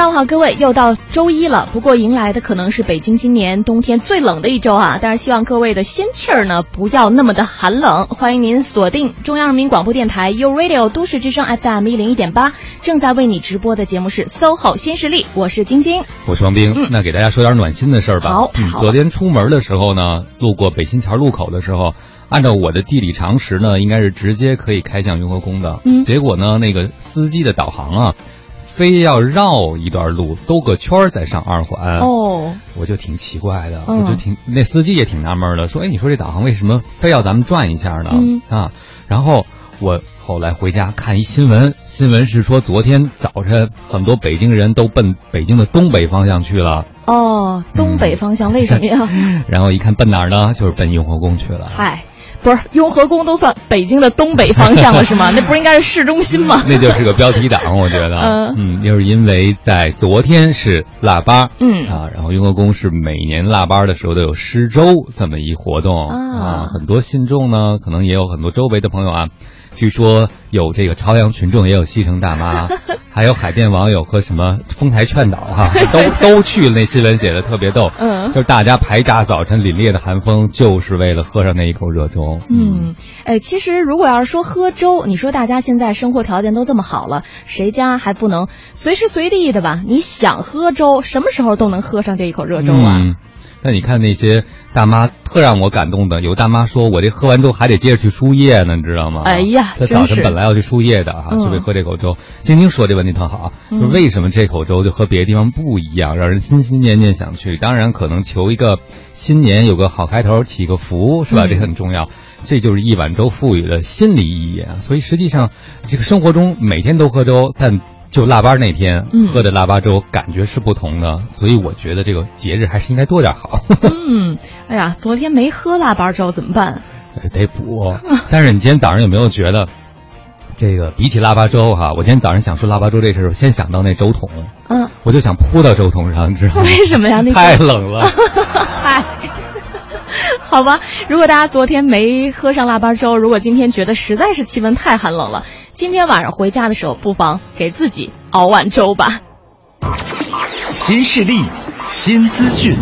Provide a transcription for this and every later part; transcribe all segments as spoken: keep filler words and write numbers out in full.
上午好，各位，又到周一了。不过迎来的可能是北京今年冬天最冷的一周啊！但是希望各位的心气儿呢不要那么的寒冷。欢迎您锁定中央人民广播电台 U Radio 都市之声 F M 一零一点八，正在为你直播的节目是 S O H O 新势力，我是晶晶， 我是王斌。嗯、那给大家说点暖心的事儿吧。 好， 嗯，昨天出门的时候呢，路过北新桥路口的时候。按照我的地理常识呢，应该是直接可以开向雍和宫的。嗯，结果呢，那个司机的导航啊，非要绕一段路，兜个圈再上二环。 哦， 我就挺奇怪的，嗯、我就挺那司机也挺纳闷的，说：“哎，你说这导航为什么非要咱们转一下呢？”嗯、啊，然后我后来回家看一新闻，新闻是说昨天早晨很多北京人都奔北京的东北方向去了。 哦，东北方向、嗯、为什么呀？ 然后一看奔哪儿呢？就是奔雍和宫去了。 嗨。不是雍和宫都算北京的东北方向了是吗？那不是应该是市中心吗？ 那就是个标题党，我觉得。嗯嗯，就是因为在昨天是腊八，嗯啊，然后雍和宫是每年腊八的时候都有施粥这么一活动啊，啊很多信众呢，可能也有很多周围的朋友啊。据说有这个朝阳群众，也有西城大妈，还有海淀网友和什么丰台劝导哈、啊，都都去了。那新闻写的特别逗，嗯，就是大家排炸早晨凛冽的寒风，就是为了喝上那一口热粥。 嗯，哎，其实如果要是说喝粥，你说大家现在生活条件都这么好了，谁家还不能随时随地的吧？你想喝粥，什么时候都能喝上这一口热粥啊？ 嗯那你看那些大妈特让我感动的，有大妈说我这喝完粥还得接着去输液呢，你知道吗？ 哎呀， 她早晨本来要去输液的哈、啊，就为喝这口粥。晶晶说这问题特好，嗯、就是为什么这口粥就和别的地方不一样，让人心心念念想去？当然可能求一个新年有个好开头，祈个福是吧？嗯、这很重要。这就是一碗粥赋予的心理意义啊。所以实际上这个生活中每天都喝粥，但就腊八那天、嗯、喝的腊八粥感觉是不同的，所以我觉得这个节日还是应该多点好。 嗯，哎呀，昨天没喝腊八粥怎么办？ 得补。但是你今天早上有没有觉得，这个比起腊八粥哈，我今天早上想说腊八粥这事，先想到那粥桶，嗯，我就想扑到粥桶上，你知道吗？ 为什么呀？那太冷了。 嗨。好吧，如果大家昨天没喝上腊八粥，如果今天觉得实在是气温太寒冷了，今天晚上回家的时候不妨给自己熬碗粥吧。 新势力，新资讯。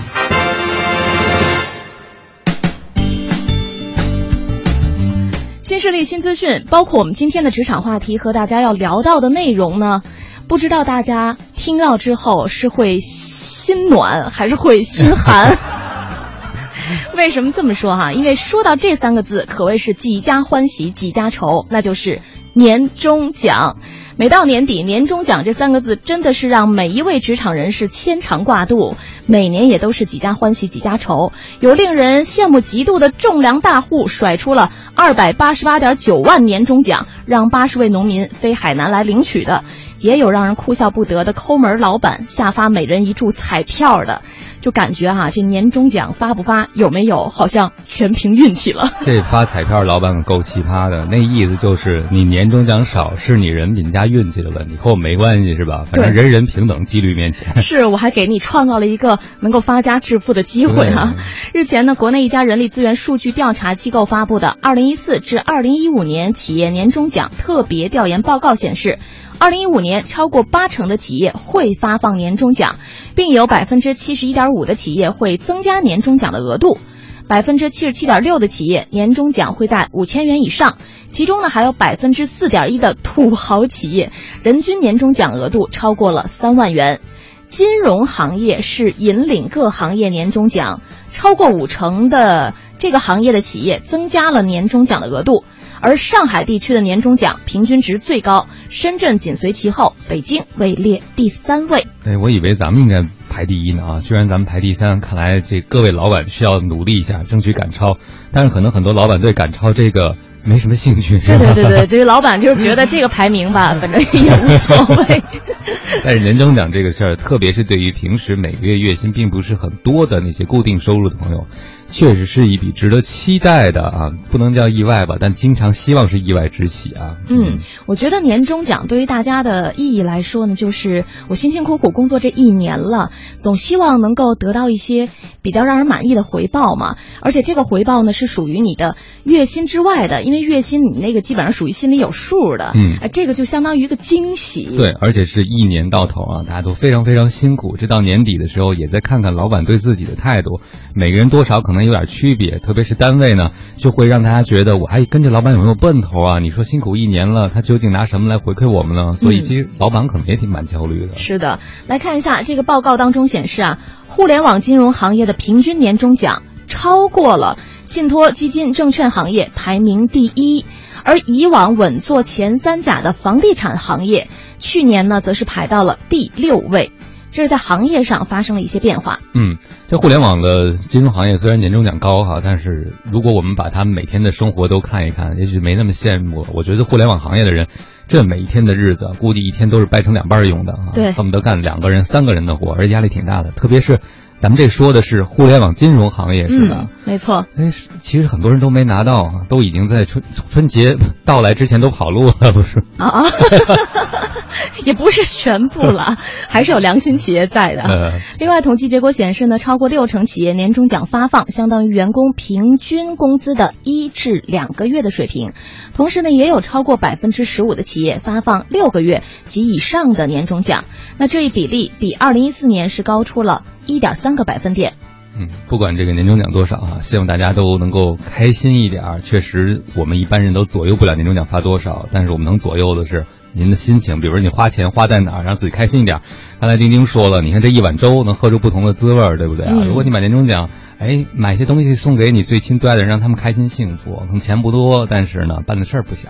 新势力新资讯，包括我们今天的职场话题和大家要聊到的内容呢，不知道大家听到之后是会心暖还是会心寒？为什么这么说哈？因为说到这三个字，可谓是几家欢喜几家愁，那就是年终奖。每到年底，年终奖这三个字真的是让每一位职场人士牵肠挂肚，每年也都是几家欢喜几家愁。有令人羡慕嫉妒的种粮大户甩出了二百八十八点九万年终奖，让八十位农民飞海南来领取的，也有让人哭笑不得的抠门老板下发每人一注彩票的。就感觉哈、啊，这年终奖发不发有没有，好像全凭运气了。 这发彩票老板够奇葩的，那意思就是你年终奖少是你人品加运气的问题，和我没关系是吧？反正人人平等，几率面前。 是，我还给你创造了一个能够发家致富的机会哈、啊。日前呢，国内一家人力资源数据调查机构发布的《二零一四至二零一五年企业年终奖特别调研报告》显示，二零一五年超过八成的企业会发放年终奖，并有百分之七十一点五的企业会增加年终奖的额度，百分之七十七点六的企业年终奖会在五千元以上，其中呢还有百分之四点一的土豪企业，人均年终奖额度超过了三万元。金融行业是引领各行业年终奖，超过五成的这个行业的企业增加了年终奖的额度。而上海地区的年终奖平均值最高，深圳紧随其后，北京位列第三位。 哎，我以为咱们应该排第一呢啊，居然咱们排第三，看来这各位老板需要努力一下，争取赶超。但是可能很多老板对赶超这个没什么兴趣。 对对对对，这个老板就是觉得这个排名吧，反正也无所谓。 但是年终奖这个事儿，特别是对于平时每个月月薪并不是很多的那些固定收入的朋友， 确实是一笔值得期待的啊，不能叫意外吧，但经常希望是意外之喜啊。 嗯，我觉得年终奖对于大家的意义来说呢，就是我辛辛苦苦工作这一年了，总希望能够得到一些比较让人满意的回报嘛。而且这个回报呢是属于你的月薪之外的，因为月薪你那个基本上属于心里有数的。 嗯， 呃，这个就相当于一个惊喜。 对，而且是一年到头啊，大家都非常非常辛苦，这到年底的时候也再看看老板对自己的态度，每个人多少可能有点区别，特别是单位呢，就会让大家觉得我还跟着老板有没有奔头啊？你说辛苦一年了，他究竟拿什么来回馈我们呢？所以其实老板可能也挺蛮焦虑的。 嗯、是的，来看一下这个报告当中显示啊，互联网金融行业的平均年终奖超过了信托基金证券行业，排名第一。而以往稳坐前三甲的房地产行业，去年呢则是排到了第六位。这是在行业上发生了一些变化。 嗯，这互联网的金融行业虽然年终奖高哈，但是如果我们把他们每天的生活都看一看，也许没那么羡慕了。我觉得互联网行业的人，这每一天的日子，估计一天都是掰成两半用的啊， 对， 恨不得干两个人、三个人的活，而且压力挺大的。特别是咱们这说的是互联网金融行业，是吧？ 嗯，没错。 哎，其实很多人都没拿到啊，都已经在春春节到来之前都跑路了，不是？ 啊啊，也不是全部了，还是有良心企业在的。 呃、 另外，统计结果显示呢，超过六成企业年终奖发放相当于员工平均工资的一至两个月的水平。同时呢，也有超过百分之十五的企业发放六个月及以上的年终奖。那这一比例比二零一四年是高出了一点三个百分点。 嗯，不管这个年终奖多少啊，希望大家都能够开心一点。确实，我们一般人都左右不了年终奖发多少，但是我们能左右的是您的心情。比如说你花钱花在哪儿，让自己开心一点。刚才丁丁说了，你看这一碗粥能喝出不同的滋味，对不对啊？嗯、如果你买年终奖，哎，买些东西送给你最亲最爱的人，让他们开心幸福，可能钱不多，但是呢，办的事儿不小。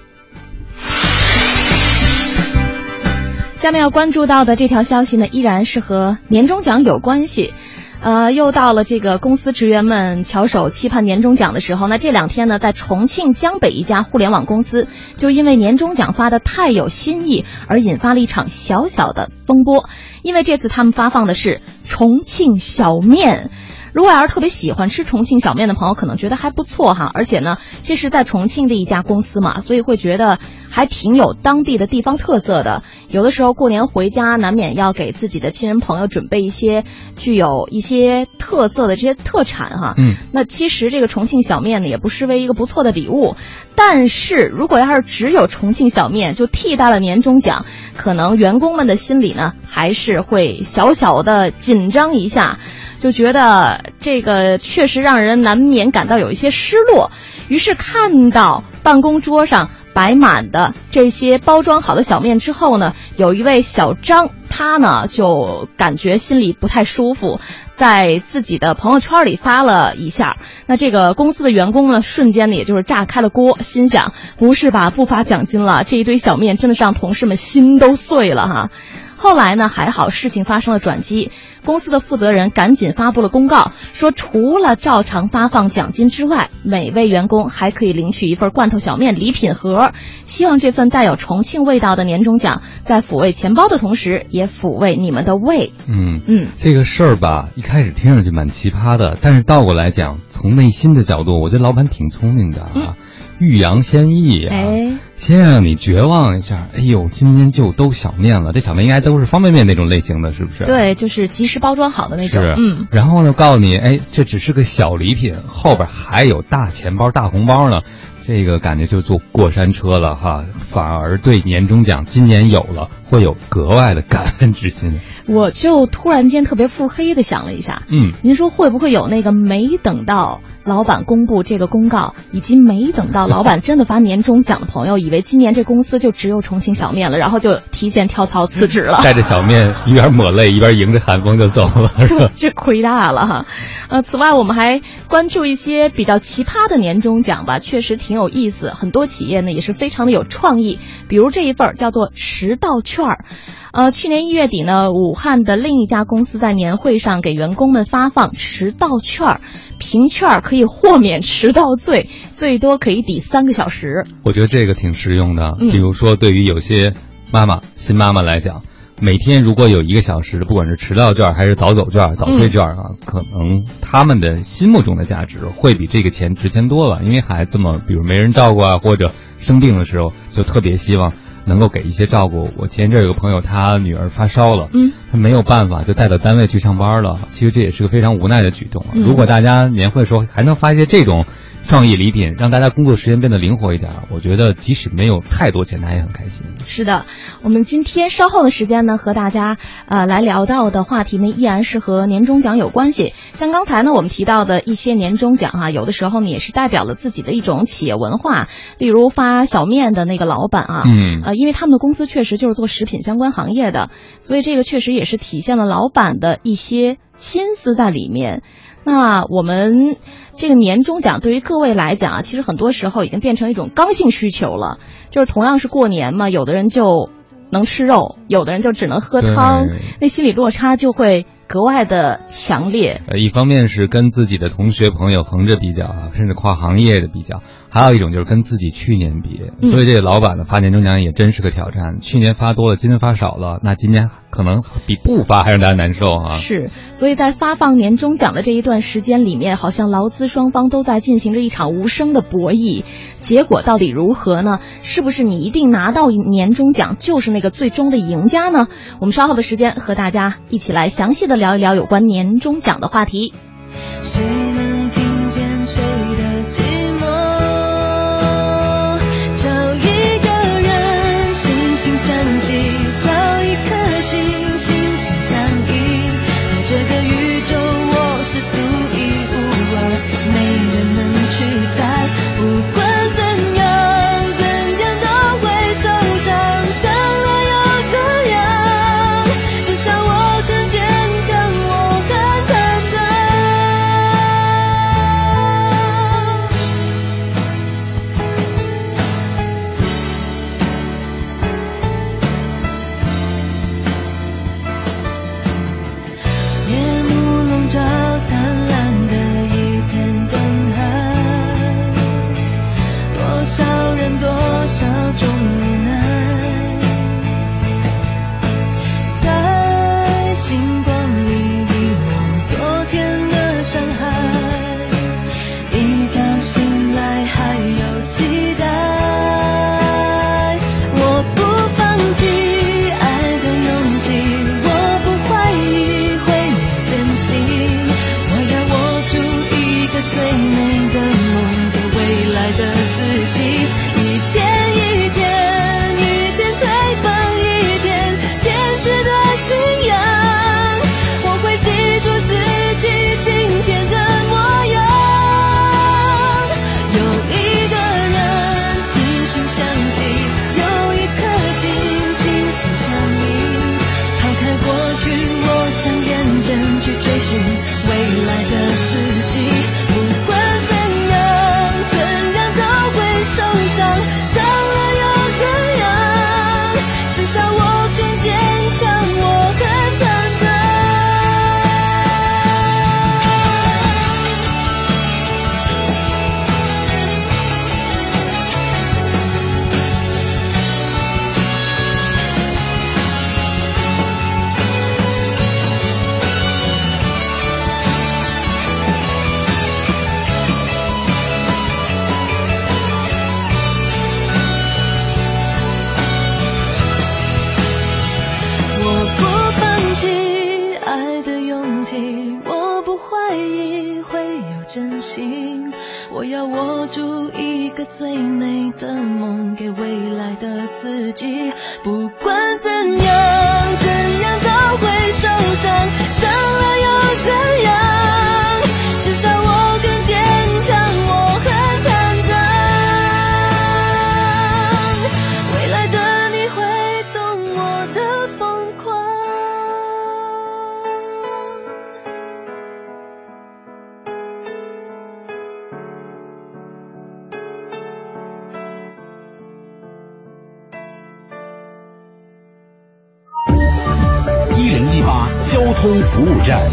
下面要关注到的这条消息呢，依然是和年终奖有关系。呃，又到了这个公司职员们翘首期盼年终奖的时候。那这两天呢，在重庆江北一家互联网公司，就因为年终奖发的太有新意，而引发了一场小小的风波。因为这次他们发放的是重庆小面。如果要是特别喜欢吃重庆小面的朋友，可能觉得还不错哈。而且呢，这是在重庆的一家公司嘛，所以会觉得还挺有当地的地方特色的。有的时候过年回家，难免要给自己的亲人朋友准备一些具有一些特色的这些特产哈。 嗯， 那其实这个重庆小面呢，也不失为一个不错的礼物。但是如果要是只有重庆小面就替代了年终奖，可能员工们的心里呢，还是会小小的紧张一下。就觉得这个确实让人难免感到有一些失落，于是看到办公桌上摆满的这些包装好的小面之后呢，有一位小张，他呢就感觉心里不太舒服，在自己的朋友圈里发了一下。那这个公司的员工呢，瞬间呢也就是炸开了锅，心想不是吧，不发奖金了，这一堆小面真的是让同事们心都碎了哈。后来呢，还好事情发生了转机，公司的负责人赶紧发布了公告，说除了照常发放奖金之外，每位员工还可以领取一份罐头小面礼品盒。希望这份带有重庆味道的年终奖，在抚慰钱包的同时，也抚慰你们的胃。 嗯嗯，这个事儿吧，一开始听上去蛮奇葩的，但是倒过来讲，从内心的角度，我觉得老板挺聪明的啊。嗯，欲扬先抑啊，哎，先让你绝望一下。哎呦，今天就都小面了，这小面应该都是方便面那种类型的，是不是？ 对，就是即时包装好的那种。 是， 嗯。 然后呢，告诉你，哎，这只是个小礼品，后边还有大钱包、大红包呢。这个感觉就坐过山车了哈，反而对年终奖今年有了，会有格外的感恩之心。 我就突然间特别腹黑的想了一下， 嗯， 您说会不会有那个没等到老板公布这个公告，以及没等到老板真的发年终奖的朋友，以为今年这公司就只有重庆小面了，然后就提前跳槽辞职了， 带着小面一边抹泪一边迎着寒风就走了，是吧？ 这亏大了哈。呃，此外我们还关注一些比较奇葩的年终奖吧，确实挺有意思，很多企业呢也是非常的有创意，比如这一份叫做迟到券儿。呃，去年一月底呢，武汉的另一家公司在年会上给员工们发放迟到券，凭券可以豁免迟到罪，最多可以抵三个小时。 我觉得这个挺实用的，嗯，比如说对于有些妈妈、新妈妈来讲， 每天如果有一个小时的，不管是迟到券还是早走券、早退券啊，嗯、可能他们的心目中的价值会比这个钱值钱多了。因为孩子嘛，比如没人照顾啊，或者生病的时候，就特别希望能够给一些照顾。我前一阵有个朋友，他女儿发烧了，嗯，他没有办法，就带到单位去上班了。其实这也是个非常无奈的举动啊。嗯、如果大家年会的时候还能发一些这种创意礼品，让大家工作时间变得灵活一点，我觉得即使没有太多钱，他也很开心。 是的，我们今天稍后的时间呢，和大家呃来聊到的话题呢，依然是和年终奖有关系。像刚才呢，我们提到的一些年终奖哈、啊，有的时候呢也是代表了自己的一种企业文化。例如发小面的那个老板啊，嗯，呃，因为他们的公司确实就是做食品相关行业的，所以这个确实也是体现了老板的一些心思在里面。那我们这个年终奖对于各位来讲啊，其实很多时候已经变成一种刚性需求了。就是同样是过年嘛，有的人就能吃肉，有的人就只能喝汤，那心理落差就会格外的强烈。 呃，一方面是跟自己的同学朋友横着比较啊，甚至跨行业的比较，还有一种就是跟自己去年比。所以这个老板呢发年终奖也真是个挑战，去年发多了，今年发少了，那今年可能比不发还让大家难受啊。 是，所以在发放年终奖的这一段时间里面，好像劳资双方都在进行着一场无声的博弈。结果到底如何呢？是不是你一定拿到年终奖就是那个最终的赢家呢？我们稍后的时间和大家一起来详细的聊一聊有关年终奖的话题。 谁能听见谁的寂寞？找一个人惺惺相惜，找一颗心心心相印。在这个宇宙，我是独一无二，没人能取代。不管怎样，怎样都会受伤，伤了又怎样？至少我更坚强，我更坦荡。夜幕笼罩灿烂的一片灯海，多少人多少种无奈，在星光里遗忘昨天的伤害，一觉醒来还有期待。我不放弃爱的勇气，我不怀疑会有真心，我要握住一个最美的梦，给未来的自己。一天一天，一天再放一天，坚持的信仰，我会记住自己今天的模样。有一个人惺惺相惜，有一颗心心心相印。抛开过去，我想认真去追寻未来的自己。不管怎样，怎样都会受伤，伤了又怎样？至少我更坚强，我更坦荡。我不放弃爱的勇气，我不怀疑会有真心，我要握住一个最美的梦，给未来的自己。不管怎样，怎样都会受伤，伤了又怎样？至少我更坚强，我很坦荡。未来的你会懂我的疯狂。 一零一八交通服务站。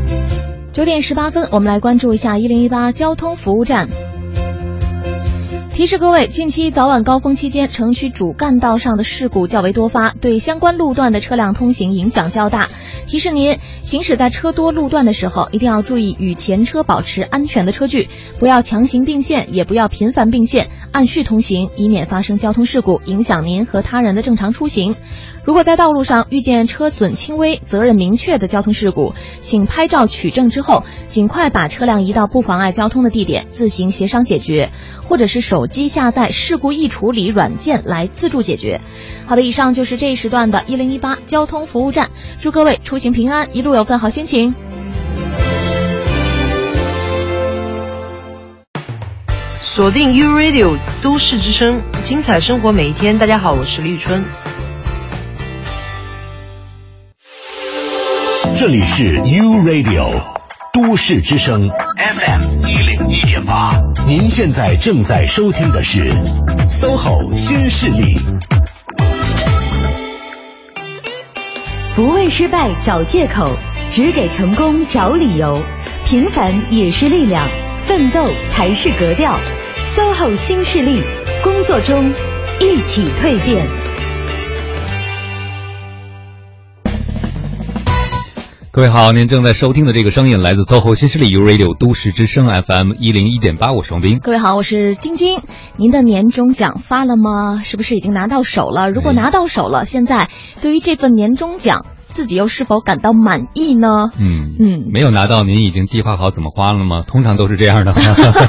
九点十八分，我们来关注一下一零一八交通服务站。 提示各位，近期早晚高峰期间，城区主干道上的事故较为多发，对相关路段的车辆通行影响较大。提示您，行驶在车多路段的时候，一定要注意与前车保持安全的车距，不要强行并线，也不要频繁并线，按序通行，以免发生交通事故，影响您和他人的正常出行。如果在道路上遇见车损轻微、责任明确的交通事故，请拍照取证之后，尽快把车辆移到不妨碍交通的地点，自行协商解决，或者是手机下载事故易处理软件来自助解决。好的，以上就是这一时段的一零一八交通服务站，祝各位出行平安，一路有份好心情。 锁定 U Radio 都市之声，精彩生活每一天。大家好，我是绿春。 这里是 U Radio 都市之声 F M 一零一点八，您现在正在收听的是 S O H O 新势力。 不为失败找借口，只给成功找理由。平凡也是力量，奋斗才是格调。S O H O 新势力，工作中一起蜕变。 各位好，您正在收听的这个声音来自 S O H O 新势力 U Radio 都市之声 F M 一零一点八，我是王斌。 各位好，我是晶晶。您的年终奖发了吗？是不是已经拿到手了？如果拿到手了，现在对于这份年终奖，自己又是否感到满意呢？ 嗯嗯，没有拿到，您已经计划好怎么花了吗？通常都是这样的。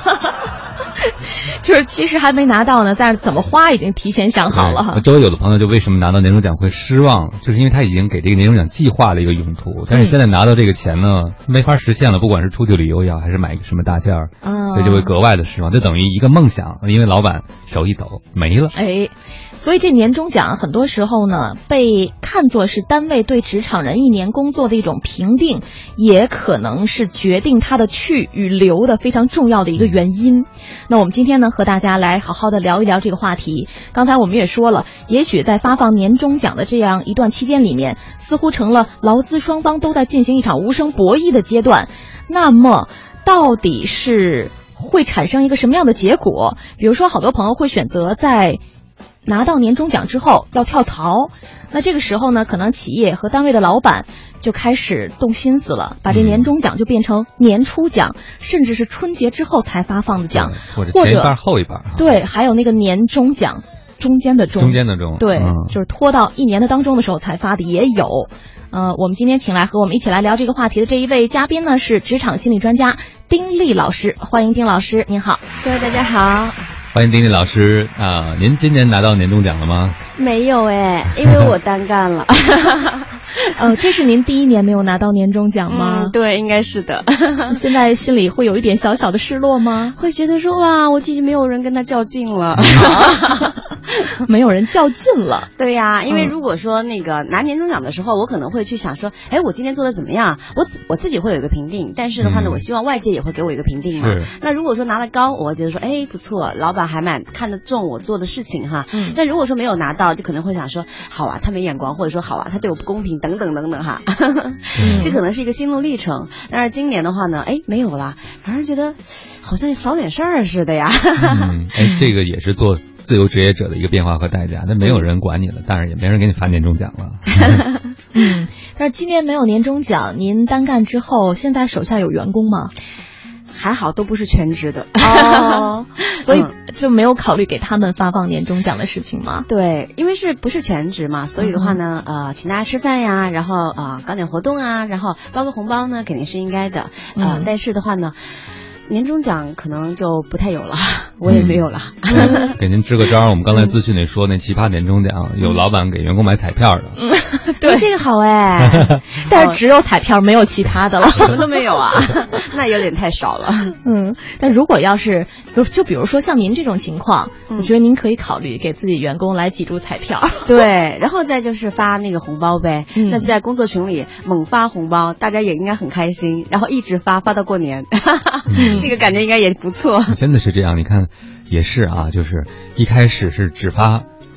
就是其实还没拿到呢，但是怎么花已经提前想好了哈。 周围有的朋友就为什么拿到年终奖会失望，就是因为他已经给这个年终奖计划了一个用途，但是现在拿到这个钱呢，没法实现了，不管是出去旅游也好，还是买一个什么大件儿，嗯，所以就会格外的失望，就等于一个梦想，因为老板手一抖没了。 哎，所以这年终奖很多时候呢，被看作是单位对职场人一年工作的一种评定，也可能是决定他的去与留的非常重要的一个原因。那我们今天呢，和大家来好好的聊一聊这个话题。刚才我们也说了，也许在发放年终奖的这样一段期间里面，似乎成了劳资双方都在进行一场无声博弈的阶段。那么到底是会产生一个什么样的结果？比如说好多朋友会选择在拿到年终奖之后要跳槽，那这个时候呢，可能企业和单位的老板就开始动心思了，把这年终奖就变成年初奖，甚至是春节之后才发放的奖， 或者前一半后一半。 对，还有那个年终奖中间的中， 中间的中， 对、嗯，就是拖到一年的当中的时候才发的也有。呃，我们今天请来和我们一起来聊这个话题的这一位嘉宾呢，是职场心理专家丁丽老师，欢迎丁老师，您好。 各位大家好。 欢迎丁丁老师啊！您今年拿到年终奖了吗？ 没有哎，因为我单干了。 呃，这是您第一年没有拿到年终奖吗？ 嗯、对，应该是的。 现在心里会有一点小小的失落吗？ 会觉得说哇，我自己没有人跟他较劲了。 没有人较劲了。 对呀、啊，因为如果说那个拿年终奖的时候，我可能会去想说，哎，我今天做的怎么样？我我自己会有一个评定，但是的话呢，嗯、我希望外界也会给我一个评定嘛。那如果说拿了高，我会觉得说，哎，不错，老板还蛮看得重我做的事情哈。嗯。但如果说没有拿到，就可能会想说，好啊，他没眼光，或者说好啊，他对我不公平，等等等等哈。嗯、这可能是一个心路历程。但是今年的话呢，哎，没有了，反而觉得好像少点事儿似的呀。 嗯，哎，这个也是做自由职业者的一个变化和代价，但没有人管你了，但是也没人给你发年终奖了。 嗯，但是今年没有年终奖，您单干之后，现在手下有员工吗？ 还好，都不是全职的哦，所以就没有考虑给他们发放年终奖的事情吗？ 对，因为是不是全职嘛，所以的话呢，嗯、呃，请大家吃饭呀，然后呃搞点活动啊，然后包个红包呢，肯定是应该的，呃，嗯、但是的话呢。年终奖可能就不太有了，我也没有了。 嗯、给您支个招，我们刚才资讯里说那奇葩年终奖，嗯、有老板给员工买彩票的。 嗯，对，这个好哎， 但是只有彩票没有其他的了， 什么都没有啊，那有点太少了。 嗯，但如果要是就比如说像您这种情况，嗯、我觉得您可以考虑给自己员工来几注彩票。 对，然后再就是发那个红包呗。嗯、那在工作群里猛发红包，大家也应该很开心，然后一直发发到过年。嗯那个感觉应该也不错， 真的是这样。你看，也是啊，就是一开始是只发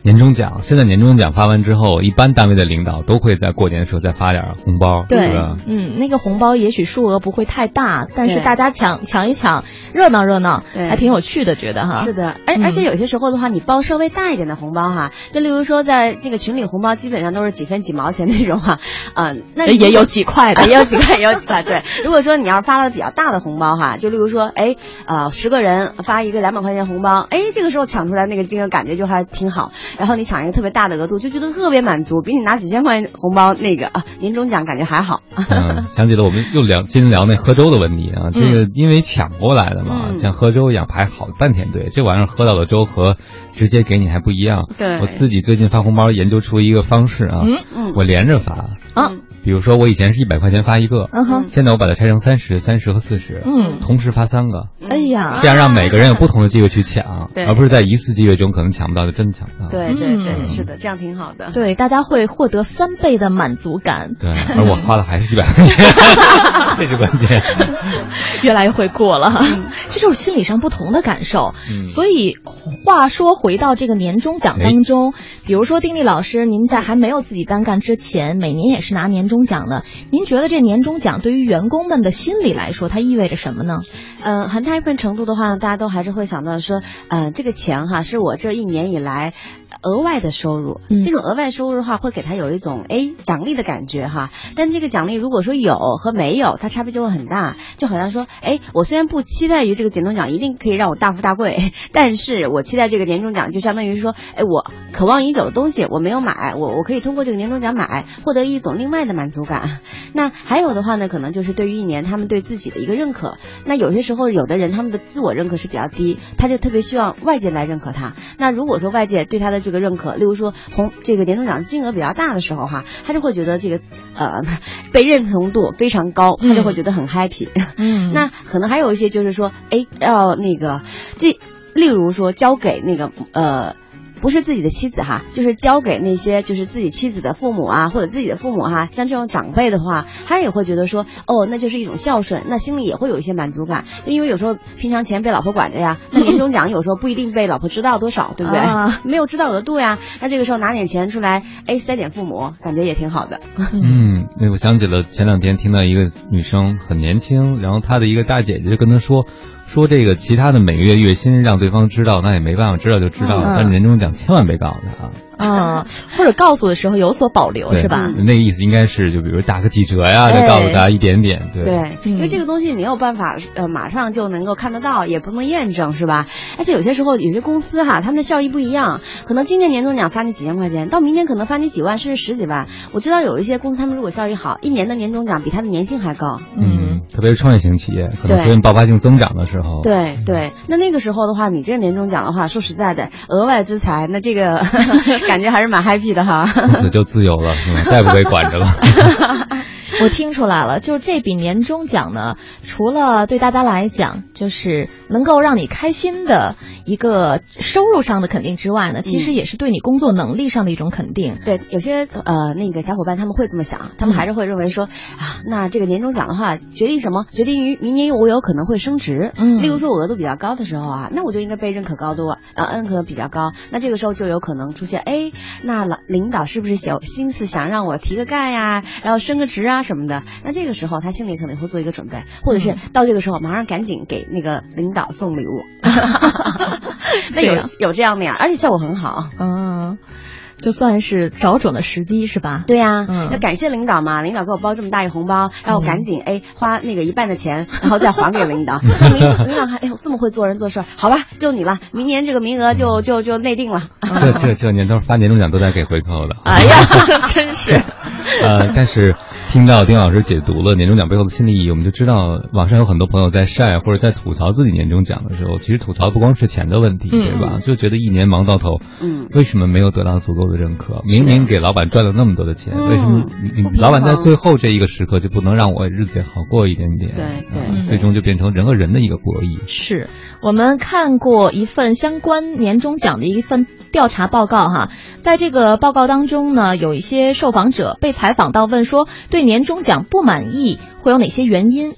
年终奖，现在年终奖发完之后，一般单位的领导都会在过年的时候再发点红包， 对吧？ 嗯，那个红包也许数额不会太大，但是大家抢抢一抢，热闹热闹，还挺有趣的，觉得哈。 是的，而、嗯、而且有些时候的话，你包稍微大一点的红包哈，就例如说在这个群里红包基本上都是几分几毛钱那种哈，啊、呃，那也有几块的， 也有几块，也有几块。对，如果说你要是发了比较大的红包哈，就例如说，哎，呃，十个人发一个两百块钱红包，哎，这个时候抢出来那个金额感觉就还挺好。然后你抢一个特别大的额度，就觉得特别满足，比你拿几千块钱红包那个啊年终奖感觉还好。 嗯，想起了我们又聊今天聊那喝粥的问题啊，这个因为抢过来的嘛，嗯、像喝粥一样排好半天队，这玩意儿喝到的粥和直接给你还不一样。 对， 我自己最近发红包研究出一个方式啊， 嗯嗯， 我连着发啊。 比如说我以前是一百块钱发一个， 嗯哼， 现在我把它拆成三十、三十和四十， 嗯， 同时发三个， 哎呀， 这样让每个人有不同的机会去抢， 对， 而不是在一次机会中可能抢不到就真抢到。 对对对，嗯、是的，这样挺好的。 对，大家会获得三倍的满足感。 对，而我花的还是一百块钱，这是关键。 越来越会过了，嗯、这就是心理上不同的感受。嗯、所以话说回到这个年终奖当中，比如说丁力老师，您在还没有自己单干之前，每年也是拿年终奖的。您觉得这年终奖对于员工们的心理来说，它意味着什么呢？ 呃，很大一部分程度的话呢，大家都还是会想到说，呃，这个钱哈，是我这一年以来额外的收入。嗯、这种额外收入的话，会给他有一种哎奖励的感觉哈。但这个奖励如果说有和没有，它差别就会很大。就好像说，哎，我虽然不期待于这个年终奖一定可以让我大富大贵，但是我期待这个年终奖就相当于说，哎，我渴望已久的东西我没有买，我我可以通过这个年终奖买，获得一种另外的满足感。那还有的话呢，可能就是对于一年他们对自己的一个认可。那有些时候有的人他们的自我认可是比较低，他就特别希望外界来认可他。那如果说外界对他的这个认可，例如说红这个年终奖金额比较大的时候哈，他就会觉得这个呃被认同度非常高，他就会觉得很 happy。嗯，那可能还有一些就是说，哎，要那个这例如说交给那个呃。不是自己的妻子哈，就是交给那些就是自己妻子的父母啊，或者自己的父母哈，像这种长辈的话，他也会觉得说，哦，那就是一种孝顺，那心里也会有一些满足感。因为有时候平常钱被老婆管着呀，那年终奖有时候不一定被老婆知道多少，对不对？啊、没有知道额度呀，那这个时候拿点钱出来，哎，塞点父母，感觉也挺好的。 嗯，那我想起了前两天听到一个女生很年轻，然后她的一个大姐姐就跟她说。说这个其他的每个月月薪让对方知道，那也没办法，知道就知道了。嗯、但是年终奖千万别告诉他啊。 啊、嗯，或者告诉的时候有所保留，是吧？ 那个意思应该是，就比如打个几折呀，再告诉他一点点。对， 对，因为这个东西没有办法呃马上就能够看得到，也不能验证，是吧？而且有些时候有些公司哈，他们的效益不一样，可能今年年终奖发你几千块钱，到明年可能发你几万甚至十几万。我知道有一些公司，他们如果效益好，一年的年终奖比他的年薪还高。 嗯，特别是创业型企业，可能出现爆发性增长的时候。 对对，那那个时候的话，你这个年终奖的话，说实在的，额外之财，那这个感觉还是蛮 happy 的哈， 从此就自由了，是吧？再不被管着了。 我听出来了，就是这笔年终奖呢，除了对大家来讲就是能够让你开心的一个收入上的肯定之外呢，其实也是对你工作能力上的一种肯定。 嗯、对，有些呃那个小伙伴他们会这么想，他们还是会认为说、嗯、啊，那这个年终奖的话，决定什么？决定于明年我有可能会升职。嗯，例如说我额度比较高的时候啊，那我就应该被认可高度，呃，认可比较高，那这个时候就有可能出现，哎，那老领导是不是有心思想让我提个干呀，然后升个职啊什么的？那这个时候他心里可能会做一个准备，或者是到这个时候马上赶紧给那个领导送礼物。那有有这样的呀，而且效果很好。 嗯。就算是找准了时机，是吧？ 对呀、啊，嗯，要感谢领导嘛，领导给我包这么大一红包，让我赶紧哎花那个一半的钱，然后再还给领导。领领导还哎呦这么会做人做事，好吧，就你了，明年这个名额就就就内定了。 这这这年头发年终奖都在给回扣的。 哎呀，真是。 呃，但是听到丁老师解读了年终奖背后的心理意义，我们就知道网上有很多朋友在晒或者在吐槽自己年终奖的时候，其实吐槽不光是钱的问题，对吧？嗯、就觉得一年忙到头，嗯，为什么没有得到足够的认可？明明给老板赚了那么多的钱，嗯、为什么你老板在最后这一个时刻就不能让我日子好过一点点？ 对对、 啊，最终就变成人和人的一个博弈。 是我们看过一份相关年终奖的一份调查报告哈，在这个报告当中呢，有一些受访者被采访到问说，对年终奖不满意会有哪些原因？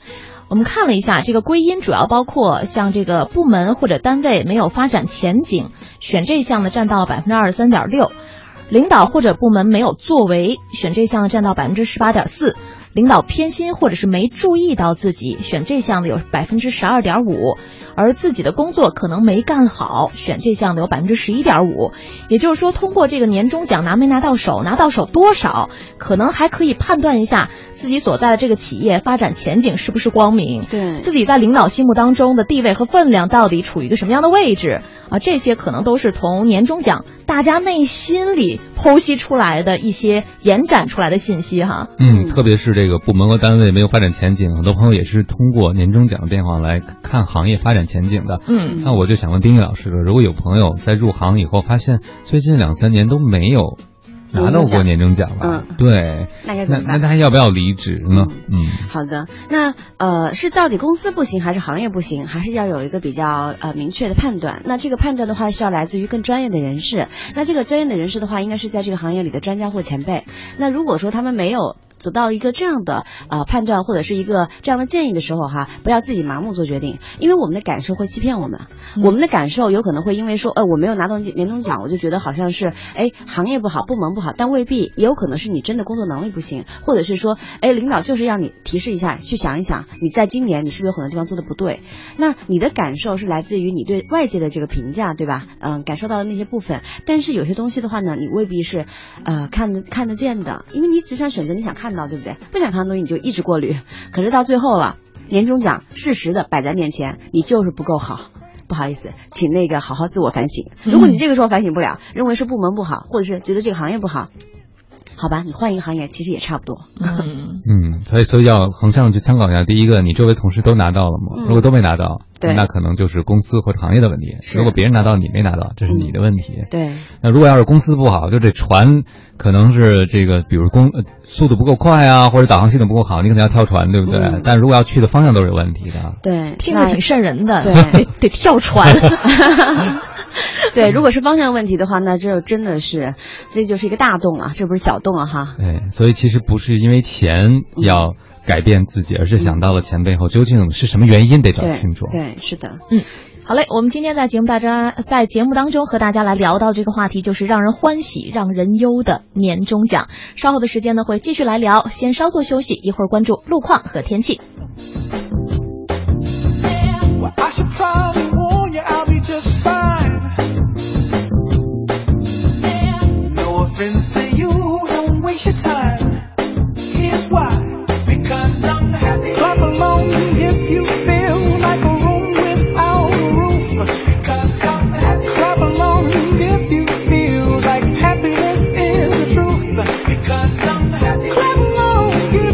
我们看了一下这个归因，主要包括像这个部门或者单位没有发展前景，选这项的占到百分之二十三点六，领导或者部门没有作为，选这项的占到百分之十八点四，领导偏心或者是没注意到自己，选这项的有百分之十二点五，而自己的工作可能没干好，选这项的有百分之十一点五。也就是说，通过这个年终奖拿没拿到手，拿到手多少，可能还可以判断一下自己所在的这个企业发展前景是不是光明， 对自己在领导心目当中的地位和分量到底处于一个什么样的位置啊，这些可能都是从年终奖大家内心里剖析出来的一些延展出来的信息哈。 嗯，特别是这个部门和单位没有发展前景，很多朋友也是通过年终奖的变化来看行业发展前景的。 嗯， 那我就想问丁毅老师了，如果有朋友在入行以后发现最近两三年都没有拿到过年终奖了， 嗯， 对， 那该怎么办？ 那那他要不要离职呢？嗯， 好的，那呃是到底公司不行，还是行业不行，还是要有一个比较呃明确的判断？那这个判断的话是要来自于更专业的人士，那这个专业的人士的话，应该是在这个行业里的专家或前辈。那如果说他们没有走到一个这样的呃判断或者是一个这样的建议的时候哈，不要自己盲目做决定，因为我们的感受会欺骗我们，嗯、我们的感受有可能会因为说呃我没有拿到年终奖，我就觉得好像是哎行业不好，部门不好，但未必，也有可能是你真的工作能力不行，或者是说哎领导就是让你提示一下，去想一想你在今年你是不是有很多地方做的不对。那你的感受是来自于你对外界的这个评价，对吧？嗯，感受到的那些部分，但是有些东西的话呢，你未必是呃看得看得见的，因为你只想选择你想看到，对不对？不想看的东西你就一直过滤，可是到最后了，年终奖事实的摆在面前，你就是不够好。不好意思，请那个好好自我反省。如果你这个时候反省不了，认为是部门不好，或者是觉得这个行业不好，好吧，你换一个行业其实也差不多。 嗯嗯，所以所以要横向去参考一下。第一个，你周围同事都拿到了吗？ 嗯、 如果都没拿到， 对， 那可能就是公司或者行业的问题。如果别人拿到你没拿到，这是你的问题。 嗯、对。 那如果要是公司不好，就这船可能是这个，比如公、呃、速度不够快啊，或者导航系统不够好，你可能要跳船，对不对？嗯、但如果要去的方向都是有问题的。 对， 听着挺瘆人的。 对， 得得跳船。 对，如果是方向问题的话，那这真的是，这就是一个大洞了，这不是小洞了哈。 对，所以其实不是因为钱要改变自己，嗯、而是想到了钱背后究竟是什么原因，得找清楚。 对，对，是的， 嗯。好嘞，我们今天在节目大家在节目当中和大家来聊到这个话题，就是让人欢喜让人忧的年终奖。稍后的时间呢会继续来聊，先稍作休息，一会儿关注路况和天气。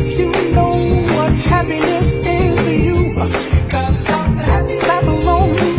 Clap along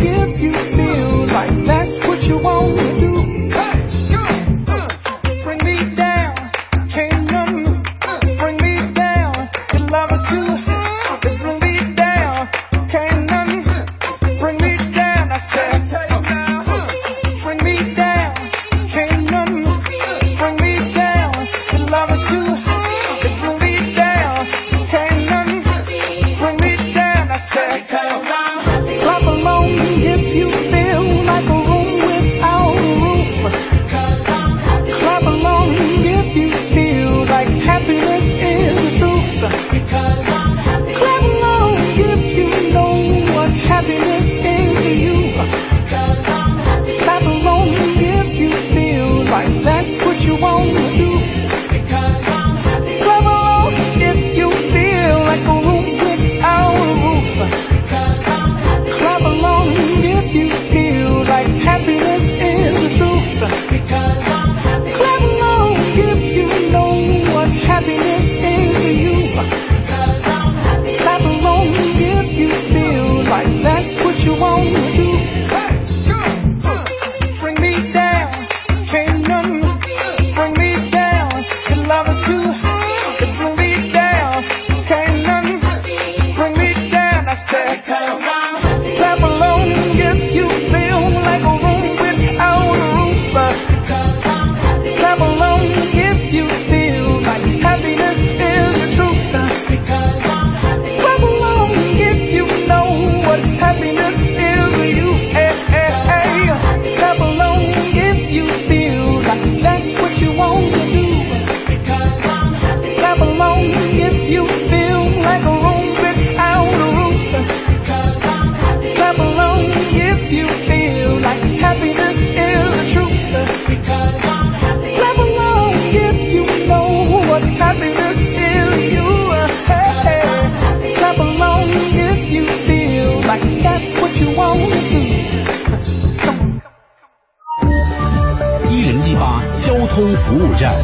通服务站。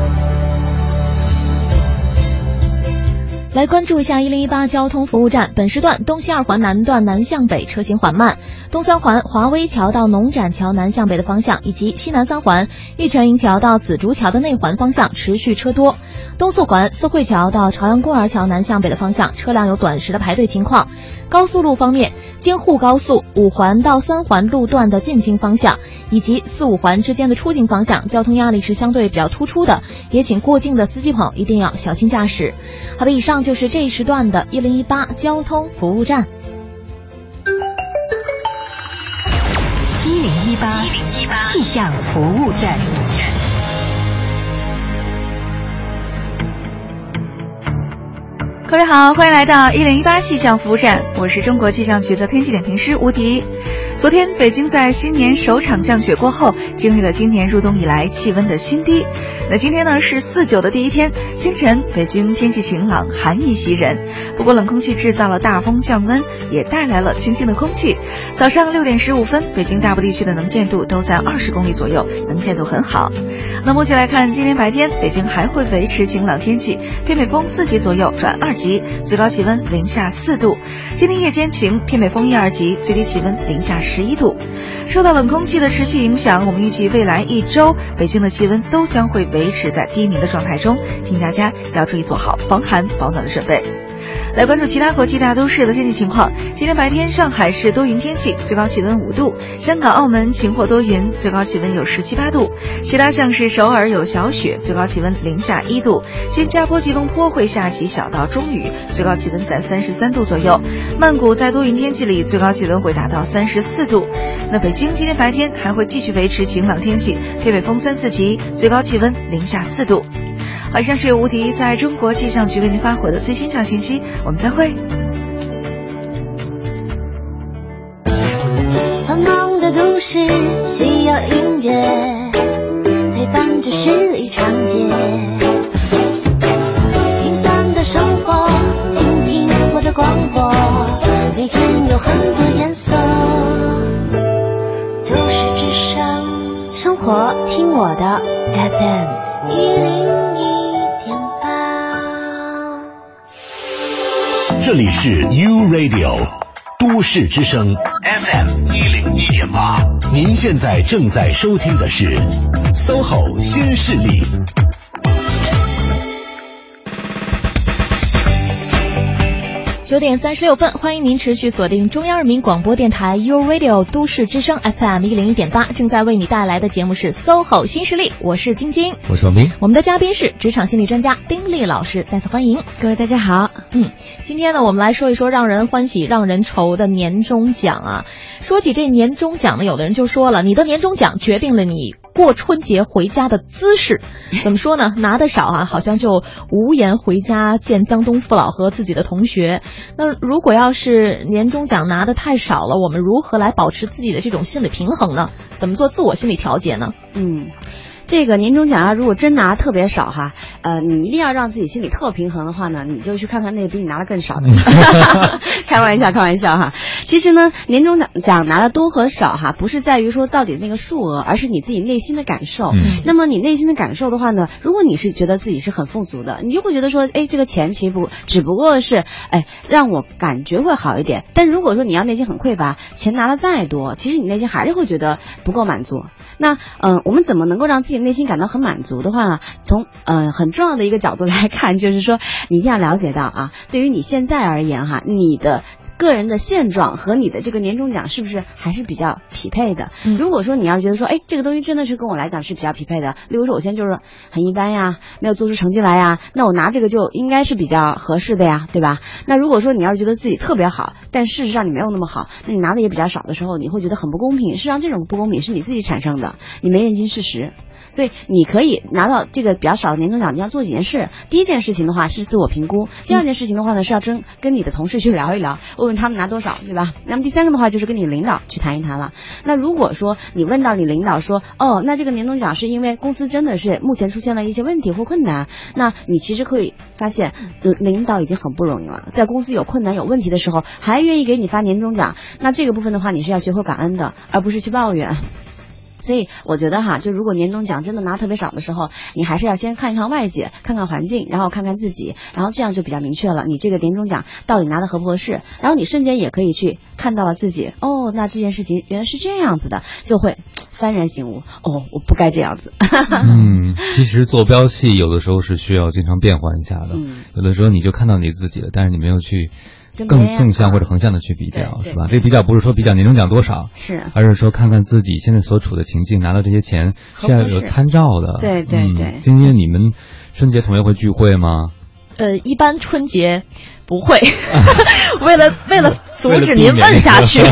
来关注一下一零一八交通服务站，本时段东西二环南段南向北车行缓慢，东三环华威桥到农展桥南向北的方向，以及西南三环玉泉营桥到紫竹桥的内环方向持续车多。东四环四惠桥到朝阳公园桥南向北的方向车辆有短时的排队情况。高速路方面，京沪高速五环到三环路段的进京方向以及四五环之间的出境方向交通压力是相对比较突出的，也请过境的司机朋友一定要小心驾驶。好的，以上就是这一时段的一零一八交通服务站。 一零一八气象服务站。 各位好，欢迎来到一零一八气象服务站，我是中国气象局的天气点评师吴迪。昨天北京在新年首场降雪过后，经历了今年入冬以来气温的新低。那今天呢是四九的第一天，清晨北京天气晴朗，寒意袭人。不过冷空气制造了大风降温，也带来了清新的空气。早上六点十五分，北京大部地区的能见度都在二十公里左右，能见度很好。那目前来看，今天白天北京还会维持晴朗天气，偏北风四级左右转二级，最高气温零下四度。今天夜间晴，偏北风一二级，最低气温零下十一度。受到冷空气的持续影响，我们预计未来一周北京的气温都将会维持在低迷的状态中，提醒大家要注意做好防寒保暖的准备。来关注其他国际大都市的天气情况。今天白天上海是多云天气，最高气温五度；香港、澳门晴或多云，最高气温有十七八度；其他像是首尔有小雪，最高气温零下一度；新加坡吉隆坡会下起小到中雨，最高气温在三十三度左右；曼谷在多云天气里，最高气温会达到三十四度。那北京今天白天还会继续维持晴朗天气，偏北风三四级，最高气温零下四度。好，以上是由吴迪在中国气象局为您发回的最新气象信息，我们再会。 繁忙的都市需要音乐陪伴着十里长街，平凡的生活听听我的广播，每天有很多颜色，都市之声，生活听我的 F M 一零。 这里是 U Radio 都市之声 F M 一零一点八，您现在正在收听的是 S O H O 新势力。 九点三十六分，欢迎您持续锁定中央人民广播电台 U Radio 都市之声 F M 一零一点八，正在为你带来的节目是 S O H O 新势力，我是晶晶， 我是王斌， 我们的嘉宾是职场心理专家丁力老师，再次欢迎各位大家好。 嗯，今天呢，我们来说一说让人欢喜让人愁的年终奖啊。说起这年终奖呢，有的人就说了，你的年终奖决定了你过春节回家的姿势。怎么说呢？拿得少啊，好像就无颜回家见江东父老和自己的同学。那如果要是年终奖拿得太少了，我们如何来保持自己的这种心理平衡呢？怎么做自我心理调节呢？ 嗯。这个年终奖啊，如果真拿特别少哈，呃，你一定要让自己心里特平衡的话呢，你就去看看那个比你拿的更少的。开玩笑，开玩笑哈。其实呢，年终奖奖拿的多和少哈，不是在于说到底那个数额，而是你自己内心的感受。嗯、那么你内心的感受的话呢，如果你是觉得自己是很富足的，你就会觉得说，哎，这个钱其实不只不过是，哎，让我感觉会好一点。但如果说你要内心很匮乏，钱拿的再多，其实你内心还是会觉得不够满足。那嗯、呃，我们怎么能够让自己内心感到很满足的话呢？从呃很重要的一个角度来看，就是说你一定要了解到啊，对于你现在而言哈，你的个人的现状和你的这个年终奖是不是还是比较匹配的？嗯、如果说你要觉得说，哎，这个东西真的是跟我来讲是比较匹配的，例如说我现在就是很一般呀，没有做出成绩来呀，那我拿这个就应该是比较合适的呀，对吧？那如果说你要是觉得自己特别好，但事实上你没有那么好，那你拿的也比较少的时候，你会觉得很不公平。事实上这种不公平是你自己产生的，你没认清事实。所以你可以拿到这个比较少的年终奖，你要做几件事。第一件事情的话是自我评估，第二件事情的话呢是要跟跟你的同事去聊一聊，问问他们拿多少，对吧？那么第三个的话就是跟你领导去谈一谈了。那如果说你问到你领导说，哦，那这个年终奖是因为公司真的是目前出现了一些问题或困难，那你其实可以发现，呃，领导已经很不容易了，在公司有困难有问题的时候还愿意给你发年终奖，那这个部分的话你是要学会感恩的，而不是去抱怨。 所以我觉得哈，就如果年终奖真的拿特别少的时候，你还是要先看一看外界，看看环境，然后看看自己，然后这样就比较明确了，你这个年终奖到底拿的合不合适。然后你瞬间也可以去看到了自己，哦，那这件事情原来是这样子的，就会幡然醒悟，哦，我不该这样子。 嗯，其实坐标系有的时候是需要经常变换一下的，嗯、有的时候你就看到你自己了，但是你没有去。更纵向或者横向的去比较，是吧？这比较不是说比较年终奖多少， 是， 而是说看看自己现在所处的情境，拿到这些钱是要有参照的。 对对对。 今天你们春节同学会聚会吗？ 呃，一般春节不会，为了为了阻止您问下去。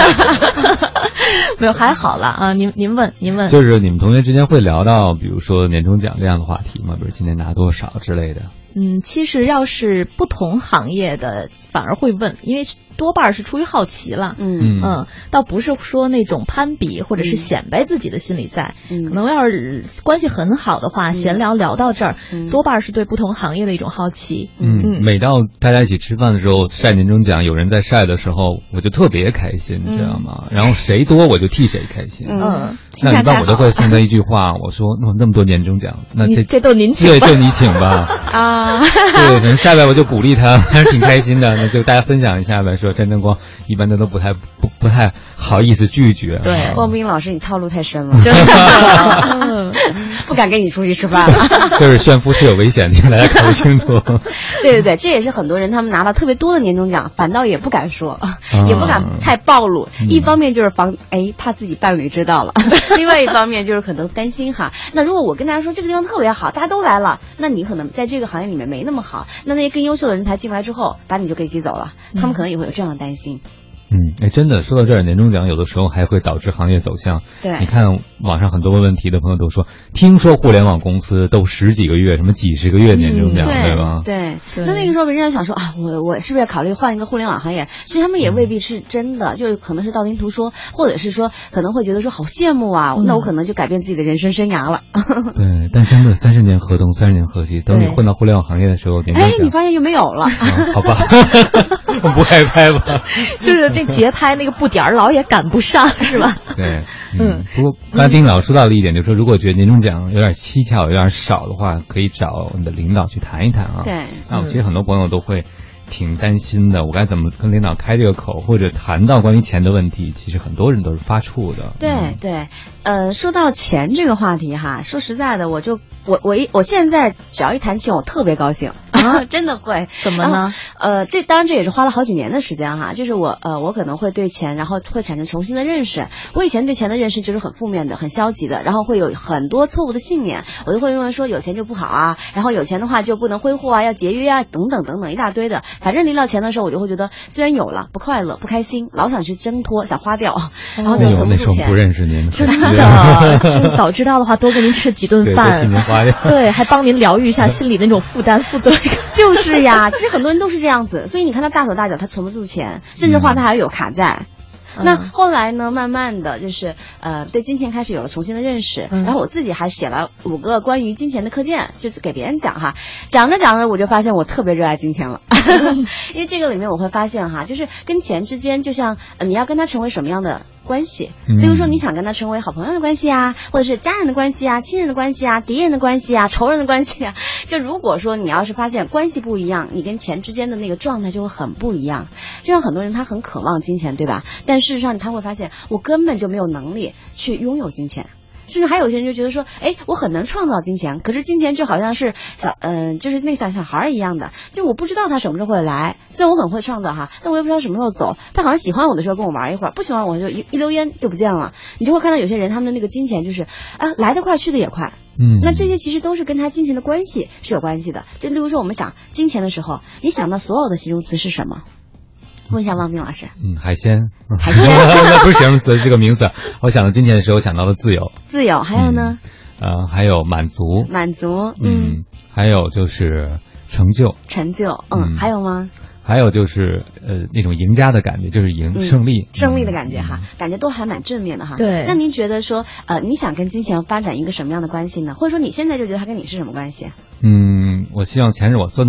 没有，还好了啊！您您问您问， 就是你们同学之间会聊到，比如说年终奖这样的话题吗？比如今年拿多少之类的。 嗯，其实要是不同行业的，反而会问，因为多半是出于好奇了。 嗯嗯，倒不是说那种攀比或者是显摆自己的心理在。 嗯， 可能要是关系很好的话，嗯、闲聊聊到这儿、嗯，多半是对不同行业的一种好奇。 嗯嗯，每到大家一起吃饭的时候，晒年终奖，有人在晒的时候，我就特别开心，你知道吗？嗯、然后谁多我就替谁开心。 嗯， 那一般我都会送他一句话，我说那那么多年终奖，那这这都您请吧，对，就你请吧。 啊。 对，可能下边我就鼓励他，还是挺开心的。那就大家分享一下呗。说真正光一般的都不太不不太好意思拒绝。 对，汪冰老师，你套路太深了，真的，不敢跟你出去吃饭了。 就是炫富是有危险的，大家搞不清楚。 对对对，这也是很多人他们拿了特别多的年终奖，反倒也不敢说，啊、也不敢太暴露。嗯、一方面就是防哎怕自己伴侣知道了，另外一方面就是可能担心哈。那如果我跟大家说这个地方特别好，大家都来了，那你可能在这个行业里面没那么好。那那些更优秀的人才进来之后，把你就给挤走了，他们可能也会有这样的担心。 嗯，哎，真的说到这儿，年终奖有的时候还会导致行业走向。 对， 你看网上很多问问题的朋友都说，听说互联网公司都十几个月，什么几十个月年终奖， 嗯、 对吧？ 对，那那个时候人家想说啊，我我是不是要考虑换一个互联网行业？其实他们也未必是真的，嗯、就是可能是道听途说，或者是说可能会觉得说好羡慕啊，嗯、那我可能就改变自己的人生生涯了。 对，但真的三十年河东，三十年河西，等你混到互联网行业的时候，年终奖， 哎，你发现又没有了。 嗯、好吧，我不害怕吧？ 就是那节拍那个步点儿老也赶不上，是吧？ 对，嗯。不过刚才丁老说到了一点，就是说，如果觉得年终奖有点蹊跷、有点少的话，可以找你的领导去谈一谈啊。 对。 那我其实很多朋友都会挺担心的，我该怎么跟领导开这个口，或者谈到关于钱的问题，其实很多人都是发怵的。 对、嗯、对，呃，说到钱这个话题哈，说实在的，我就我我一我现在只要一谈钱，我特别高兴啊，真的会。 怎么呢？ 呃，这当然这也是花了好几年的时间哈，就是我呃我可能会对钱，然后会产生重新的认识。我以前对钱的认识就是很负面的、很消极的，然后会有很多错误的信念，我就会认为说有钱就不好啊，然后有钱的话就不能挥霍啊，要节约啊，等等等等一大堆的。反正领到钱的时候，我就会觉得虽然有了不快乐、不开心，老想去挣脱、想花掉，然后就存不住钱。 那时候不认识您， 真的，就是早知道的话，多跟您吃几顿饭，对，还帮您疗愈一下心里那种负担、负罪感。 就是呀，其实很多人都是这样子，所以你看他大手大脚，他存不住钱，甚至话他还有卡债。嗯、那后来呢，慢慢的就是呃对金钱开始有了重新的认识、嗯、然后我自己还写了五个关于金钱的课件，就是给别人讲哈，讲着讲着我就发现我特别热爱金钱了因为这个里面我会发现哈，就是跟钱之间就像、呃、你要跟他成为什么样的关系，例如说你想跟他成为好朋友的关系啊，或者是家人的关系啊，亲人的关系啊，敌人的关系啊，仇人的关系啊，就如果说你要是发现关系不一样，你跟钱之间的那个状态就会很不一样。就像很多人他很渴望金钱，对吧？但事实上他会发现我根本就没有能力去拥有金钱。甚至还有些人就觉得说，哎，我很能创造金钱，可是金钱就好像是小，嗯、呃，就是那个小小孩一样的，就我不知道他什么时候会来，虽然我很会创造哈，但我也不知道什么时候走。他好像喜欢我的时候跟我玩一会儿，不喜欢我就一一溜烟就不见了。你就会看到有些人他们的那个金钱就是啊来得快去得也快， 嗯， 那这些其实都是跟他金钱的关系是有关系的。就例如说我们想金钱的时候，你想到所有的形容词是什么？问一下汪冰老师。 嗯，海鲜。 海鲜不是形容词，这个名词。我想到金钱的时候，想到了自由。 自由，还有呢？ 嗯、呃，还有满足。 满足，嗯。 嗯，还有就是成就。 成就，嗯，嗯还有吗？ 还有就是呃那种赢家的感觉，就是赢、嗯、胜利， 胜利的感觉哈，嗯、感觉都还蛮正面的哈。 对。 那您觉得说呃你想跟金钱发展一个什么样的关系呢？或者说你现在就觉得他跟你是什么关系？ 嗯，我希望钱是我孙子。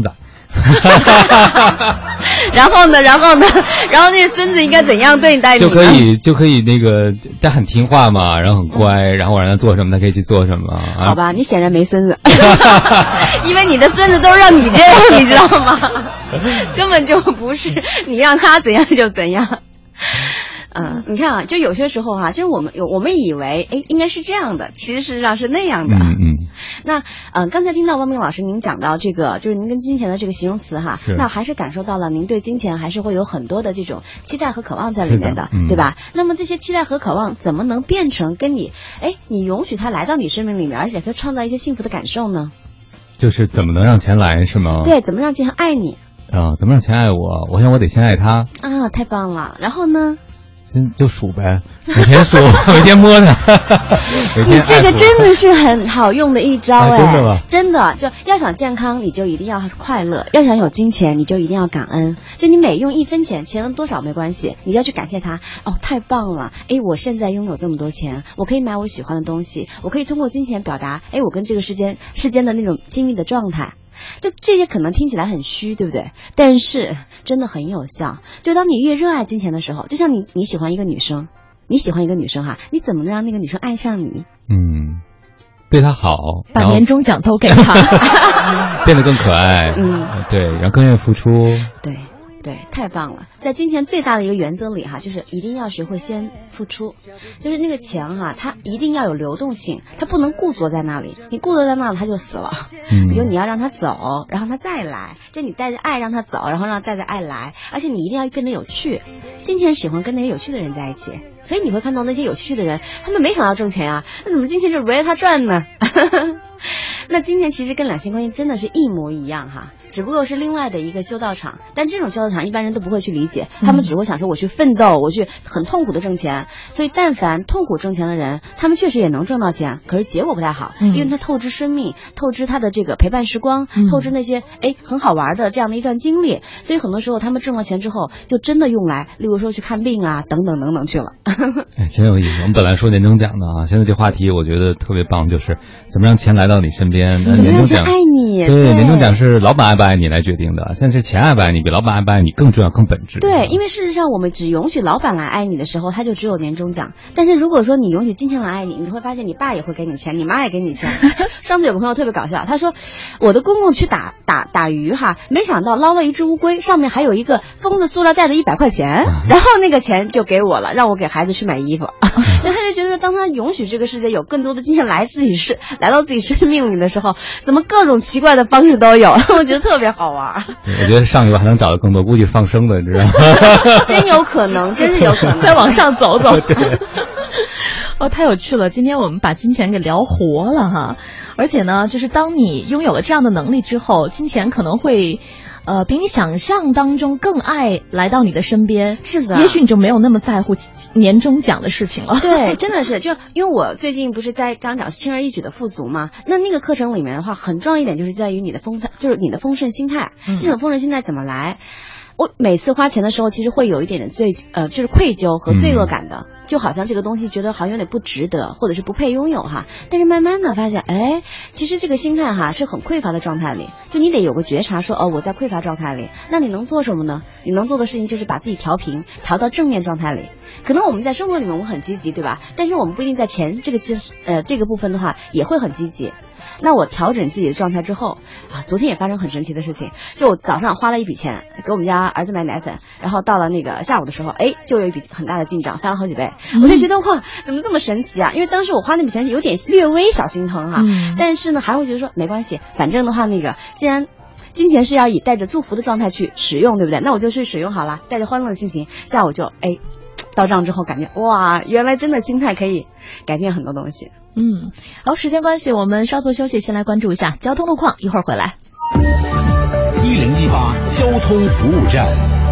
然后呢，然后呢，然后那个孙子应该怎样对你待你呢？ 就可以就可以那个他很听话嘛，然后很乖，然后我让他做什么，他可以去做什么。啊、 好吧，你显然没孙子，因为你的孙子都让你这样，你知道吗？根本就不是你让他怎样就怎样。嗯，你看啊，就有些时候哈、啊，就是我们有我们以为哎应该是这样的，其实事实上是那样的。 嗯嗯。 那呃，刚才听到汪明老师您讲到这个，就是您跟金钱的这个形容词哈，那还是感受到了您对金钱还是会有很多的这种期待和渴望在里面的，的嗯、对吧？那么这些期待和渴望怎么能变成跟你哎，你容许它来到你生命里面，而且可以创造一些幸福的感受呢？ 就是怎么能让钱来是吗？ 对，怎么让钱爱你？ 啊，怎么让钱爱我？我想我得先爱他啊，太棒了！然后呢？ 先就数呗，每天数，每天摸它。 你这个真的是很好用的一招哎、 啊，真的吗？ 真的，就要想健康，你就一定要快乐；要想有金钱，你就一定要感恩。就你每用一分钱，钱多少没关系，你要去感谢他。哦，太棒了！哎，我现在拥有这么多钱，我可以买我喜欢的东西，我可以通过金钱表达，哎，我跟这个世间世间的那种亲密的状态。就这些可能听起来很虚，对不对？但是真的很有效。就当你越热爱金钱的时候，就像你你喜欢一个女生，你喜欢一个女生哈，你怎么能让那个女生爱上你？ 嗯，对她好， 把年终奖都给她， 变得更可爱。 嗯， 对，然后更愿意付出。 对。对，太棒了！在金钱最大的一个原则里哈，就是一定要学会先付出，就是那个钱哈，它一定要有流动性，它不能固着在那里。你固着在那里，它就死了。嗯，比如你要让它走，然后它再来，就你带着爱让它走，然后让它带着爱来，而且你一定要变得有趣。金钱喜欢跟那些有趣的人在一起，所以你会看到那些有趣的人，他们没想要挣钱啊，那怎么金钱就围着他转呢？那金钱其实跟两性关系真的是一模一样哈，只不过是另外的一个修道场，但这种修道场一般人都不会去理解，他们只会想说我去奋斗，我去很痛苦的挣钱，所以但凡痛苦挣钱的人，他们确实也能挣到钱，可是结果不太好，因为他透支生命，透支他的这个陪伴时光，透支那些哎很好玩的这样的一段经历，所以很多时候他们挣了钱之后，就真的用来，例如说去看病啊等等等等去了。 哎，挺有意思。我们本来说年终奖的啊，现在这话题我觉得特别棒，就是怎么让钱来到你身边。 怎么让钱爱你？ 对，对年终奖是老板爱不爱你来决定的，现在是钱爱不爱你比老板爱不爱你更重要更本质。 对，因为事实上我们只允许老板来爱你的时候，他就只有年终奖。但是如果说你允许金钱来爱你，你会发现你爸也会给你钱，你妈也给你钱。上次有个朋友特别搞笑，他说我的公公去打打打鱼哈，没想到捞了一只乌龟，上面还有一个封的塑料袋的一百块钱，然后那个钱就给我了，让我给孩子去买衣服。那他就觉得当他允许这个世界有更多的金钱来自己是来到自己生命里的时候，怎么各种奇怪的方式都有，我觉得特别好玩。 我觉得上一个还能找到更多，估计放生的，你知道吗？ 真有可能，真是有可能。 再往上走走。哦，太有趣了！今天我们把金钱给聊活了哈，而且呢，就是当你拥有了这样的能力之后，金钱可能会。呃，比你想象当中更爱来到你的身边， 是的。 也许你就没有那么在乎年终奖的事情了。 对，真的是，就因为我最近不是在刚讲轻而易举的富足嘛，那那个课程里面的话，很重要一点就是在于你的丰盛，就是你的丰盛心态。嗯、这种丰盛心态怎么来？我每次花钱的时候，其实会有一点点罪，呃，就是愧疚和罪恶感的，嗯、就好像这个东西觉得好像有点不值得，或者是不配拥有哈。但是慢慢的发现，哎，其实这个心态哈是很匮乏的状态里，就你得有个觉察说，哦，我在匮乏状态里，那你能做什么呢？你能做的事情就是把自己调平，调到正面状态里。可能我们在生活里面我们很积极，对吧？但是我们不一定在钱这个呃这个部分的话也会很积极。那我调整自己的状态之后啊，昨天也发生很神奇的事情，就我早上花了一笔钱给我们家儿子买奶粉，然后到了那个下午的时候，哎，就有一笔很大的进账，翻了好几倍。嗯、我就觉得哇，怎么这么神奇啊？因为当时我花那笔钱有点略微小心疼哈、啊，嗯、但是呢还会觉得说没关系，反正的话那个既然金钱是要以带着祝福的状态去使用，对不对？那我就去使用好了，带着欢乐的心情，下午就哎到账之后感觉哇，原来真的心态可以改变很多东西。 嗯，好，时间关系，我们稍作休息，先来关注一下交通路况，一会儿回来。 一零一八交通服务站。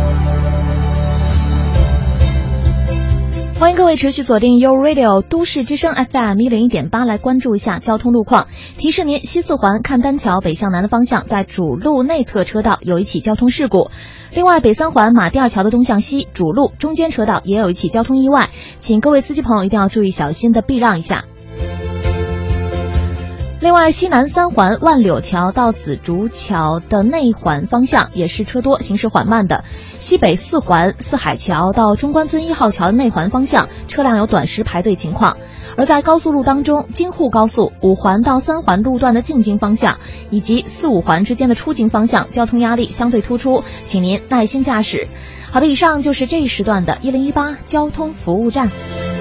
欢迎各位持续锁定 You Radio 都市之声 F M 一零一点八，来关注一下交通路况。提示您，西四环看丹桥北向南的方向，在主路内侧车道有一起交通事故。另外，北三环马甸二桥的东向西主路中间车道也有一起交通意外，请各位司机朋友一定要注意小心的避让一下。 另外，西南三环万柳桥到紫竹桥的内环方向也是车多，行驶缓慢的。西北四环四海桥到中关村一号桥的内环方向，车辆有短时排队情况。而在高速路当中，京沪高速五环到三环路段的进京方向，以及四五环之间的出京方向，交通压力相对突出，请您耐心驾驶。好的，以上就是这一时段的一零一八交通服务站。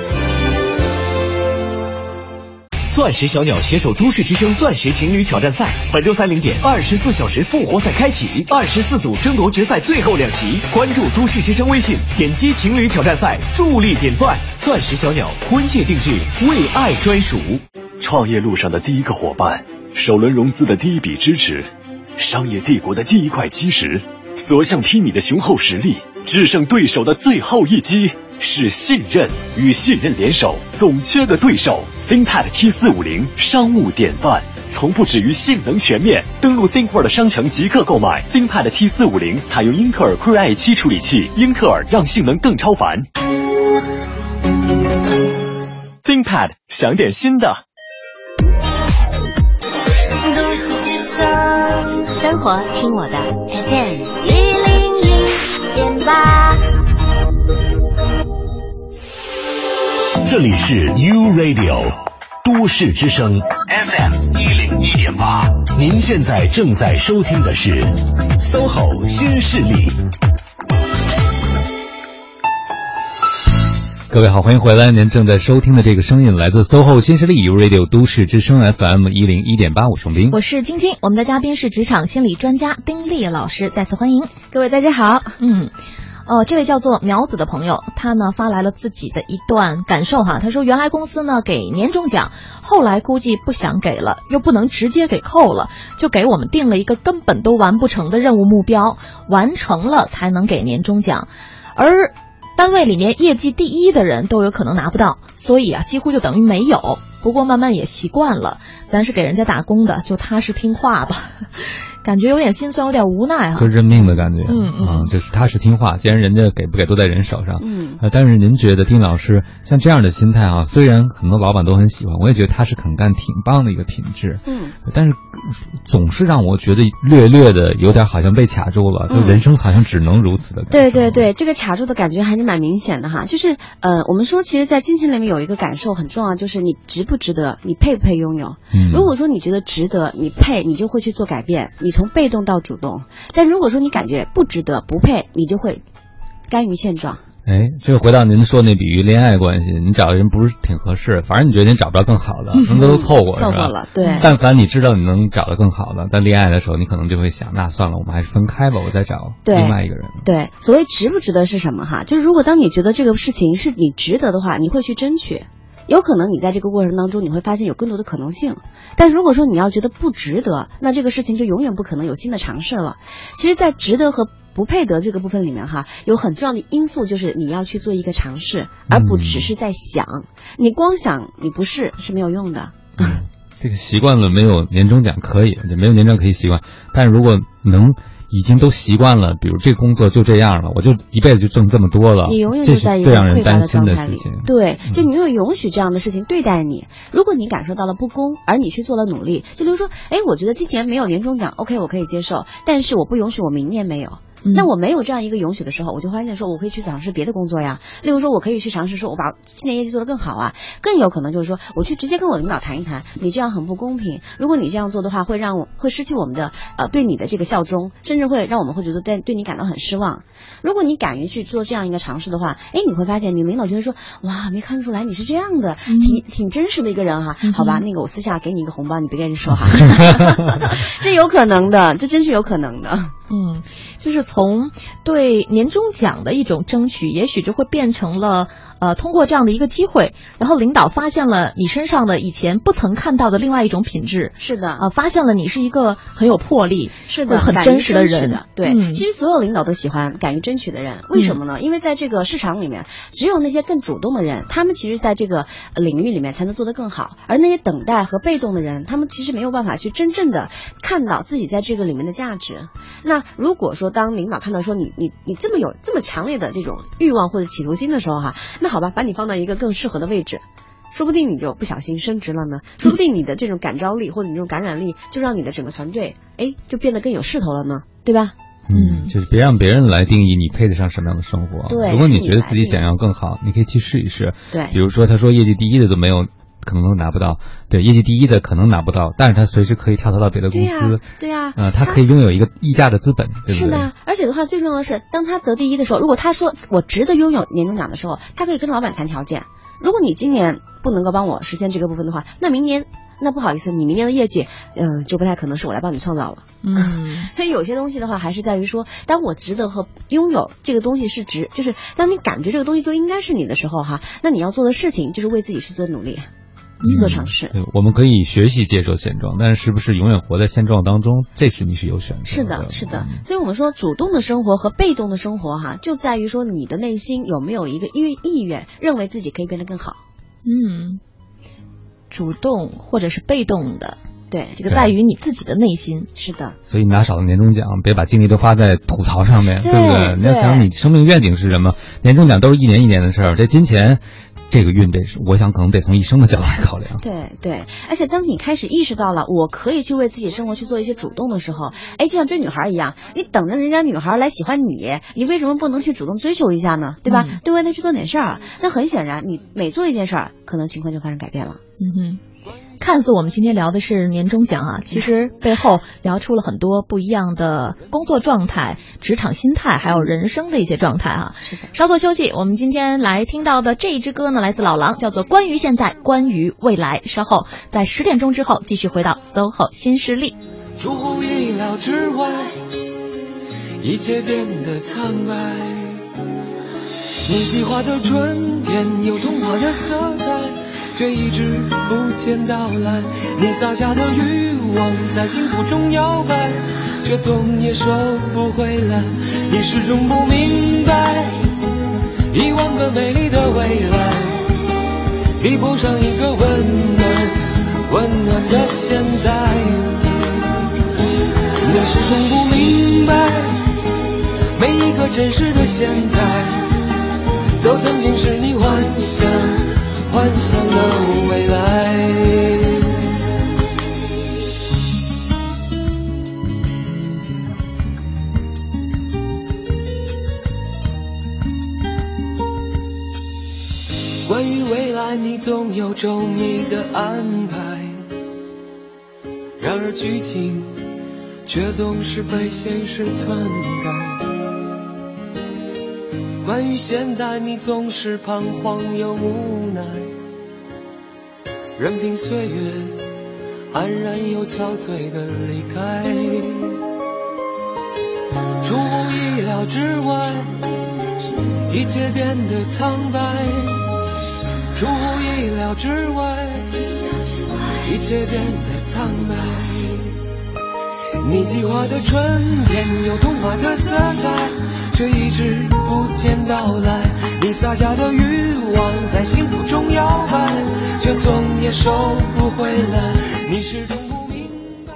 钻石小鸟携手都市之声钻石情侣挑战赛，本周三零点，二十四小时复活赛开启，二十四组争夺决赛最后两席。关注都市之声微信，点击情侣挑战赛，助力点钻。钻石小鸟婚戒定制，为爱专属。创业路上的第一个伙伴，首轮融资的第一笔支持，商业帝国的第一块基石，所向披靡的雄厚实力，制胜对手的最后一击。是信任，与信任联手，总缺个对手。ThinkPad T 四五零商务典范，从不止于性能全面。登录 ThinkWorld 商城即刻购买 ThinkPad T 四五零，采用英特尔 Core i 七处理器，英特尔让性能更超凡。ThinkPad 想点新的。 都市之声，生活听我的 F M 一零一点八。 这里是 U Radio 都市之声 F M 一零一点八，您现在正在收听的是 S O H O 新势力。 各位好，欢迎回来。您正在收听的这个声音来自 S O H O 新势力 U Radio 都市之声 F M 一零一点八，我是洪斌， 我是晶晶。我们的嘉宾是职场心理专家丁丽老师，再次欢迎各位，大家好。 嗯。呃，这位叫做苗子的朋友，他呢发来了自己的一段感受哈。他说，原来公司呢给年终奖，后来估计不想给了，又不能直接给扣了，就给我们定了一个根本都完不成的任务目标，完成了才能给年终奖，而单位里面业绩第一的人都有可能拿不到，所以啊几乎就等于没有。不过慢慢也习惯了，咱是给人家打工的，就踏实听话吧。感觉有点心酸，有点无奈哈、啊， 就认命的感觉。 嗯嗯、 啊，就是踏实听话，既然人家给不给都在人手上。 嗯， 呃，但是您觉得丁老师像这样的心态啊，虽然很多老板都很喜欢，我也觉得踏实肯干挺棒的一个品质。 嗯， 但是总是让我觉得略略的有点好像被卡住了，就人生好像只能如此的感觉。 对对对，这个卡住的感觉还是蛮明显的哈。就是呃，我们说其实，在金钱里面有一个感受很重要，就是你值不值得，你配不配拥有。 嗯， 如果说你觉得值得，你配，你就会去做改变，你从被动到主动。但如果说你感觉不值得不配，你就会甘于现状。 哎，这个回到您说那比喻恋爱关系，你找的人不是挺合适，反正你觉得你找不着更好的，能够都凑合， 凑合了，对。 但凡你知道你能找到更好的，但恋爱的时候你可能就会想，那算了，我们还是分开吧，我再找另外一个人。 对，所谓值不值得是什么哈？就是如果当你觉得这个事情是你值得的话，你会去争取。有可能你在这个过程当中你会发现有更多的可能性，但如果说你要觉得不值得，那这个事情就永远不可能有新的尝试了。其实在值得和不配得这个部分里面哈，有很重要的因素就是你要去做一个尝试，而不只是在想、嗯、你光想你不是是没有用的。 嗯、这个习惯了没有年终奖可以，就没有年终可以习惯，但如果能已经都习惯了，比如这工作就这样了，我就一辈子就挣这么多了， 你永远就在一个匮乏的状态里。对，就你又允许这样的事情对待你。如果你感受到了不公，而你去做了努力，就比如说，哎，我觉得今年没有年终奖 ，OK， 我可以接受，但是我不允许我明年没有。那我没有这样一个允许的时候，我就发现说我可以去尝试别的工作呀。例如说我可以去尝试说我把今年业绩做得更好啊，更有可能就是说我去直接跟我领导谈一谈，你这样很不公平，如果你这样做的话会让我会失去我们的呃对你的这个效忠，甚至会让我们会觉得对对你感到很失望。如果你敢于去做这样一个尝试的话，哎，你会发现你领导觉得说哇，没看出来你是这样的，嗯、挺挺真实的一个人哈。嗯、好吧，那个我私下给你一个红包，你别跟人说哈。这有可能的，这真是有可能的。 嗯，就是从对年终奖的一种争取，也许就会变成了呃，通过这样的一个机会，然后领导发现了你身上的以前不曾看到的另外一种品质。 是的， 呃，发现了你是一个很有魄力， 是的， 很真实的人。 的对、嗯，其实所有领导都喜欢敢于争取的人，为什么呢？嗯、因为在这个市场里面，只有那些更主动的人，他们其实在这个领域里面才能做得更好，而那些等待和被动的人，他们其实没有办法去真正的看到自己在这个里面的价值。那如果说当领导看到说你你你这么有这么强烈的这种欲望或者企图心的时候哈，那好吧，把你放到一个更适合的位置。 说不定你就不小心升职了呢，说不定你的这种感召力或者你这种感染力，就让你的整个团队，哎，就变得更有势头了呢，对吧？ 嗯，就是别让别人来定义你配得上什么样的生活。 对， 如果你觉得自己想要更好，你可以去试一试。 对， 比如说他说业绩第一的都没有。可能拿不到，对，业绩第一的可能拿不到，但是他随时可以跳槽到别的公司， 对呀、啊，对呀、啊， 呃，他可以拥有一个溢价的资本，对不对？ 是的，而且的话，最重要的是，当他得第一的时候，如果他说我值得拥有年终奖的时候，他可以跟老板谈条件。如果你今年不能够帮我实现这个部分的话，那明年。那不好意思，你明年的业绩，嗯、呃，就不太可能是我来帮你创造了。 嗯， 所以有些东西的话，还是在于说，当我值得和拥有这个东西是值，就是当你感觉这个东西就应该是你的时候哈，那你要做的事情就是为自己去做努力，去做尝试。 对，我们可以学习接受现状，但是是不是永远活在现状当中，这是你是有选择的。 是的，是的。所以我们说，主动的生活和被动的生活哈，就在于说你的内心有没有一个意意愿，认为自己可以变得更好。 嗯。主动或者是被动的， 对， 这个在于你自己的内心。 是的， 所以拿少了年终奖，别把精力都花在吐槽上面，对不对？你要想你生命愿景是什么，年终奖都是一年一年的事儿，这金钱。这个运得是，我想可能得从一生的角度来考量。 对对，而且当你开始意识到了我可以去为自己生活去做一些主动的时候，哎，就像追女孩一样，你等着人家女孩来喜欢你，你为什么不能去主动追求一下呢？对吧？嗯、对外在去做点事儿啊，那很显然，你每做一件事儿，可能情况就发生改变了。 嗯哼。看似我们今天聊的是年终奖啊，其实背后聊出了很多不一样的工作状态、职场心态，还有人生的一些状态啊。 是的。 稍作休息，我们今天来听到的这一支歌呢，来自老狼，叫做《关于现在，关于未来》。稍后在十点钟之后继续回到 S O H O 新势力。 出乎意料之外，一切变得苍白。你计划的春天有童话的色彩，却一直不见到来。你撒下的欲望在幸福中摇摆，却总也收不回来。你始终不明白，一万个美丽的未来比不上一个温暖温暖的现在。你始终不明白，每一个真实的现在都曾经是你幻想幻想的未来。关于未来，你总有周密的安排，然而剧情却总是被现实篡改。关于现在，你总是彷徨又无奈，任凭岁月安然又憔悴地离开。出乎意料之外，一切变得苍白。出乎意料之外，一切变得苍白。你计划的春天有童话的色彩，却一直不见到来。你撒下的欲望在幸福中摇摆，却总也收不回来。你始终不明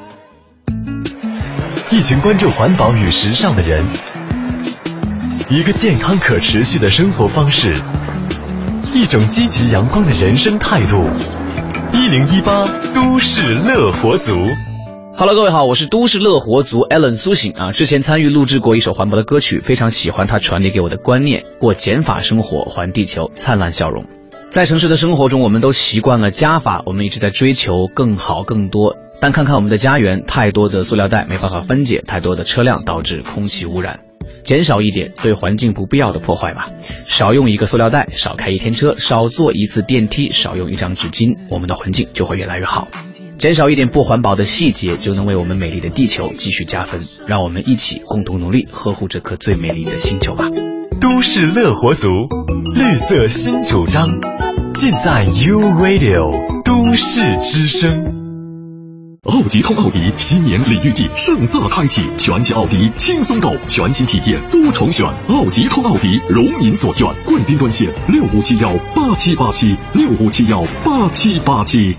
白。 一群关注环保与时尚的人，一个健康可持续的生活方式，一种积极阳光的人生态度。一零一八都市乐活族。 Hello， 各位好，我是都市乐活族 Alan 苏醒啊。之前参与录制过一首环保的歌曲，非常喜欢它传递给我的观念：过减法生活，还地球灿烂笑容。在城市的生活中，我们都习惯了加法，我们一直在追求更好更多。但看看我们的家园，太多的塑料袋没办法分解，太多的车辆导致空气污染。减少一点对环境不必要的破坏吧，少用一个塑料袋，少开一天车，少坐一次电梯，少用一张纸巾，我们的环境就会越来越好。减少一点不环保的细节，就能为我们美丽的地球继续加分。让我们一起共同努力，呵护这颗最美丽的星球吧。 都市乐活族，绿色新主张，尽在 U Radio 都市之声。 奥迪通奥迪新年礼遇季盛大开启，全系奥迪轻松购，全新体验多重选。奥迪通奥迪如您所愿，贵宾专线六五七幺八七八七六五七幺八七八七。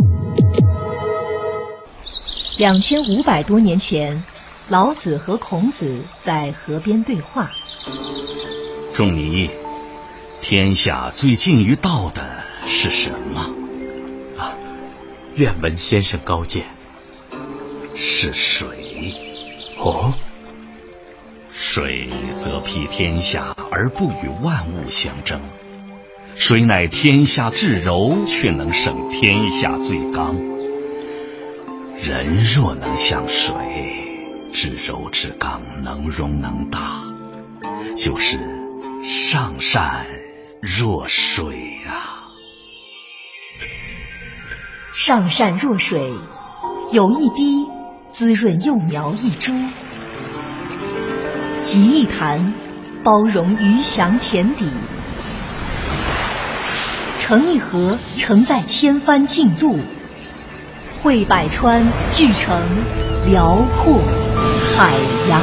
两千五百多年前，老子和孔子在河边对话。 仲尼，天下最近于道的是什么？啊，愿闻先生高见。 是水。 哦， 水则辟天下而不与万物相争，水乃天下至柔，却能胜天下最刚。人若能像水，至柔至刚，能容能大，就是上善若水啊。 上善若水，有一滴滋润幼苗一株，集一坛包容鱼翔浅底，成一河承载千帆竞渡，汇百川聚成辽阔海洋。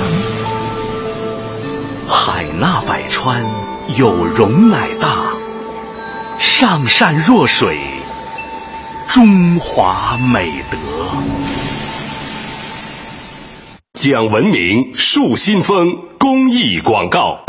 海纳百川，有容乃大，上善若水，中华美德。 讲文明树新风公益广告。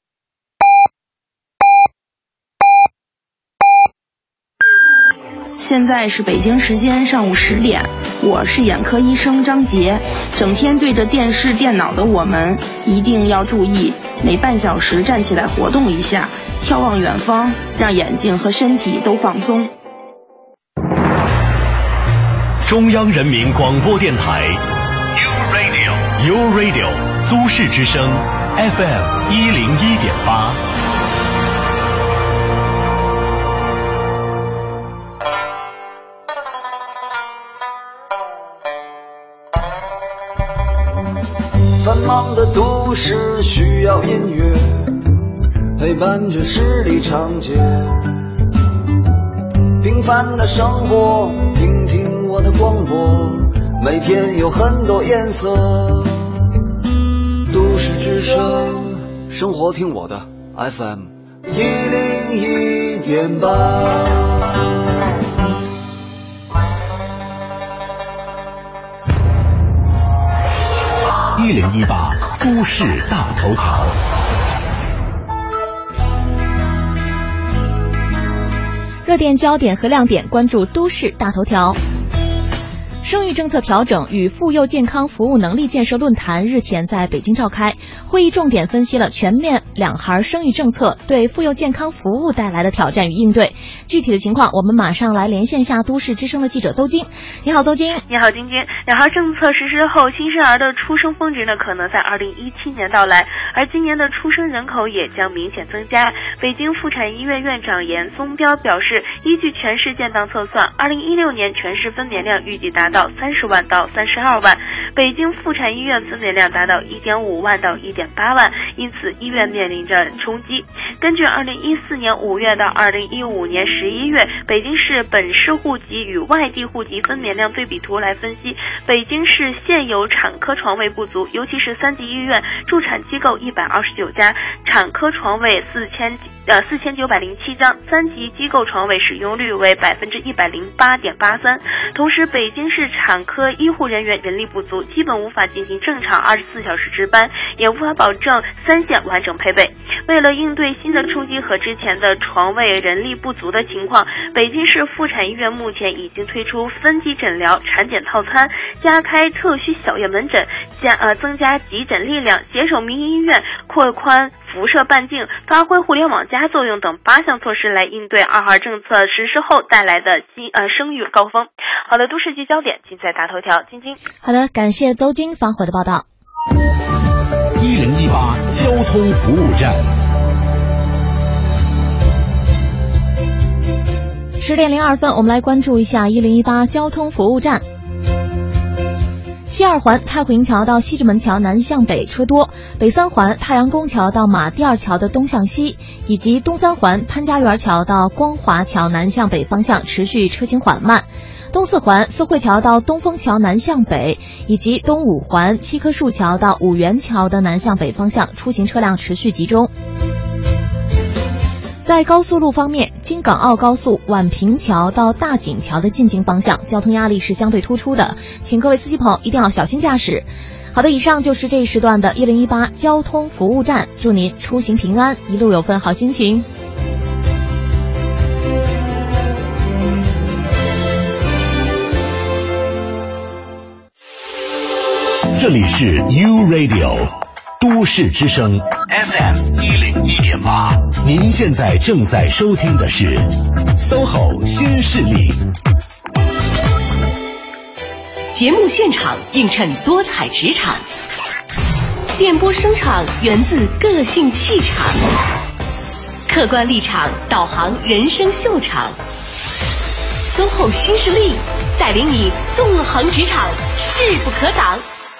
现在是北京时间上午十点，我是眼科医生张杰。整天对着电视电脑的我们一定要注意，每半小时站起来活动一下，眺望远方，让眼睛和身体都放松。 中央人民广播电台 U Radio U Radio 都市之声 F M 一零一点八。 繁忙的都市需要音乐陪伴着十里长街，平凡的生活听听我的广播，每天有很多颜色。都市之声，生活听我的 F M 一零一点八。 一零一八都市大头条。 热点焦点和亮点，关注都市大头条。生育政策调整与妇幼健康服务能力建设论坛日前在北京召开，会议重点分析了全面两孩生育政策对妇幼健康服务带来的挑战与应对。具体的情况，我们马上来连线下都市之声的记者邹晶。你好，邹晶。 你好，晶晶。两孩政策实施后，新生儿的出生峰值呢，可能在二零一七年到来，而今年的出生人口也将明显增加。北京妇产医院院长严宗彪表示，依据全市建档测算，二零一六年全市分娩量预计达到三十万到三十二万，北京妇产医院分娩量达到一点五万到一点八万，因此医院面临着冲击。根据二零一四年五月到二零一五年十一月北京市本市户籍与外地户籍分娩量对比图来分析，北京市现有产科床位不足，尤其是三级医院助产机构一百二十九家，产科床位四千呃四千九百零七张，三级机构床位使用率为百分之一百零八点八三。同时，北京市产科医护人员人力不足，基本无法进行正常二十四小时值班，也无法保证三线完整配备。为了应对新的冲击和之前的床位人力不足的情况，北京市妇产医院目前已经推出分级诊疗、产检套餐，加开特需小院门诊，加呃增加急诊力量，携手民营医院，扩宽辐射半径，发挥互联网加作用等八项措施来应对二孩政策实施后带来的新呃生育高峰。好的，都市聚焦点尽在大头条，晶晶。 好的，感谢邹晶发回的报道。 一零一八交通服务站。 十点零二分，我们来关注一下一零一八交通服务站。西二环太湖营桥到西直门桥南向北车多，北三环太阳宫桥到马甸二桥的东向西，以及东三环潘家园桥到光华桥南向北方向持续车行缓慢。东四环四惠桥到东风桥南向北，以及东五环七棵树桥到五元桥的南向北方向出行车辆持续集中。在高速路方面，京港澳高速宛平桥到大井桥的进京方向交通压力是相对突出的，请各位司机朋友一定要小心驾驶。好的，以上就是这一时段的一零一八交通服务站，祝您出行平安，一路有份好心情。 这里是 U Radio 都市之声 F M 一零一点八，您现在正在收听的是 S O H O 新势力。 节目现场映衬多彩职场，电波声场源自个性气场，客观立场导航人生秀场。S O H O 新势力带领你纵横职场，势不可挡。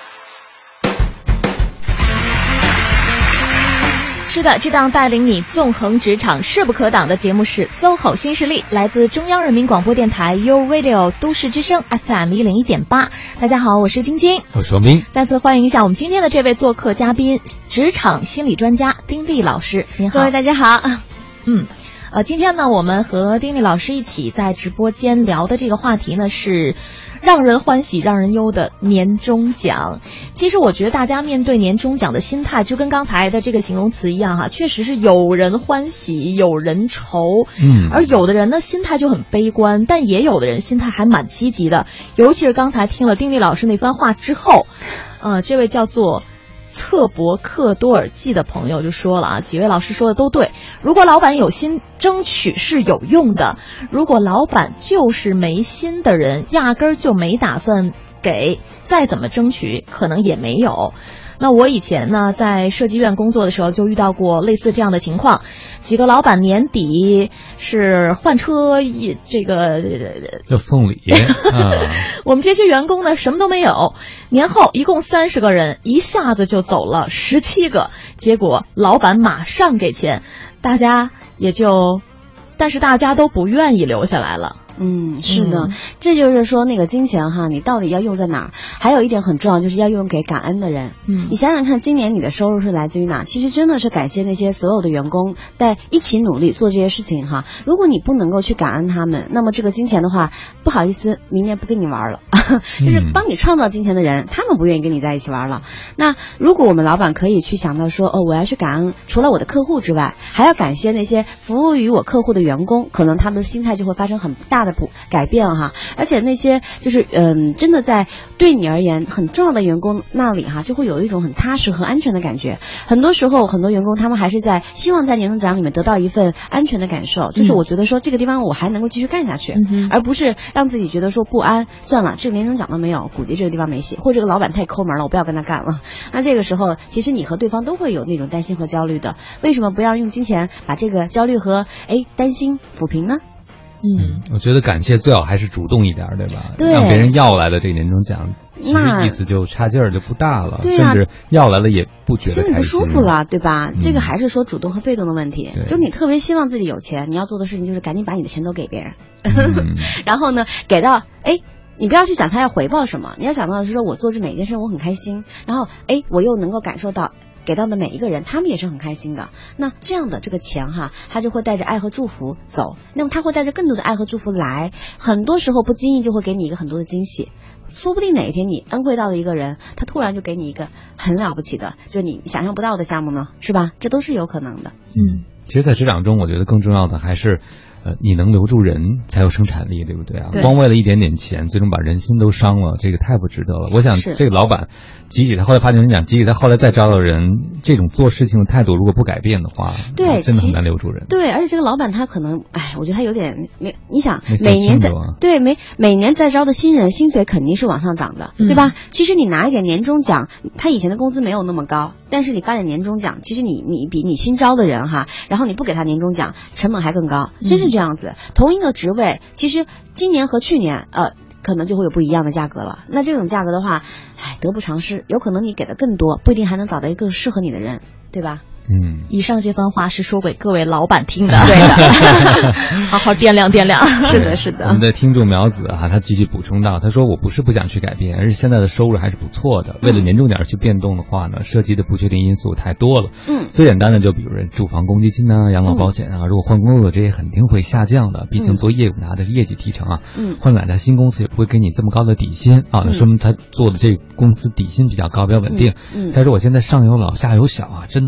是的，这档带领你纵横职场势不可挡的节目是 S O H O 新势力，来自中央人民广播电台 U Radio 都市之声 F M 一零一点八。大家好，我是晶晶， 我是王斌。 再次欢迎一下我们今天的这位做客嘉宾，职场心理专家丁丽老师。您好。 各位大家好。 嗯。呃，今天呢，我们和丁丽老师一起在直播间聊的这个话题呢，是让人欢喜让人忧的年终奖。其实我觉得大家面对年终奖的心态，就跟刚才的这个形容词一样哈，确实是有人欢喜，有人愁， 嗯， 而有的人呢心态就很悲观，但也有的人心态还蛮积极的。尤其是刚才听了丁丽老师那番话之后，呃，这位叫做策博克多尔季的朋友就说了啊，几位老师说的都对，如果老板有心，争取是有用的，如果老板就是没心的人，压根儿就没打算给，再怎么争取可能也没有。那我以前呢在设计院工作的时候就遇到过类似这样的情况，几个老板年底是换车，这个要送礼啊， 我们这些员工呢什么都没有，年后一共三十个人，一下子就走了十七个，结果老板马上给钱，大家也就，但是大家都不愿意留下来了。 嗯，是的、嗯，这就是说那个金钱哈，你到底要用在哪儿？还有一点很重要，就是要用给感恩的人。 嗯， 你想想看，今年你的收入是来自于哪？其实真的是感谢那些所有的员工在一起努力做这些事情哈。如果你不能够去感恩他们，那么这个金钱的话，不好意思，明年不跟你玩了。就是帮你创造金钱的人，他们不愿意跟你在一起玩了。那如果我们老板可以去想到说，哦，我要去感恩除了我的客户之外，还要感谢那些服务于我客户的员工，可能他的心态就会发生很大的不改变哈。而且那些就是嗯，真的在对你而言很重要的员工那里哈，就会有一种很踏实和安全的感觉。很多时候很多员工他们还是在希望在年终奖里面得到一份安全的感受，就是我觉得说这个地方我还能够继续干下去、 嗯、 而不是让自己觉得说不安，算了，这个年终奖都没有，估计这个地方没戏，或者这个老板太抠门了，我不要跟他干了。那这个时候其实你和对方都会有那种担心和焦虑的，为什么不要用金钱把这个焦虑和哎担心抚平呢？ 嗯， 我觉得感谢最好还是主动一点，对吧？ 对， 让别人要来的这个年终奖，其实意思就差劲儿就不大了， 对啊， 甚至要来了也不觉得开心， 心里不舒服了，对吧？嗯、这个还是说主动和被动的问题。就是你特别希望自己有钱，你要做的事情就是赶紧把你的钱都给别人，嗯、然后呢，给到哎。你不要去想他要回报什么，你要想到的是说我做这每一件事我很开心，然后哎我又能够感受到给到的每一个人他们也是很开心的，那这样的这个钱哈，他就会带着爱和祝福走，那么他会带着更多的爱和祝福来，很多时候不经意就会给你一个很多的惊喜，说不定哪一天你恩惠到的一个人，他突然就给你一个很了不起的，就你想象不到的项目呢，是吧？这都是有可能的。 嗯， 其实在职场中我觉得更重要的还是呃，你能留住人才有生产力，对不对啊？ 对， 光为了一点点钱，最终把人心都伤了，这个太不值得了。我想这个老板，即使他后来发年终奖，即使他后来再招到人，这种做事情的态度如果不改变的话， 对， 真的很难留住人。 对，而且这个老板他可能，哎，我觉得他有点没，你想每年在对每每年在招的新人，薪水肯定是往上涨的， 嗯、 对吧？其实你拿一点年终奖，他以前的工资没有那么高，但是你发点年终奖，其实你你比你新招的人哈，然后你不给他年终奖，成本还更高，真是这样子。嗯、同一个职位，其实今年和去年，呃。可能就会有不一样的价格了。那这种价格的话，唉，得不偿失。有可能你给的更多，不一定还能找到一个适合你的人，对吧？ 嗯， 以上这番话是说给各位老板听的，对的，好好掂量掂量。 是的，是的。 我们的听众苗子哈、啊，他继续补充到，他说我不是不想去改变，而是现在的收入还是不错的。为了年终奖而去变动的话呢，涉及的不确定因素太多了。 嗯， 最简单的就比如人住房公积金啊、养老保险啊，嗯、如果换工作这些肯定会下降的，毕竟做业务拿的是业绩提成啊。 嗯， 换哪家新公司也不会给你这么高的底薪啊，那、嗯、说明他做的这个公司底薪比较高，比较稳定。 嗯， 再说我现在上有老下有小啊，真的不敢下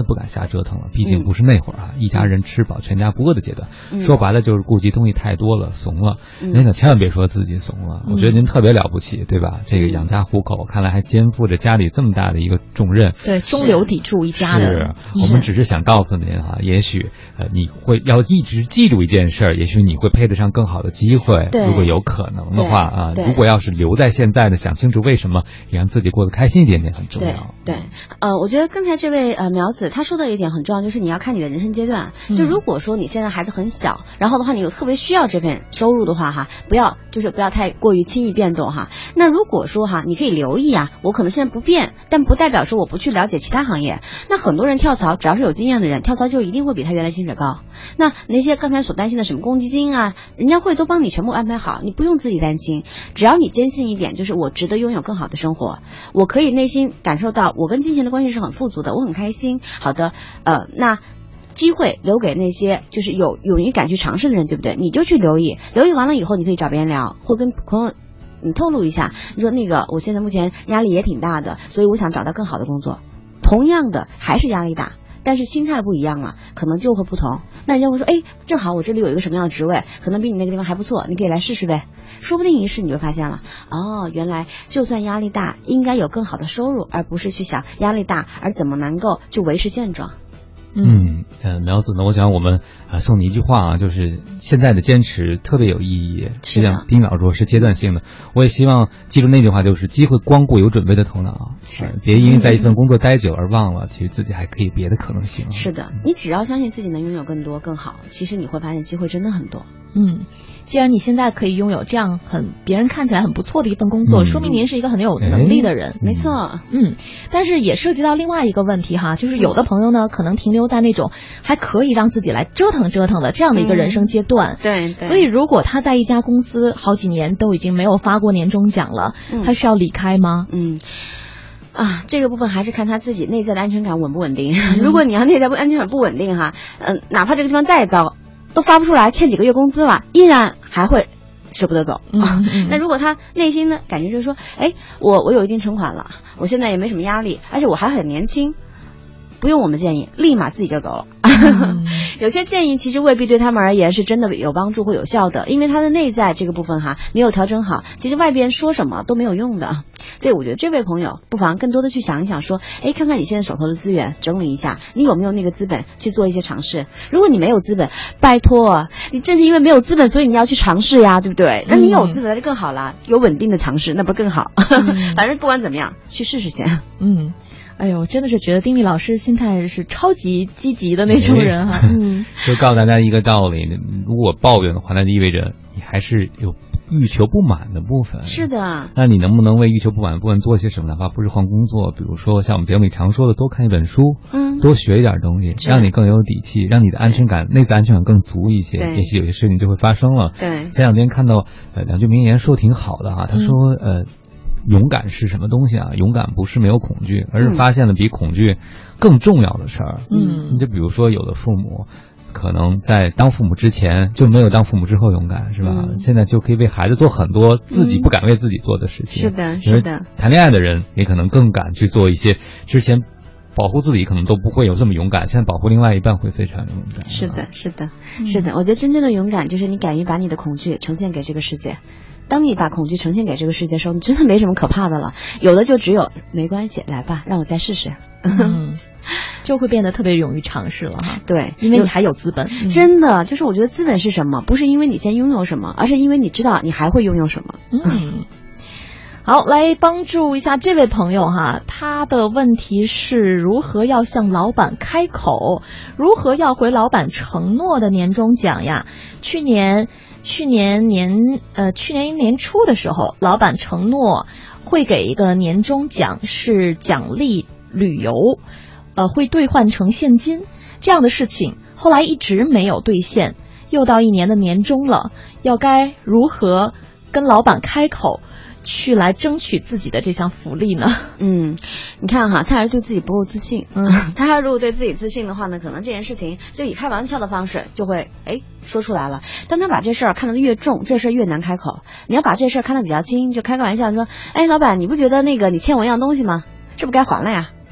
折腾了，毕竟不是那会儿啊，嗯、一家人吃饱全家不饿的阶段。嗯、说白了就是顾及东西太多了，怂了。嗯、您可千万别说自己怂了，嗯、我觉得您特别了不起，对吧？这个养家糊口，看来还肩负着家里这么大的一个重任。 对，中流砥柱一家人。 是，我们只是想告诉您哈、啊，也许呃你会要一直记住一件事儿，也许你会配得上更好的机会。如果有可能的话啊，如果要是留在现在的，想清楚为什么，也让自己过得开心一点点很重要。 对，对呃，我觉得刚才这位呃苗子他说的一点很重要，就是你要看你的人生阶段。就如果说你现在孩子很小，然后的话你有特别需要这份收入的话哈，不要就是不要太过于轻易变动哈。那如果说哈，你可以留意啊，我可能现在不变，但不代表说我不去了解其他行业。那很多人跳槽，只要是有经验的人，跳槽就一定会比他原来薪水高。那那些刚才所担心的什么公积金啊，人家会都帮你全部安排好，你不用自己担心。只要你坚信一点，就是我值得拥有更好的生活，我可以内心感受到我跟金钱的关系是很富足的，我很开心。好的，呃，那机会留给那些就是有勇于敢去尝试的人，对不对？你就去留意，留意完了以后，你可以找别人聊，或跟朋友你透露一下，你说那个我现在目前压力也挺大的，所以我想找到更好的工作。同样的还是压力大，但是心态不一样了，可能就会不同。那人家会说，哎，正好我这里有一个什么样的职位，可能比你那个地方还不错，你可以来试试呗。说不定一试你就发现了，哦，原来就算压力大，应该有更好的收入，而不是去想压力大而怎么能够就维持现状。 嗯，呃，苗子呢，我想我们啊送你一句话啊，就是现在的坚持特别有意义。实际上，丁老说是阶段性的，我也希望记住那句话，就是机会光顾有准备的头脑，是、呃、别因为在一份工作待久而忘了，其实自己还可以别的可能性。 是的，你只要相信自己能拥有更多更好，其实你会发现机会真的很多。 嗯，既然你现在可以拥有这样很别人看起来很不错的一份工作，嗯、说明您是一个很有能力的人。 没错， 嗯，但是也涉及到另外一个问题哈，就是有的朋友呢，可能停留在那种还可以让自己来折腾折腾的这样的一个人生阶段。 嗯、对, 对。 所以如果他在一家公司好几年都已经没有发过年终奖了，嗯、他需要离开吗？ 嗯。啊，这个部分还是看他自己内在的安全感稳不稳定。嗯、如果你要内在不安全感不稳定哈，嗯、呃，哪怕这个地方再糟，都发不出来，欠几个月工资了，依然还会舍不得走。 嗯嗯、 那如果他内心的感觉就是说，哎，我我有一定存款了，我现在也没什么压力，而且我还很年轻，不用我们建议，立马自己就走了。嗯、有些建议其实未必对他们而言是真的有帮助或有效的，因为他的内在这个部分哈没有调整好，其实外边说什么都没有用的。所以我觉得这位朋友不妨更多的去想一想，说，哎，看看你现在手头的资源，整理一下，你有没有那个资本去做一些尝试？如果你没有资本，拜托，你正是因为没有资本，所以你要去尝试呀，对不对？那你有资本那就更好了，有稳定的尝试，那不是更好？嗯、反正不管怎么样，去试试先。 嗯。哎呦，真的是觉得丁力老师心态是超级积极的那种人哈、啊。嗯， 就告诉大家一个道理，如果抱怨的话，那就意味着你还是有欲求不满的部分。 是的。 那你能不能为欲求不满的部分做些什么？哪怕不是换工作，比如说像我们节目里常说的，多看一本书，嗯，多学一点东西，让你更有底气，让你的安全感、内在安全感更足一些。也许有些事情就会发生了。 对。 前两天看到呃两句名言说挺好的哈，他说、嗯、呃。勇敢是什么东西啊？勇敢不是没有恐惧，而是发现了比恐惧更重要的事儿。嗯，你就比如说，有的父母可能在当父母之前就没有当父母之后勇敢，是吧？嗯、现在就可以为孩子做很多自己不敢为自己做的事情。 嗯、是的，是的。 谈恋爱的人也可能更敢去做一些之前保护自己可能都不会有这么勇敢，现在保护另外一半会非常勇敢。 是的，是的，是的。我觉得真正的勇敢就是你敢于把你的恐惧呈现给这个世界。当你把恐惧呈现给这个世界的时候，你真的没什么可怕的了，有的就只有没关系，来吧，让我再试试。 嗯，就会变得特别勇于尝试了哈。 对， 因为你还有资本。 嗯、真的，就是我觉得资本是什么，不是因为你先拥有什么，而是因为你知道你还会拥有什么。 嗯。好，来帮助一下这位朋友哈，他的问题是如何要向老板开口，如何要回老板承诺的年终奖呀？去年。去年年呃，去年年初的时候，老板承诺会给一个年终奖，是奖励旅游，呃，会兑换成现金这样的事情，后来一直没有兑现。又到一年的年终了，要该如何跟老板开口？去来争取自己的这项福利呢？ 嗯，你看哈，他还是对自己不够自信。嗯，他要如果对自己自信的话呢，可能这件事情就以开玩笑的方式就会哎说出来了。当他把这事儿看得越重，这事儿越难开口。你要把这事儿看得比较轻，就开个玩笑说，哎，老板，你不觉得那个你欠我一样东西吗？这不该还了呀？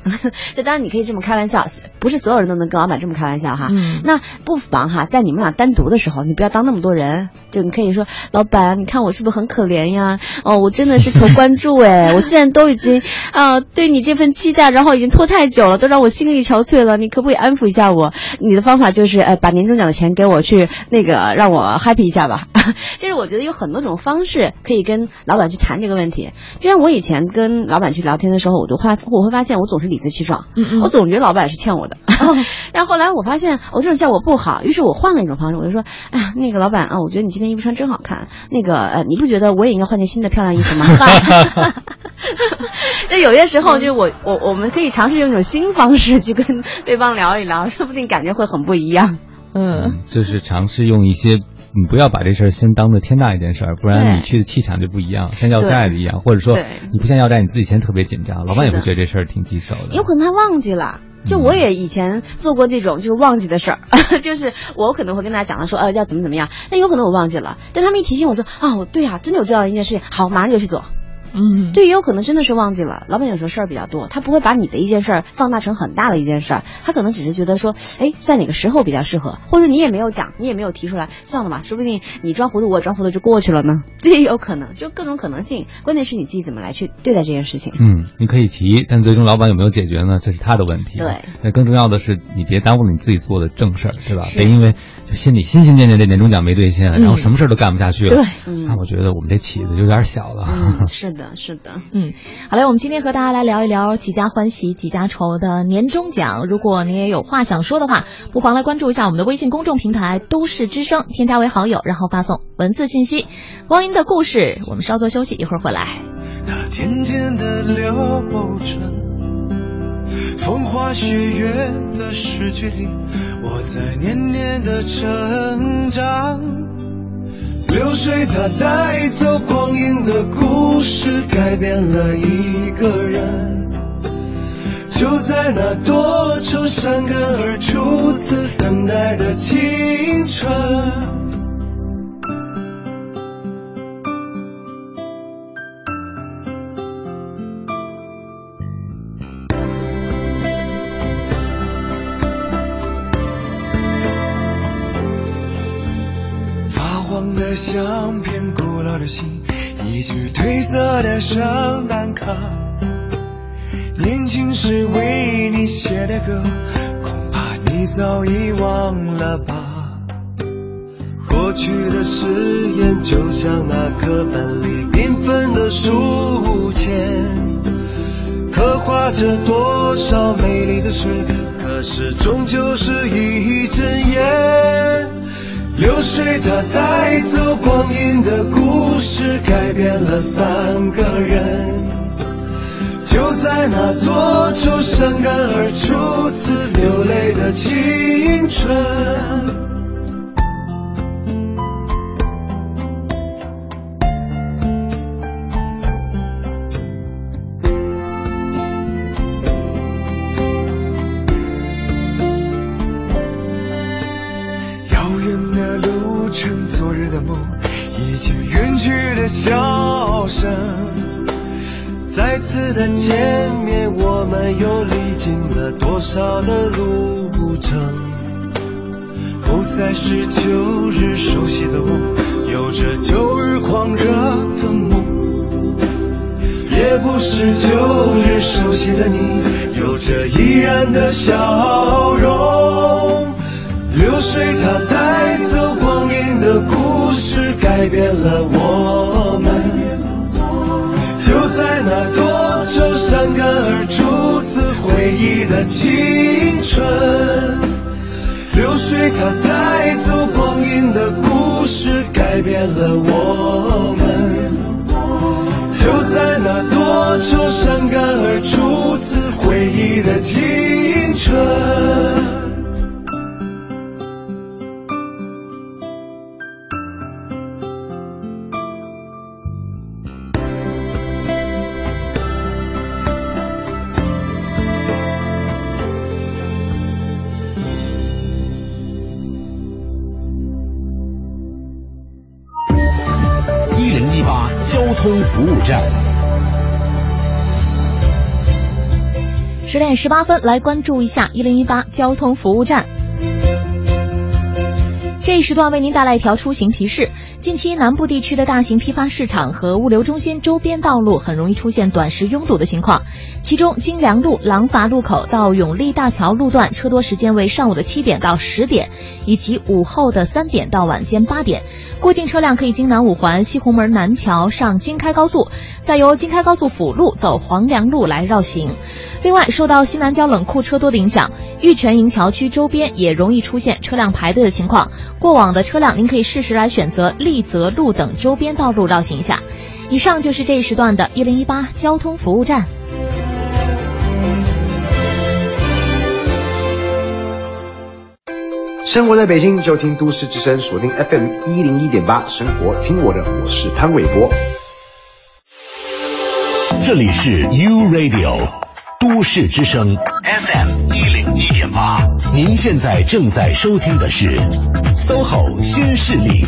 就当然你可以这么开玩笑，不是所有人都能跟老板这么开玩笑哈。嗯，那不妨哈，在你们俩单独的时候，你不要当那么多人，就你可以说，老板，你看我是不是很可怜呀？哦，我真的是求关注哎，我现在都已经啊、呃、对你这份期待，然后已经拖太久了，都让我心力憔悴了，你可不可以安抚一下我？你的方法就是呃把年终奖的钱给我去那个让我 happy 一下吧。就是我觉得有很多种方式可以跟老板去谈这个问题。就像我以前跟老板去聊天的时候，我就发我会发现我总是理直气壮，嗯嗯，我总觉得老板是欠我的。然后后来我发现我这种效果不好，于是我换了一种方式，我就说，哎呀，那个老板啊，我觉得你今天衣服穿真好看，那个呃，你不觉得我也应该换件新的漂亮衣服吗？那有些时候就是我我我们可以尝试用一种新方式去跟对方聊一聊，说不定感觉会很不一样。 嗯，就是尝试用一些。你不要把这事儿先当做天大一件事儿，不然你去的气场就不一样，像要债的一样，或者说你不像要债，你自己先特别紧张，老板也会觉得这事儿挺棘手的。 有可能他忘记了。就我也以前做过这种就是忘记的事儿，嗯、就是我可能会跟大家讲的说，呃，要怎么怎么样，但有可能我忘记了，但他们一提醒我说，啊，我对啊，真的有这样一件事情，好，马上就去做。嗯，对，也有可能真的是忘记了。老板有时候事儿比较多，他不会把你的一件事儿放大成很大的一件事儿，他可能只是觉得说，哎，在哪个时候比较适合，或者你也没有讲，你也没有提出来，算了吧，说不定你装糊涂，我装糊涂就过去了呢，这也有可能，就各种可能性。关键是你自己怎么来去对待这件事情。 嗯，你可以提，但最终老板有没有解决呢？这是他的问题。 对， 那更重要的是，你别耽误了你自己做的正事儿，对吧？别因为就心里心心念念这年终奖没兑现，嗯、然后什么事儿都干不下去了。 对，嗯， 那我觉得我们这起子有点小了。 嗯，是的，是的， 嗯。好嘞，我们今天和大家来聊一聊几家欢喜几家愁的年终奖。如果你也有话想说的话，不妨来关注一下我们的微信公众平台都市之声，添加为好友，然后发送文字信息。光阴的故事，我们稍作休息，一会儿回来。 那天天的流程，风花雪月的诗句里，我在年年的成长。流水它带走光阴的故事，改变了一个人。就在那多愁善感而初次等待的青春。的相片，古老的信，一句褪色的圣诞卡，年轻时为你写的歌，恐怕你早已忘了吧。过去的誓言就像那课本里缤纷的书签，刻画着多少美丽的诗，可是终究是一阵烟。流水它带走光阴的故事，改变了三个人。就在那多愁善感而初次流泪的青春。笑声，再次的见面，我们又历经了多少的路程。不再是旧日熟悉的我，有着旧日狂热的梦，也不是旧日熟悉的你，有着依然的笑容。流水它带走光阴的故事，改变了我们。就在那多愁善感而初次回忆的青春。流水它带走光阴的故事，改变了我们。就在那多愁善感而初次回忆的青春。 交通服务站。 十点十八分，来关注一下一零一八交通服务站。这一时段为您带来一条出行提示。近期南部地区的大型批发市场和物流中心周边道路很容易出现短时拥堵的情况，其中金良路廊坊路口到永利大桥路段车多时间为上午的七点到十点，以及午后的三点到晚间八点。过境车辆可以经南五环西红门南桥上京开高速，再由京开高速辅路走黄梁路来绕行。另外，受到西南交冷库车多的影响，玉泉营桥区周边也容易出现车辆排队的情况，过往的车辆您可以适时来选择丽泽路等周边道路绕行一下。以上就是这一时段的一零一八交通服务站。 生活在北京就听都市之声，锁定 F M 一零一点八，生活听我的，我是潘玮柏。 这里是 U Radio 都市之声 F M 一零一点八，您现在正在收听的是 S O H O 新势力。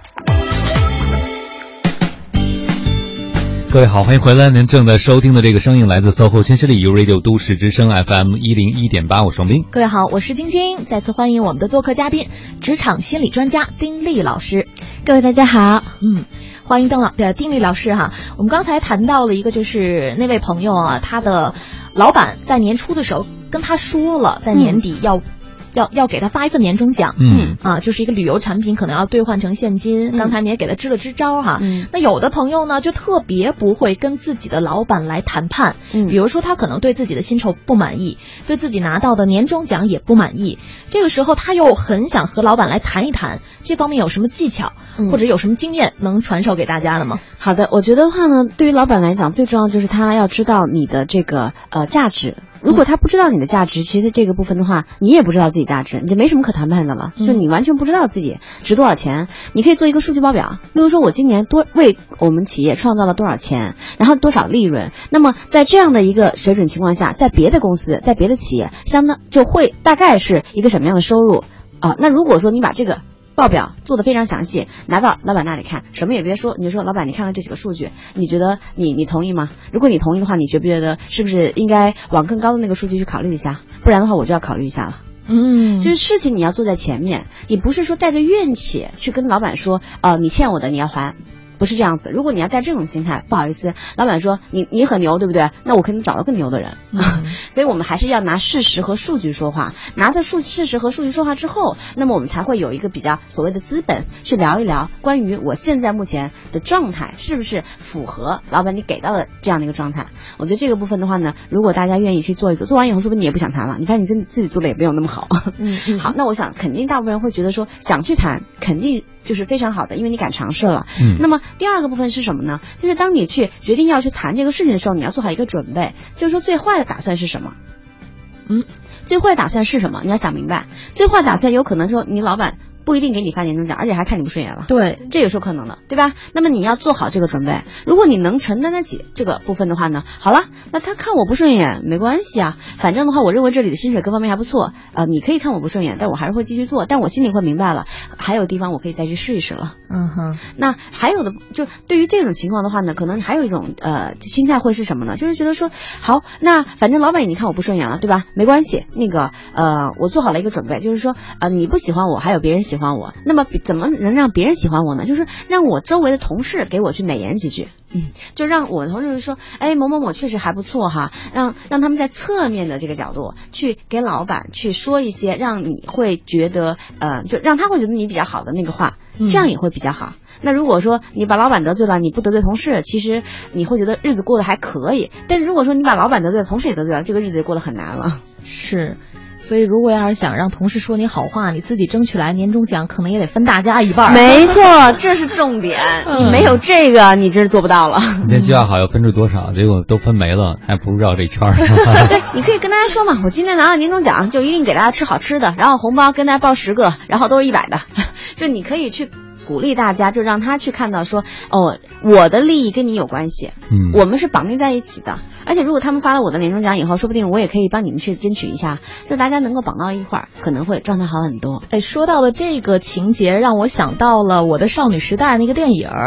各位好，欢迎回来。您正在收听的这个声音来自 S O H O 新势力 U Radio 都市之声 F M 一零一点八，我是王斌。 各位好，我是晶晶，再次欢迎我们的做客嘉宾，职场心理专家丁丽老师。 各位大家好， 嗯。欢迎邓老的丁丽老师哈。我们刚才谈到了一个，就是那位朋友啊，他的老板在年初的时候跟他说了，在年底要、嗯、要要给他发一份年终奖， 嗯啊，就是一个旅游产品可能要兑换成现金。嗯、刚才你也给他支了支招哈。嗯、那有的朋友呢，就特别不会跟自己的老板来谈判，嗯，比如说他可能对自己的薪酬不满意，对自己拿到的年终奖也不满意，这个时候他又很想和老板来谈一谈，这方面有什么技巧？或者有什么经验能传授给大家的吗？ 好的，我觉得的话呢，对于老板来讲，最重要就是他要知道你的这个呃价值。如果他不知道你的价值，其实这个部分的话，你也不知道自己价值，你就没什么可谈判的了。就你完全不知道自己值多少钱。你可以做一个数据报表，例如说我今年多为我们企业创造了多少钱，然后多少利润。那么在这样的一个水准情况下，在别的公司，在别的企业，相当就会大概是一个什么样的收入啊、呃？那如果说你把这个报表做得非常详细，拿到老板那里看，什么也别说，你就说老板，你看看这几个数据，你觉得你你同意吗？如果你同意的话，你觉不觉得是不是应该往更高的那个数据去考虑一下？不然的话，我就要考虑一下了。嗯，就是事情你要做在前面，你不是说带着怨气去跟老板说，呃，你欠我的你要还。不是这样子，如果你要带这种心态，不好意思，老板说你你很牛，对不对？那我可能找到更牛的人。嗯、所以我们还是要拿事实和数据说话，拿着数事实和数据说话之后，那么我们才会有一个比较所谓的资本去聊一聊关于我现在目前的状态是不是符合老板你给到的这样的一个状态。我觉得这个部分的话呢，如果大家愿意去做一做，做完以后说不定你也不想谈了，你发现你自自己做的也没有那么好。嗯嗯。好，那我想肯定大部分人会觉得说想去谈，肯定就是非常好的，因为你敢尝试了。嗯。那么第二个部分是什么呢？就是当你去决定要去谈这个事情的时候，你要做好一个准备，就是说最坏的打算是什么？嗯，最坏的打算是什么？你要想明白，最坏打算有可能说你老板不一定给你发年终奖，而且还看你不顺眼了。对，这也是有可能的，对吧？那么你要做好这个准备。如果你能承担得起这个部分的话呢，好了，那他看我不顺眼没关系啊，反正的话，我认为这里的薪水各方面还不错，呃，你可以看我不顺眼，但我还是会继续做，但我心里会明白了，还有地方我可以再去试一试了。嗯哼。那还有的，就对于这种情况的话呢，可能还有一种呃心态会是什么呢？就是觉得说，好，那反正老板你看我不顺眼了，对吧？没关系，那个呃，我做好了一个准备，就是说，呃，你不喜欢我，还有别人喜欢。喜欢我，那么怎么能让别人喜欢我呢？就是让我周围的同事给我去美言几句，嗯，就让我的同事说，哎，某某某确实还不错哈，让让他们在侧面的这个角度去给老板去说一些让你会觉得，呃，就让他会觉得你比较好的那个话，这样也会比较好。嗯、那如果说你把老板得罪了，你不得罪同事，其实你会觉得日子过得还可以。但是如果说你把老板得罪了，同事也得罪了，这个日子就过得很难了。是。所以如果要是想让同事说你好话，你自己争取来年终奖可能也得分大家一半。没错，这是重点。嗯、你没有这个，你真是做不到了。 你先计划好要分出多少，结果都分没了，还不如绕这一圈。 对，你可以跟大家说嘛，我今天拿了年终奖，就一定给大家吃好吃的，然后红包跟大家报十个，然后都是一百的。就你可以去鼓励大家，就让他去看到说，哦，我的利益跟你有关系，嗯，我们是绑定在一起的。而且如果他们发了我的年终奖以后，说不定我也可以帮你们去争取一下，就大家能够绑到一块儿，可能会状态好很多。 哎，说到的这个情节，让我想到了我的少女时代那个电影。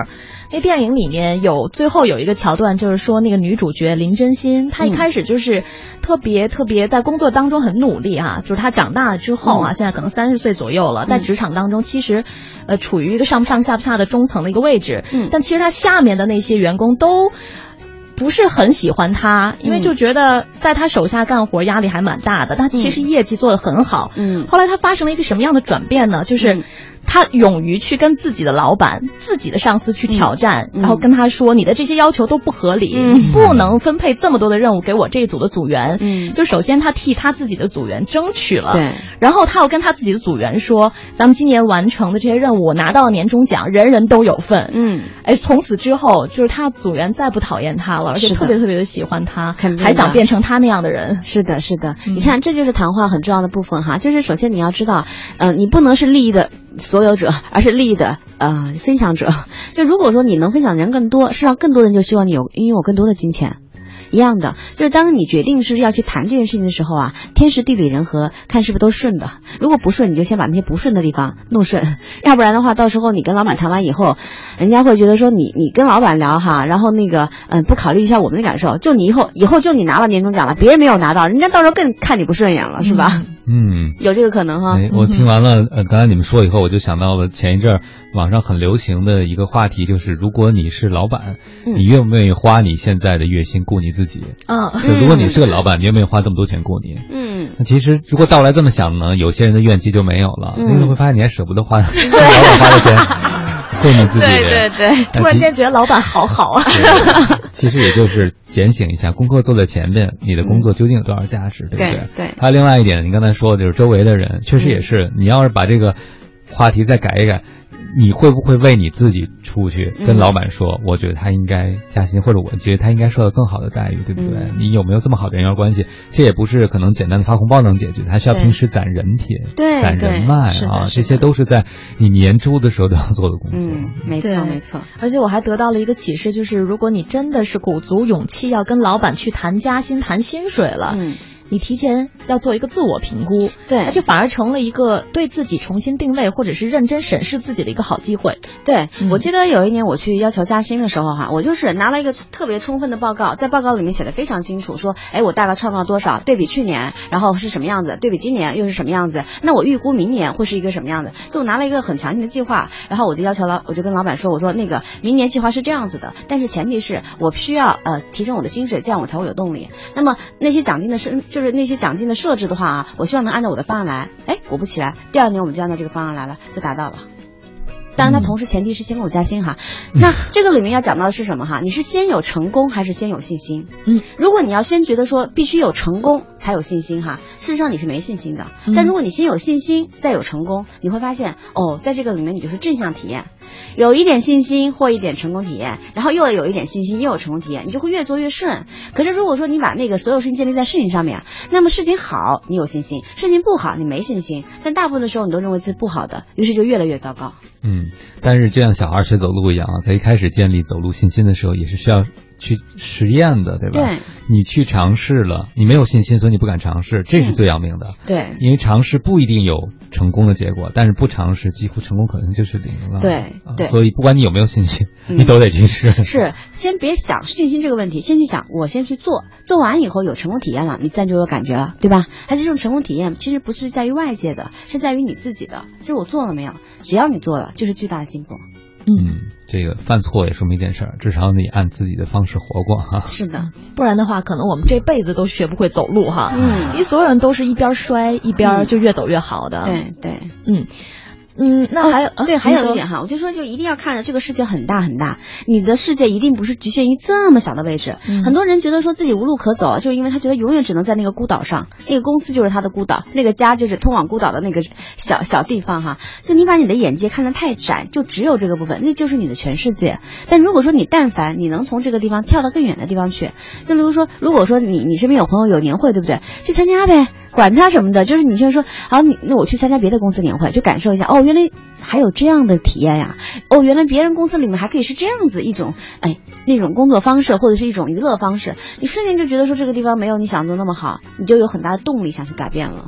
那电影里面有最后有一个桥段，就是说那个女主角林真心，她一开始就是特别特别在工作当中很努力哈、啊，就是她长大了之后啊，嗯、现在可能三十岁左右了，在职场当中其实呃处于一个上不上下不下的中层的一个位置，嗯，但其实她下面的那些员工都不是很喜欢他，因为就觉得在他手下干活压力还蛮大的，他其实业绩做得很好。嗯，后来他发生了一个什么样的转变呢？就是他勇于去跟自己的老板、自己的上司去挑战，嗯、然后跟他说：“你的这些要求都不合理，嗯、你不能分配这么多的任务给我这一组的组员。”嗯，就首先他替他自己的组员争取了，对，然后他又跟他自己的组员说：“咱们今年完成的这些任务，我拿到了年终奖，人人都有份。”嗯，哎，从此之后，就是他组员再不讨厌他了，而且特别特别的喜欢他，还想变成他那样的人。 是的，是的，嗯、你看，这就是谈话很重要的部分哈。就是首先你要知道，呃，你不能是利益的所有者，而是利益的呃分享者。就如果说你能分享的人更多，事实上更多人就希望你有拥有更多的金钱。一样的，就是当你决定是要去谈这件事情的时候啊，天时地利人和，看是不是都顺的。如果不顺，你就先把那些不顺的地方弄顺，要不然的话，到时候你跟老板谈完以后，人家会觉得说你你跟老板聊哈，然后那个嗯不考虑一下我们的感受，就你以后以后就你拿了年终奖了，别人没有拿到，人家到时候更看你不顺眼了，是吧？ 嗯， 有这个可能哈。 哎，我听完了呃刚才你们说以后，我就想到了前一阵儿网上很流行的一个话题，就是如果你是老板，嗯、你愿不愿意花你现在的月薪雇你自己？ 嗯， 就如果你是个老板，你愿不愿意花这么多钱雇你？嗯，那其实如果倒来这么想呢，有些人的怨气就没有了，嗯、你会发现你还舍不得花老板花的钱雇你自己。 对对对， 突然间觉得老板好好啊。 其实也就是检醒一下，功课做在前面，你的工作究竟有多少价值，嗯、对不对？ 对对。 还有另外一点，你刚才说的就是周围的人，确实也是，嗯、你要是把这个话题再改一改。你会不会为你自己出去跟老板说，嗯、我觉得他应该加薪，或者我觉得他应该受到更好的待遇，对不对？嗯、你有没有这么好的人缘关系？这也不是可能简单的发红包能解决的，还需要平时攒人品、攒人脉啊，这些都是在你年初的时候都要做的工作。 嗯，没错没错。 而且我还得到了一个启示，就是如果你真的是鼓足勇气要跟老板去谈加薪、谈薪水了。嗯，你提前要做一个自我评估，对，这反而成了一个对自己重新定位或者是认真审视自己的一个好机会。 对，嗯、我记得有一年我去要求加薪的时候哈，我就是拿了一个特别充分的报告，在报告里面写的非常清楚，说，哎，我大概创造多少，对比去年，然后是什么样子，对比今年又是什么样子，那我预估明年会是一个什么样子，所以我拿了一个很详细的计划，然后我就要求了，我就跟老板说，我说那个明年计划是这样子的，但是前提是我需要呃提升我的薪水，这样我才会有动力。那么那些奖金的是就。就是那些奖金的设置的话啊，我希望能按照我的方案来。哎，果不其然，第二年我们就按照这个方案来了，就达到了。当然，它同时前提是先给我加薪哈。嗯、那这个里面要讲到的是什么哈？你是先有成功还是先有信心？嗯，如果你要先觉得说必须有成功才有信心哈，事实上你是没信心的。嗯、但如果你先有信心再有成功，你会发现哦，在这个里面你就是正向体验。有一点信心或一点成功体验，然后又有一点信心又有成功体验，你就会越做越顺。可是如果说你把那个所有事情建立在事情上面，那么事情好你有信心，事情不好你没信心，但大部分的时候你都认为自己不好的，于是就越来越糟糕。 嗯，但是就像小孩学走路一样啊，在一开始建立走路信心的时候，也是需要去实验的，对吧？ 对， 你去尝试了，你没有信心，所以你不敢尝试，这是最要命的。 嗯、对， 因为尝试不一定有成功的结果，但是不尝试，几乎成功可能就是零了。 对对、 啊，所以不管你有没有信心，嗯、你都得去试。 是，先别想信心这个问题，先去想，我先去做，做完以后有成功体验了，你自然就有感觉了，对吧？而这种成功体验其实不是在于外界的，是在于你自己的。就是我做了没有？只要你做了，就是巨大的进步。 嗯，这个犯错也说明一件事儿，至少你按自己的方式活过哈。 是的， 不然的话，可能我们这辈子都学不会走路哈。嗯，因为所有人都是一边摔一边就越走越好的。 嗯、对对， 嗯。嗯，那还有、 哦、对，还有一点哈，我就说就一定要看着这个世界很大很大，你的世界一定不是局限于这么小的位置。嗯、很多人觉得说自己无路可走，就是因为他觉得永远只能在那个孤岛上，那个公司就是他的孤岛，那个家就是通往孤岛的那个小小地方哈。就你把你的眼界看得太窄，就只有这个部分，那就是你的全世界。但如果说你但凡你能从这个地方跳到更远的地方去，就比如说，如果说你你身边有朋友有年会，对不对？去参加呗。管他什么的，就是你先说好，你那我去参加别的公司年会，就感受一下哦，原来还有这样的体验呀，哦，原来别人公司里面还可以是这样子一种哎那种工作方式或者是一种娱乐方式，你瞬间就觉得说这个地方没有你想的那么好，你就有很大的动力想去改变了。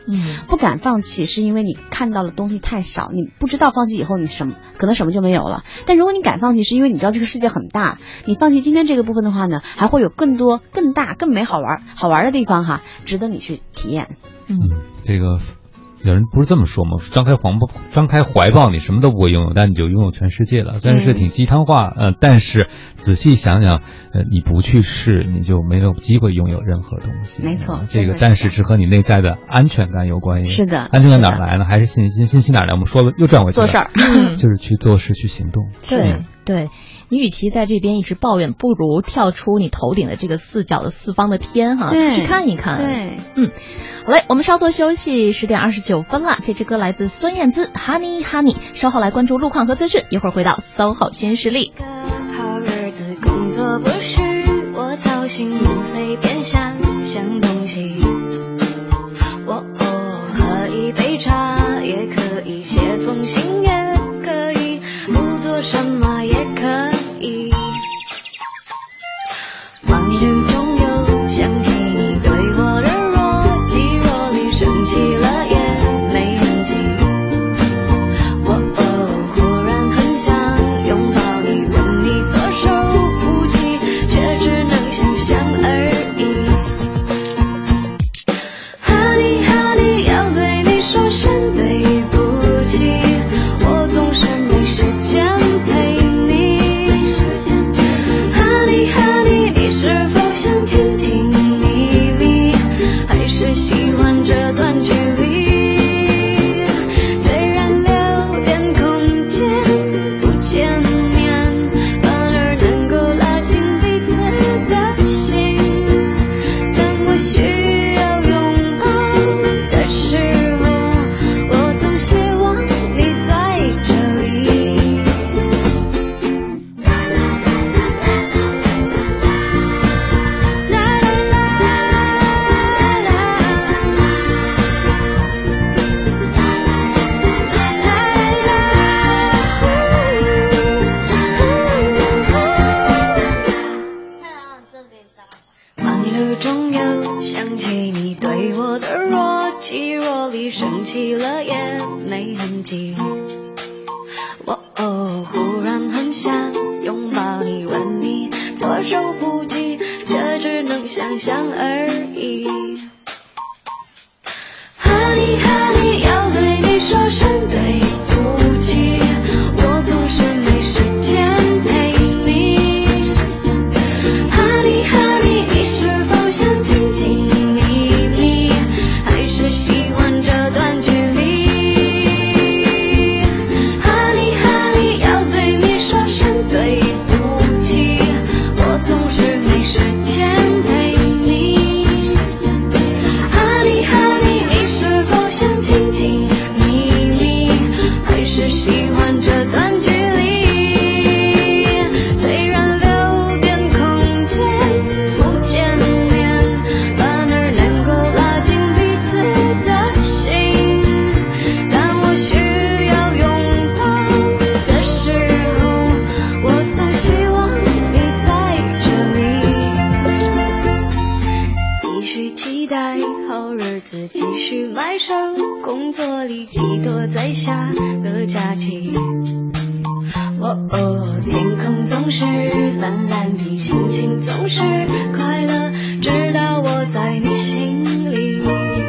嗯，不敢放弃是因为你看到的东西太少，你不知道放弃以后你什么可能什么就没有了。但如果你敢放弃，是因为你知道这个世界很大，你放弃今天这个部分的话呢，还会有更多更大更美好玩好玩的地方哈，值得你去体验。 嗯，这个有人不是这么说吗？张开怀抱，张开怀抱，你什么都不会拥有，但你就拥有全世界了。虽然是挺鸡汤话，呃，但是仔细想想，呃，你不去试，你就没有机会拥有任何东西。 没错， 这个但是是和你内在的安全感有关系。 是的， 安全感哪来呢？还是信心？信心哪来？我们说了又转回去了， 做事儿， 就是去做事，去行动。 对对。你与其在这边一直抱怨，不如跳出你头顶的这个四角的四方的天哈，去看一看。 对， 嗯，好嘞，我们稍作休息，十点二十九分了。这支歌来自孙燕姿 ，Honey Honey。稍后来关注路况和资讯，一会儿回到 S O H O 新势力。 好日子工作不是我操心，随便想想东西。我哦，喝一杯茶也可以，写封信也可以，不做什么也可以。往日中又想起你对我的若即若离，生气了也没痕迹。我哦，忽然很想拥抱你，问你左手不及，却只能想象而已。Honey Honey， 要对你说声对不起，我总是没时间陪你。Honey Honey， 你是否想听听秘密，还是喜欢这段距离？虽然留点空间不见面，反而能够拉近彼此的心。当我需要拥抱的时候，我总希望你在这里。往日中又想起你对我的若即若离，生气了也没痕迹。我哦，忽然很想拥抱你，问你左手不及，这只能想象而已。Honey Honey， 要对你说声对不起，我总是没时间陪你。Honey Honey， 你是否想听听秘密，还是喜欢这段距离？ Honey Honey， 要对你说声对不起，我总是没时间陪你。Honey Honey， 你是否想听听秘密，还是喜欢这段距离？虽然留点空间不见面，反而能够拉近彼此的心。当我需要拥抱的时候，我总希望你在这里。继续期待好日子，继续埋首工作里，寄托在下个假期。哦哦，天空总是蓝蓝的，心情总是快乐，直到我在你心里，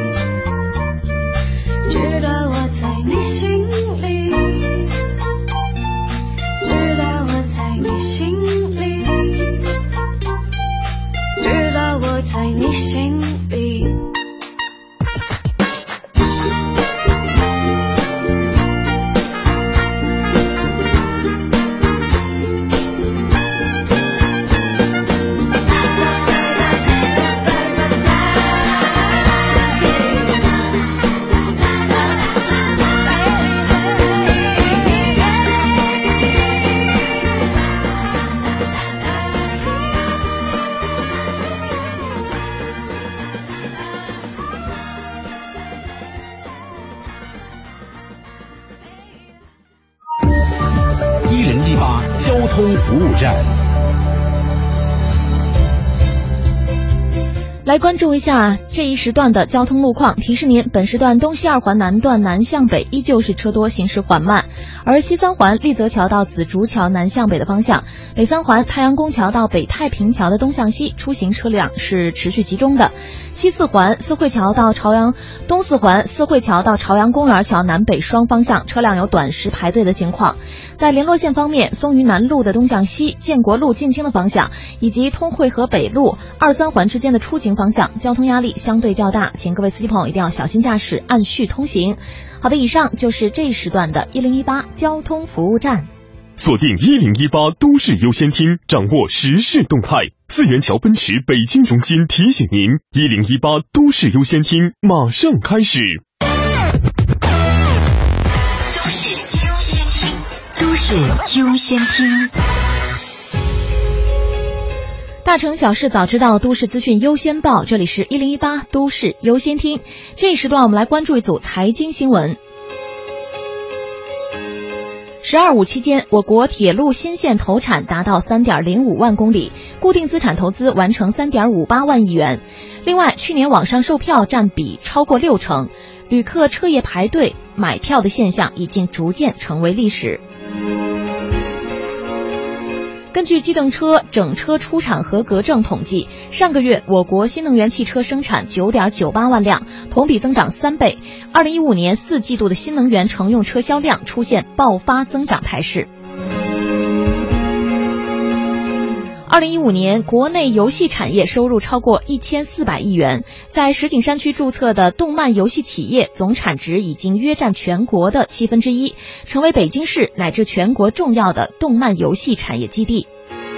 直到我在你心里，直到我在你心里，直到我在你心里。 一零一八交通服务站。 来关注一下这一时段的交通路况，提示您，本时段东西二环南段南向北依旧是车多，行驶缓慢，而西三环立泽桥到紫竹桥南向北的方向，北三环太阳宫桥到北太平桥的东向西出行车辆是持续集中的，西四环四惠桥到朝阳东四环四惠桥到朝阳公园桥南北双方向车辆有短时排队的情况。在联络线方面，松榆南路的东向西、建国路进京的方向以及通惠河北路二三环之间的出行方向交通压力相对较大，请各位司机朋友一定要小心驾驶，按序通行。好的，以上就是这一时段的一零一八交通服务站。 锁定一零一八都市优先厅，掌握时事动态。四元桥奔驰北京中心提醒您，一零一八都市优先厅马上开始。 都市优先厅， 大城小事早知道，都市资讯优先报。这里是一零一八都市优先厅，这一时段我们来关注一组财经新闻。十二五期间，我国铁路新线投产达到三点零五万公里，固定资产投资完成三点五八万亿元。另外，去年网上售票占比超过六成，旅客彻夜排队买票的现象已经逐渐成为历史。根据机动车整车出厂合格证统计，上个月我国新能源汽车生产 九点九八万辆，同比增长三倍。二零一五年四季度的新能源乘用车销量出现爆发增长态势。二零一五年国内游戏产业收入超过一千四百亿元，在石景山区注册的动漫游戏企业总产值已经约占全国的七分之一，成为北京市乃至全国重要的动漫游戏产业基地。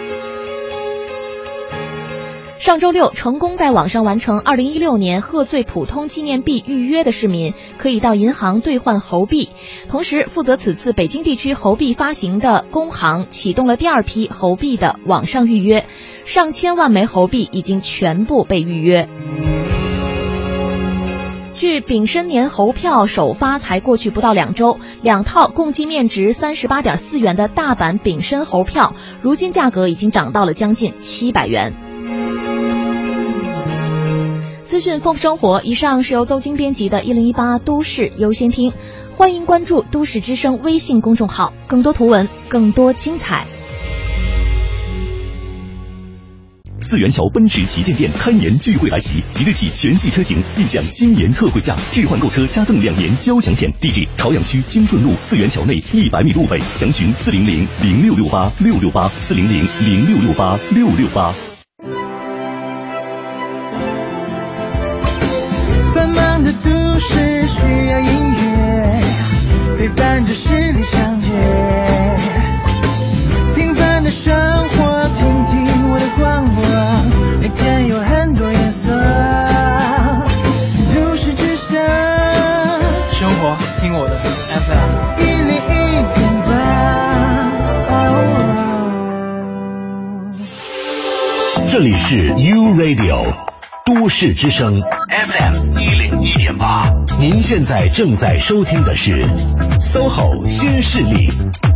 上周六，成功在网上完成二零一六年贺岁普通纪念币预约的市民可以到银行兑换猴币。同时，负责此次北京地区猴币发行的工行启动了第二批猴币的网上预约，上千万枚猴币已经全部被预约。据丙申年猴票首发才过去不到两周，两套共计面值三十八点四元的大版丙申猴票，如今价格已经涨到了将近七百元。资讯丰富生活，以上是由邹晶编辑的一零一八都市优先厅，欢迎关注都市之声微信公众号，更多图文，更多精彩。 四元桥奔驰旗舰店开年聚会来袭，即日起全系车型尽享新年特惠价，置换购车加赠两年交强险。地址：朝阳区金顺路四元桥内一百米路北，详询四零零零六六八六六八四零零零六六八六六八。 繁忙的都市需要音乐陪伴着十里长街，平凡的生活听听我的广播，每天有很多颜色，都市之声， 生活听我的 F M 一零一点八。这里是 U Radio 都市之声 F M 一零一点八，您现在正在收听的是 S O H O 新势力。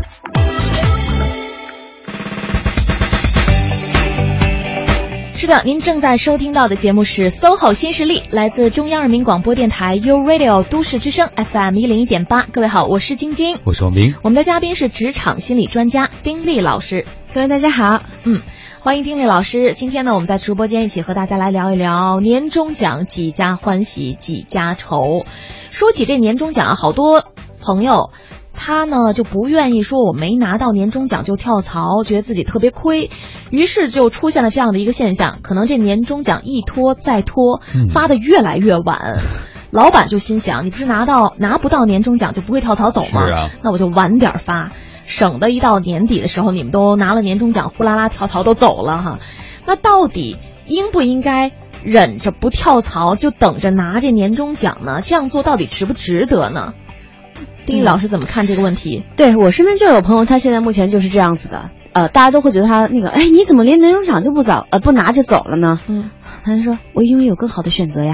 是的，您正在收听到的节目是 S O H O 新势力，来自中央人民广播电台 U Radio 都市之声 F M 一零一点八。各位好，我是晶晶， 我是王明， 我们的嘉宾是职场心理专家丁力老师。 各位大家好， 嗯。欢迎丁力老师，今天呢，我们在直播间一起和大家来聊一聊年终奖，几家欢喜几家愁。说起这年终奖，好多朋友他呢就不愿意说我没拿到年终奖就跳槽，觉得自己特别亏，于是就出现了这样的一个现象，可能这年终奖一拖再拖，发得越来越晚。嗯老板就心想，你不是拿到拿不到年终奖就不会跳槽走吗？ 是啊， 那我就晚点发，省得一到年底的时候你们都拿了年终奖呼啦啦跳槽都走了哈。那到底应不应该忍着不跳槽就等着拿这年终奖呢？这样做到底值不值得呢？丁力老师怎么看这个问题？ 嗯、对我身边就有朋友，他现在目前就是这样子的，呃，大家都会觉得他那个，哎，你怎么连年终奖就不早呃不拿就走了呢？嗯，他就说我因为有更好的选择呀。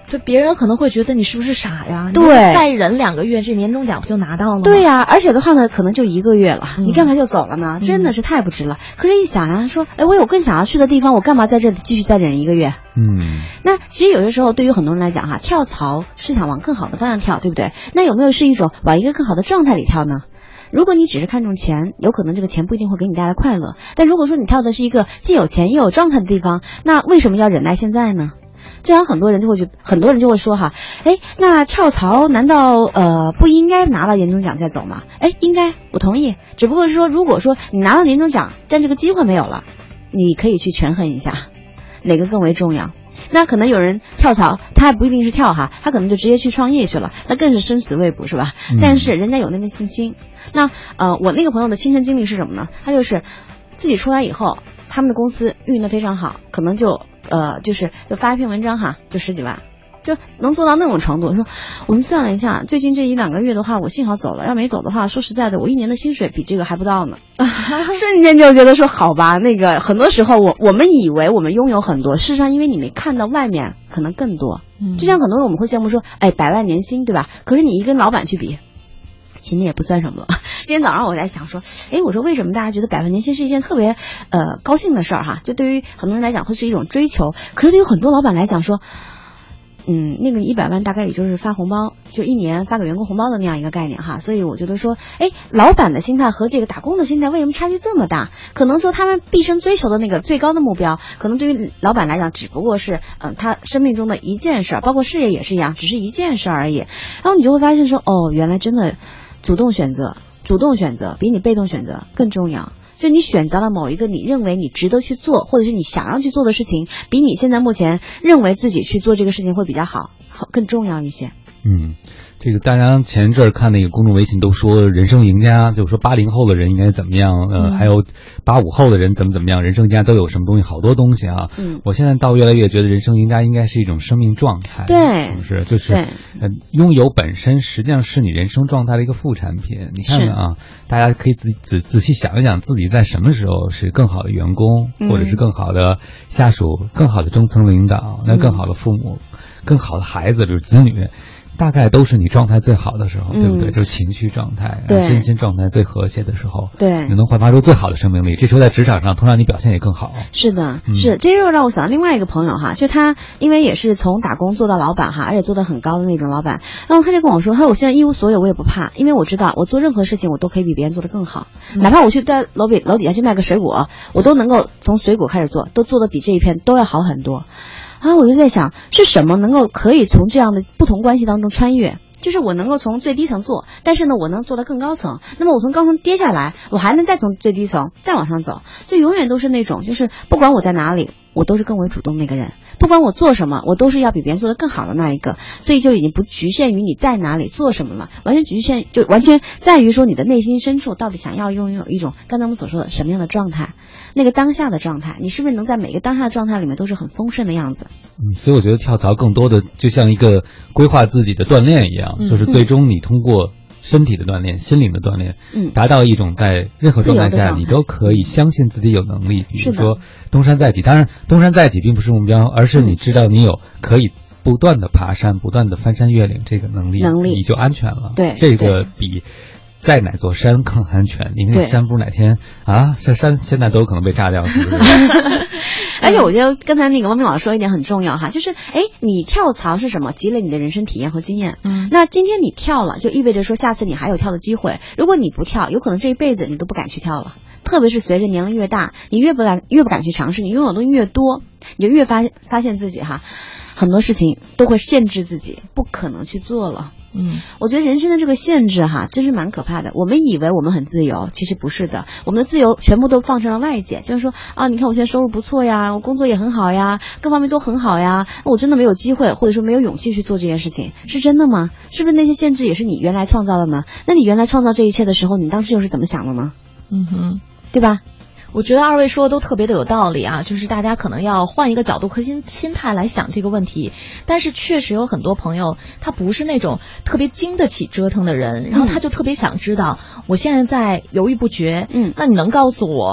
对，别人可能会觉得你是不是傻呀？ 对， 再忍两个月，这年终奖不就拿到了吗？ 对呀、啊，而且的话呢，可能就一个月了，嗯、你干嘛就走了呢？真的是太不值了。嗯、可是，一想呀，说，哎，我有更想要去的地方，我干嘛在这里继续再忍一个月？ 嗯， 那其实有些时候，对于很多人来讲哈，跳槽是想往更好的方向跳，对不对？那有没有是一种往一个更好的状态里跳呢？如果你只是看重钱，有可能这个钱不一定会给你带来快乐。但如果说你跳的是一个既有钱又有状态的地方，那为什么要忍耐现在呢？这样很多人就会觉，很多人就会说哈，哎，那跳槽难道呃不应该拿了年终奖再走吗？哎，应该，我同意。只不过是说，如果说你拿了年终奖，但这个机会没有了，你可以去权衡一下，哪个更为重要。那可能有人跳槽，他还不一定是跳哈，他可能就直接去创业去了，那更是生死未卜，是吧？嗯、但是人家有那个信心。那呃，我那个朋友的亲身经历是什么呢？他就是自己出来以后，他们的公司运得非常好，可能就呃就是就发一篇文章哈，就十几万。就能做到那种程度。说我们算了一下，最近这一两个月的话，我幸好走了，要没走的话，说实在的，我一年的薪水比这个还不到呢。瞬间就觉得说好吧，那个很多时候我我们以为我们拥有很多，事实上因为你没看到外面可能更多。嗯，就像很多人我们会羡慕说，哎，百万年薪对吧？可是你一跟老板去比，其实也不算什么了。今天早上我在想说，哎，我说为什么大家觉得百万年薪是一件特别呃高兴的事儿哈？就对于很多人来讲会是一种追求，可是对于很多老板来讲说，嗯，那个一百万大概也就是发红包，就一年发给员工红包的那样一个概念哈。所以我觉得说，哎，老板的心态和这个打工的心态为什么差距这么大？可能说他们毕生追求的那个最高的目标，可能对于老板来讲只不过是嗯、呃、他生命中的一件事儿，包括事业也是一样，只是一件事儿而已。然后你就会发现说，哦，原来真的主动选择。主动选择比你被动选择更重要，就你选择了某一个你认为你值得去做，或者是你想要去做的事情，比你现在目前认为自己去做这个事情会比较好，好更重要一些。 嗯，这个大家前一阵儿看那个公众微信都说人生赢家，就是说八零后的人应该怎么样，呃，嗯、还有八五后的人怎么怎么样，人生赢家都有什么东西，好多东西啊。嗯，我现在倒越来越觉得人生赢家应该是一种生命状态， 对， 是不是？就是呃，拥有本身实际上是你人生状态的一个副产品。你看看啊，大家可以仔仔仔细想一想，自己在什么时候是更好的员工，嗯、或者是更好的下属，更好的中层领导，那更好的父母，嗯、更好的孩子，比如子女。大概都是你状态最好的时候，嗯、对不对？就是情绪状态、对身心状态最和谐的时候， 对， 你能焕发出最好的生命力。这时候在职场上，通常你表现也更好。 是的，嗯、是这又让我想到另外一个朋友哈，就他因为也是从打工做到老板哈，而且做得很高的那种老板，然后他就跟我说，他说我现在一无所有，我也不怕，因为我知道我做任何事情我都可以比别人做得更好，嗯、哪怕我去在楼底楼底下去卖个水果，我都能够从水果开始做，都做得比这一片都要好很多。然后我就在想，是什么能够可以从这样的不同关系当中穿越？就是我能够从最低层做，但是呢，我能做到更高层。那么我从高层跌下来，我还能再从最低层再往上走，就永远都是那种，就是不管我在哪里，我都是更为主动那个人。不管我做什么，我都是要比别人做得更好的那一个。所以就已经不局限于你在哪里做什么了，完全局限就完全在于说你的内心深处到底想要拥有一种刚才我们所说的什么样的状态，那个当下的状态，你是不是能在每个当下的状态里面都是很丰盛的样子？ 嗯，所以我觉得跳槽更多的就像一个规划自己的锻炼一样，嗯、就是最终你通过身体的锻炼、心灵的锻炼，嗯，达到一种在任何状态下你都可以相信自己有能力。比如说东山再起，当然东山再起并不是目标，而是你知道你有可以不断的爬山、不断的翻山越岭这个能力， 能力你就安全了。 对， 这个比在哪座山更安全。你那个山不是哪天啊，这山现在都有可能被炸掉，是不是？ 而且我觉得刚才那个汪明老师说一点很重要哈，就是哎，你跳槽是什么？积累你的人生体验和经验。嗯，那今天你跳了，就意味着说下次你还有跳的机会。如果你不跳，有可能这一辈子你都不敢去跳了。特别是随着年龄越大，你越不来越不敢去尝试，你拥有的东西越多，你就越发发现自己哈，很多事情都会限制自己，不可能去做了。嗯，我觉得人生的这个限制哈，真是蛮可怕的。我们以为我们很自由，其实不是的。我们的自由全部都放上了外界，就是说啊，你看我现在收入不错呀，我工作也很好呀，各方面都很好呀，我真的没有机会或者说没有勇气去做这件事情，是真的吗？是不是那些限制也是你原来创造的呢？那你原来创造这一切的时候，你当时又是怎么想的呢？ 嗯哼， 对吧？ 我觉得二位说的都特别的有道理啊，就是大家可能要换一个角度和心心态来想这个问题。但是确实有很多朋友，他不是那种特别经得起折腾的人，然后他就特别想知道，我现在在犹豫不决，嗯，那你能告诉我，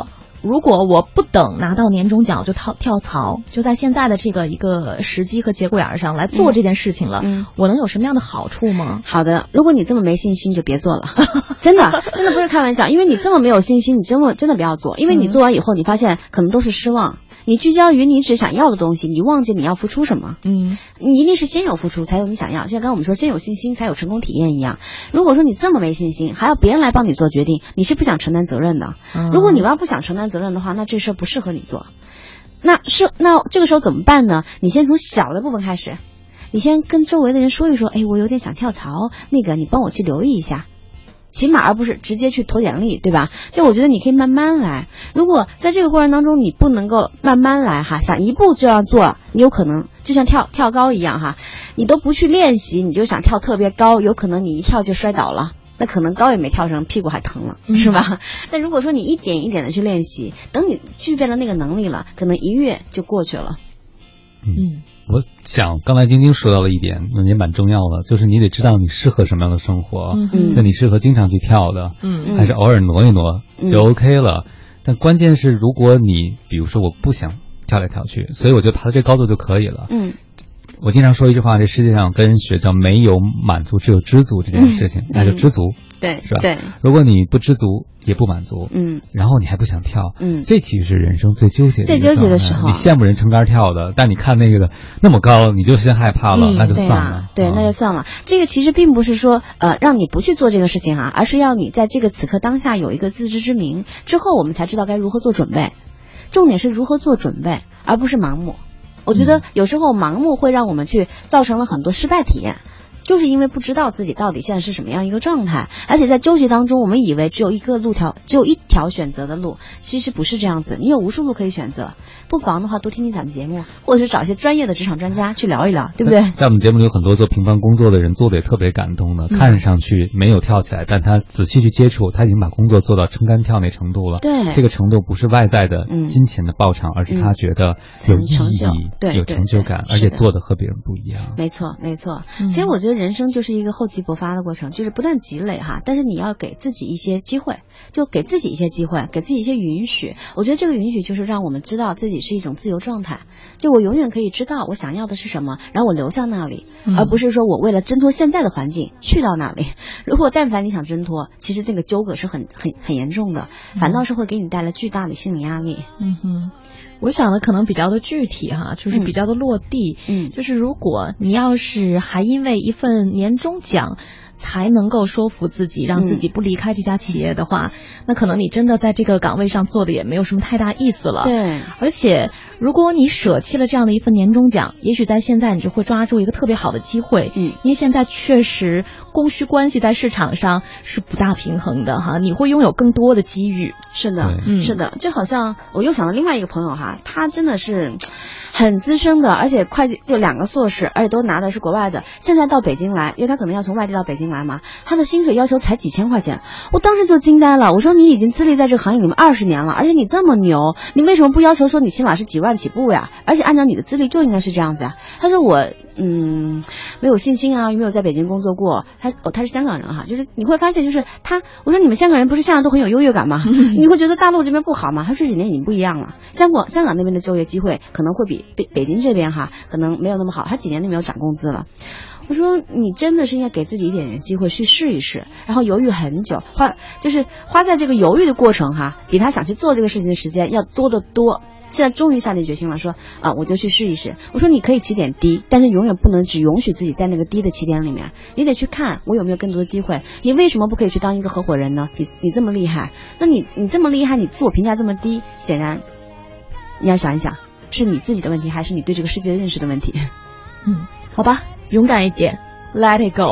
如果我不等拿到年终奖就跳跳槽，就在现在的这个一个时机和节骨眼上来做这件事情了，嗯，我能有什么样的好处吗？ 好的，如果你这么没信心就别做了，真的真的不是开玩笑，因为你这么没有信心，你真的真的不要做，因为你做完以后你发现可能都是失望。你聚焦于你只想要的东西，你忘记你要付出什么。嗯，你一定是先有付出才有你想要，就像刚刚我们说先有信心才有成功体验一样。如果说你这么没信心，还要别人来帮你做决定，你是不想承担责任的。嗯，如果你要不想承担责任的话，那这事不适合你做。那是那这个时候怎么办呢？你先从小的部分开始，你先跟周围的人说一说，哎，我有点想跳槽，那个你帮我去留意一下。起码而不是直接去投简历，对吧？就我觉得你可以慢慢来。如果在这个过程当中你不能够慢慢来哈，想一步就要做，你有可能就像跳跳高一样哈，你都不去练习，你就想跳特别高，有可能你一跳就摔倒了，那可能高也没跳成，屁股还疼了，是吧？但如果说你一点一点的去练习，等你具备了那个能力了，可能一跃就过去了。 嗯，我想刚才晶晶说到了一点，那也蛮重要的，就是你得知道你适合什么样的生活，嗯，就你适合经常去跳的，嗯，还是偶尔挪一挪就 OK 了。嗯，但关键是，如果你比如说我不想跳来跳去，所以我就爬到这高度就可以了，嗯。我经常说一句话，这世界上跟人学叫没有满足，只有知足这件事情，嗯，那就知足， 对， 是吧？ 对， 如果你不知足也不满足，嗯，然后你还不想跳，嗯，这其实是人生最纠结的， 最纠结的时候。 你羡慕人撑杆跳的，但你看那个的那么高，你就先害怕了，嗯，那就算了， 对，啊，对，那就算了。这个其实并不是说呃让你不去做这个事情啊，而是要你在这个此刻当下有一个自知之明，之后我们才知道该如何做准备。重点是如何做准备，而不是盲目。我觉得有时候盲目会让我们去造成了很多失败体验，就是因为不知道自己到底现在是什么样一个状态，而且在纠结当中，我们以为只有一个路条，只有一条选择的路，其实不是这样子，你有无数路可以选择。不妨的话多听听咱们节目，或者是找一些专业的职场专家去聊一聊，对不对？ 在我们节目里有很多做平凡工作的人，做的也特别感动的，嗯，看上去没有跳起来，但他仔细去接触，他已经把工作做到撑杆跳那程度了。对，这个程度不是外在的金钱的报偿，嗯，而是他觉得有意义， 对， 有成就感，而且做的和别人不一样。 没错，没错。嗯，其实我觉得人生就是一个厚积薄发的过程，就是不断积累哈，但是你要给自己一些机会，就给自己一些机会，给自己一些允许。我觉得这个允许就是让我们知道自己是一种自由状态，就我永远可以知道我想要的是什么，然后我留向那里，嗯，而不是说我为了挣脱现在的环境去到那里。如果但凡你想挣脱，其实这个纠葛是很很很严重的，反倒是会给你带来巨大的心理压力。 嗯哼。我想的可能比较的具体哈，就是比较的落地。嗯，就是如果你要是还因为一份年终奖才能够说服自己让自己不离开这家企业的话，嗯，那可能你真的在这个岗位上做的也没有什么太大意思了。对，而且如果你舍弃了这样的一份年终奖，也许在现在你就会抓住一个特别好的机会。嗯，因为现在确实供需关系在市场上是不大平衡的哈，你会拥有更多的机遇。 是的，嗯，是的，就好像我又想到另外一个朋友哈，他真的是很资深的，而且会计就两个硕士，而且都拿的是国外的，现在到北京来，因为他可能要从外地到北京来嘛，他的薪水要求才几千块钱，我当时就惊呆了。我说你已经资历在这个行业里面二十年了，而且你这么牛，你为什么不要求说你起码是几万起步呀？而且按照你的资历就应该是这样子呀。他说我嗯没有信心啊，没有在北京工作过。他哦他是香港人哈，就是你会发现就是他，我说你们香港人不是向来都很有优越感吗？你会觉得大陆这边不好吗？他说这几年已经不一样了，香港香港那边的就业机会可能会比北北京这边哈可能没有那么好，他几年都没有涨工资了。我说你真的是应该给自己一点点机会去试一试，然后犹豫很久，花就是花在这个犹豫的过程哈，比他想去做这个事情的时间要多得多。现在终于下定决心了，说啊我就去试一试。我说你可以起点低，但是永远不能只允许自己在那个低的起点里面，你得去看我有没有更多的机会。你为什么不可以去当一个合伙人呢？你你这么厉害，那你你这么厉害，你自我评价这么低，显然你要想一想，是你自己的问题，还是你对这个世界的认识的问题？ 嗯，好吧，勇敢一点 ，Let it go 。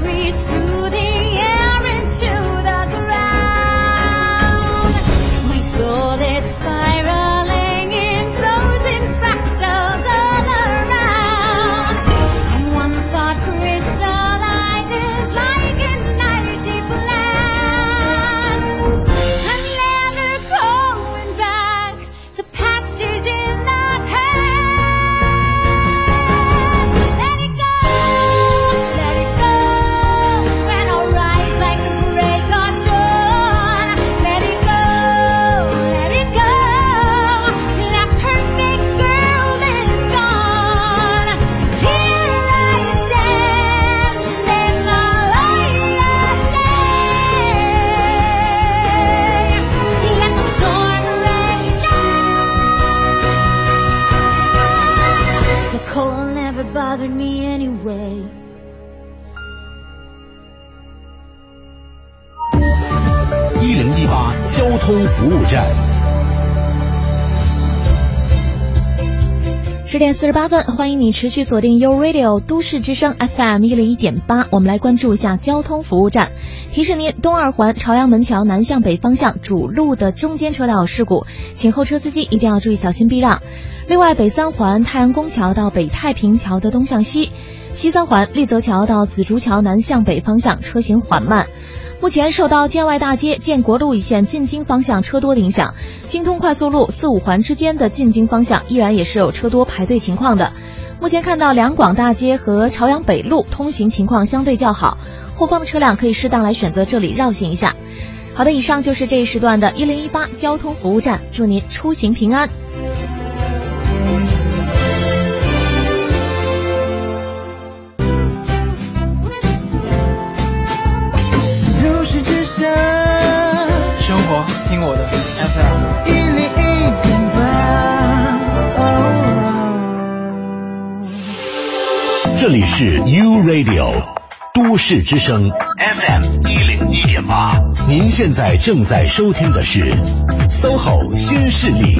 Through the air into the ground, my 通服务站。 十点四十八分，欢迎你持续锁定 U Radio 都市之声 F M 一零一点八，我们来关注一下交通服务站。提示您，东二环朝阳门桥南向北方向主路的中间车道有事故，请后车司机一定要注意小心避让。另外，北三环太阳宫桥到北太平桥的东向西，西三环立泽桥到紫竹桥南向北方向车行缓慢。目前受到建外大街建国路一线进京方向车多的影响，京通快速路四五环之间的进京方向依然也是有车多排队情况的。目前看到两广大街和朝阳北路通行情况相对较好，后方的车辆可以适当来选择这里绕行一下。好的，以上就是这一时段的一零一八交通服务站，祝您出行平安。 生活听我的 F M 一零一点八，这里是 U Radio 都市之声 F M 一零一点八，您现在正在收听的是 S O H O 新势力。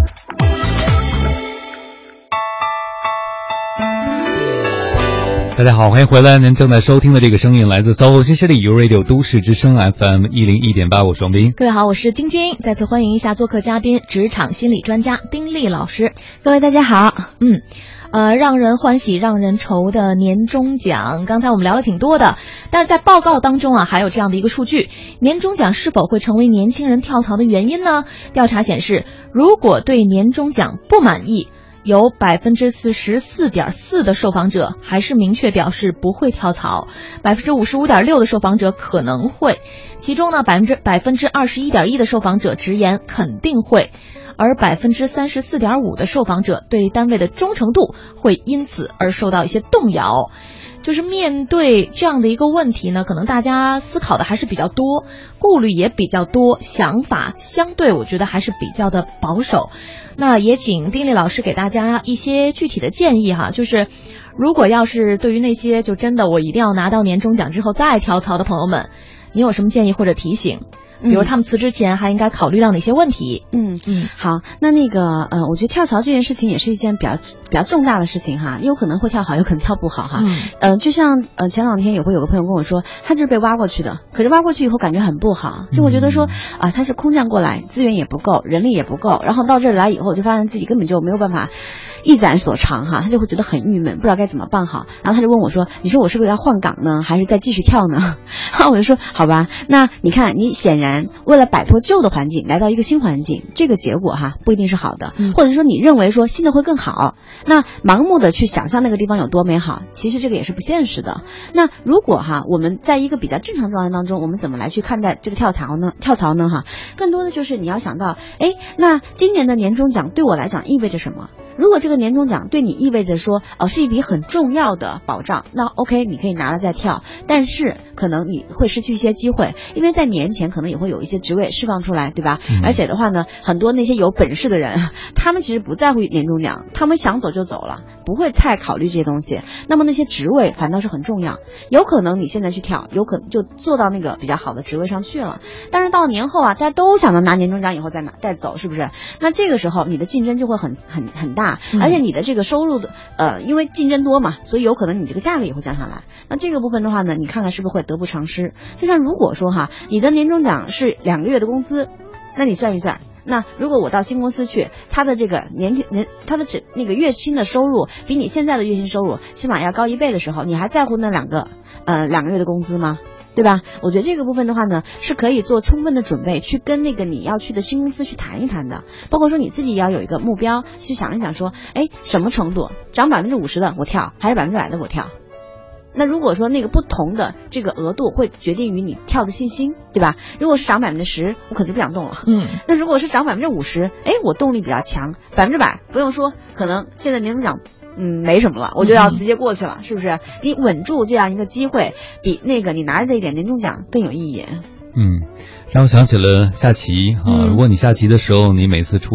大家好，欢迎回来。您正在收听的这个声音来自 S O H O 新势力 U Radio 都市之声 F M 一零一点八，我是王斌。 各位好，我是晶晶，再次欢迎一下做客嘉宾，职场心理专家丁力老师。 各位大家好。 嗯，呃，让人欢喜让人愁的年终奖，刚才我们聊了挺多的，但是在报告当中啊，还有这样的一个数据，年终奖是否会成为年轻人跳槽的原因呢？调查显示，如果对年终奖不满意，有百分之四十四点四的受访者还是明确表示不会跳槽，百分之五十五点六的受访者可能会，其中呢百分之百分之二十一点一的受访者直言肯定会，而百分之三十四点五的受访者对单位的忠诚度会因此而受到一些动摇。就是面对这样的一个问题呢，可能大家思考的还是比较多，顾虑也比较多，想法相对我觉得还是比较的保守。那也请丁力老师给大家一些具体的建议哈，就是如果要是对于那些就真的我一定要拿到年终奖之后再跳槽的朋友们，你有什么建议或者提醒？比如他们辞职前还应该考虑到哪些问题？ 嗯嗯，好，那那个呃，我觉得跳槽这件事情也是一件比较比较重大的事情哈，有可能会跳好，有可能跳不好哈。嗯，呃，就像呃前两天也会有个朋友跟我说，他就是被挖过去的，可是挖过去以后感觉很不好，就我觉得说啊，他是空降过来，资源也不够，人力也不够，然后到这儿来以后就发现自己根本就没有办法一展所长哈，他就会觉得很郁闷，不知道该怎么办好。然后他就问我说：“你说我是不是要换岗呢，还是再继续跳呢？”我就说：“好吧，那你看，你显然为了摆脱旧的环境，来到一个新环境，这个结果哈不一定是好的，或者说你认为说新的会更好，那盲目的去想象那个地方有多美好，其实这个也是不现实的。那如果哈我们在一个比较正常状态当中，我们怎么来去看待这个跳槽呢？跳槽呢哈，更多的就是你要想到，哎，那今年的年终奖对我来讲意味着什么？如果这个年终奖对你意味着说，哦，是一笔很重要的保障，那 OK， 你可以拿了再跳，但是可能你会失去一些机会，因为在年前可能也会有一些职位释放出来，对吧？嗯、而且的话呢，很多那些有本事的人，他们其实不在乎年终奖，他们想走就走了，不会太考虑这些东西。那么那些职位反倒是很重要，有可能你现在去跳，有可能就做到那个比较好的职位上去了。但是到年后啊，大家都想着拿年终奖以后再拿再走，是不是？那这个时候你的竞争就会很很很大。而且你的这个收入的呃，因为竞争多嘛，所以有可能你这个价格也会降下来。那这个部分的话呢，你看看是不是会得不偿失？就像如果说哈，你的年终奖是两个月的工资，那你算一算，那如果我到新公司去，他的这个年年他的这那个月薪的收入比你现在的月薪收入起码要高一倍的时候，你还在乎那两个呃两个月的工资吗？对吧？我觉得这个部分的话呢，是可以做充分的准备，去跟那个你要去的新公司去谈一谈的。包括说你自己也要有一个目标，去想一想说，哎，什么程度涨百分之五十的我跳，还是百分之百的我跳？那如果说那个不同的这个额度会决定于你跳的信心，对吧？如果是涨百分之十，我可能就不想动了。嗯。那如果是涨百分之五十，哎，我动力比较强，百分之百不用说，可能现在年终奖。嗯，没什么了，我就要直接过去了，嗯、是不是？你稳住这样一个机会，比那个你拿着这一点年终奖更有意义。 嗯，让我想起了下棋啊、嗯。如果你下棋的时候，你每次出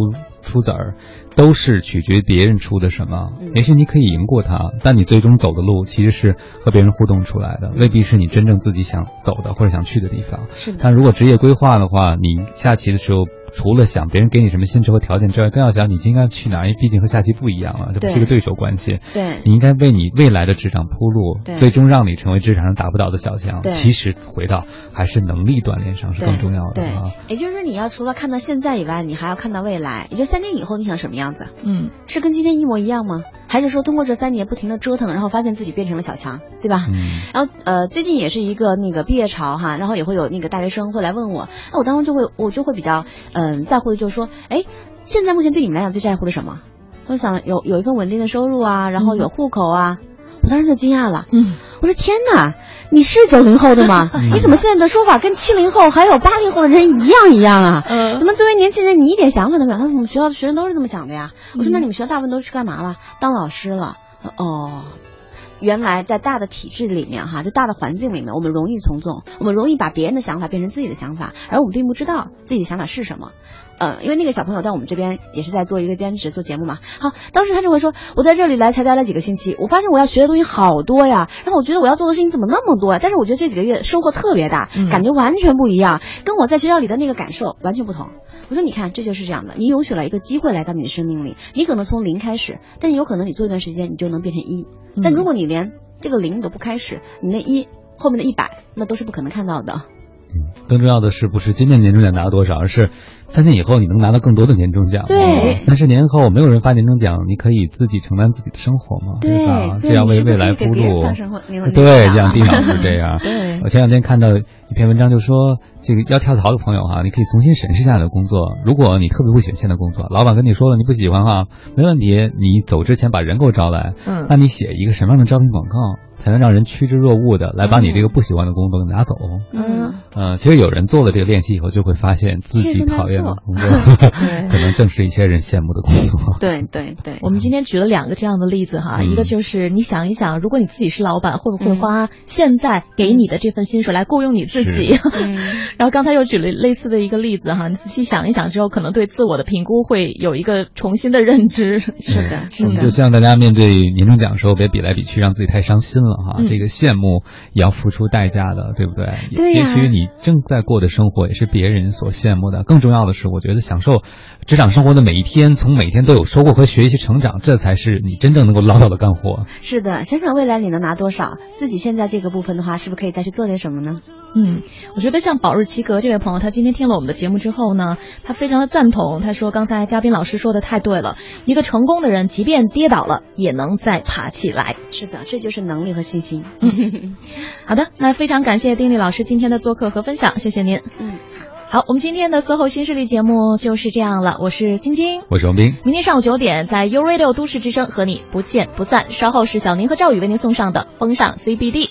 出子儿，都是取决于别人出的什么。也许你可以赢过他，但你最终走的路其实是和别人互动出来的，未必是你真正自己想走的或者想去的地方。 是的。 但如果职业规划的话，你下棋的时候除了想别人给你什么薪酬和条件之外，更要想你应该去哪儿，因为毕竟和下棋不一样啊，这不是一个对手关系。 对， 你应该为你未来的职场铺路，最终让你成为职场上打不倒的小强。其实回到还是能力锻炼上是更重要的。 对， 啊、 也就是你要除了看到现在以外，你还要看到未来。也就三年以后你想什么样子？ 嗯， 是跟今天一模一样吗？还是说通过这三年不停的折腾，然后发现自己变成了小强，对吧？ 嗯。 然后呃，最近也是一个那个毕业潮哈，然后也会有那个大学生会来问我，那我当时就会我就会比较嗯、呃、在乎的就是说，哎，现在目前对你们来讲最在乎的什么？我想有有一份稳定的收入啊，然后有户口啊。嗯，我当时就惊讶了， 嗯， 我说天哪，你是九零后的吗？你怎么现在的说法跟七零后还有八零后的人一样一样啊？嗯，怎么作为年轻人你一点想法都没有？他说我们学校的学生都是这么想的呀。我说那你们学校大部分都是干嘛了？当老师了。哦。原来在大的体制里面哈，就大的环境里面，我们容易从众，我们容易把别人的想法变成自己的想法，而我们并不知道自己的想法是什么。呃，因为那个小朋友在我们这边也是在做一个兼职做节目嘛。好，当时他就会说，我在这里来才待了几个星期，我发现我要学的东西好多呀，然后我觉得我要做的事情怎么那么多呀？但是我觉得这几个月收获特别大， 嗯、 感觉完全不一样，跟我在学校里的那个感受完全不同。我说你看，这就是这样的，你容许了一个机会来到你的生命里，你可能从零开始，但有可能你做一段时间你就能变成一，但如果你连这个零你都不开始，你那一后面的一百那都是不可能看到的。 嗯，更重要的是不是今年年终奖拿多少，而是三年以后你能拿到更多的年终奖。 对， 三十年后没有人发年终奖，你可以自己承担自己的生活嘛？ 对吧？这样为未来铺路。 对， 这样地老是这样。 对， 我前两天看到一篇文章，就说这个要跳槽的朋友哈、啊，你可以重新审视一下你的工作。如果你特别不喜欢现在的工作，老板跟你说了你不喜欢哈、啊，没问题，你走之前把人给我招来。 嗯， 那你写一个什么样的招聘广告？才能让人趋之若鹜的来把你这个不喜欢的工作给拿走。 嗯， 呃，其实有人做了这个练习以后，就会发现自己讨厌的工作，可能正是一些人羡慕的工作。 对对对， 我们今天举了两个这样的例子哈，嗯、一个就是你想一想，如果你自己是老板，会不会花现在给你的这份薪水来雇佣你自己？ 嗯， 然后刚才又举了类似的一个例子哈，你仔细想一想之后，可能对自我的评估会有一个重新的认知。 是的，是的。 我们就希望大家面对年终奖的时候，别比来比去，让自己太伤心了哈。嗯、这个羡慕也要付出代价的，对不对？ 对呀、 也许你正在过的生活也是别人所羡慕的。更重要的是，我觉得享受职场生活的每一天，从每天都有收获和学习成长，这才是你真正能够捞到的干活。 是的，想想未来你能拿多少，自己现在这个部分的话，是不是可以再去做点什么呢？ 嗯，我觉得像宝日齐格这位朋友，他今天听了我们的节目之后呢，他非常的赞同。他说，刚才嘉宾老师说的太对了，一个成功的人，即便跌倒了，也能再爬起来。 是的，这就是能力和信心。 好的，那非常感谢丁力老师今天的做客和分享，谢谢您。 嗯， 好，我们今天的S O H O新势力节目就是这样了。我是晶晶， 我是王斌。 明天上午九点，在 U Radio 都市之声和你不见不散。稍后是小宁和赵宇为您送上的风尚 C B D。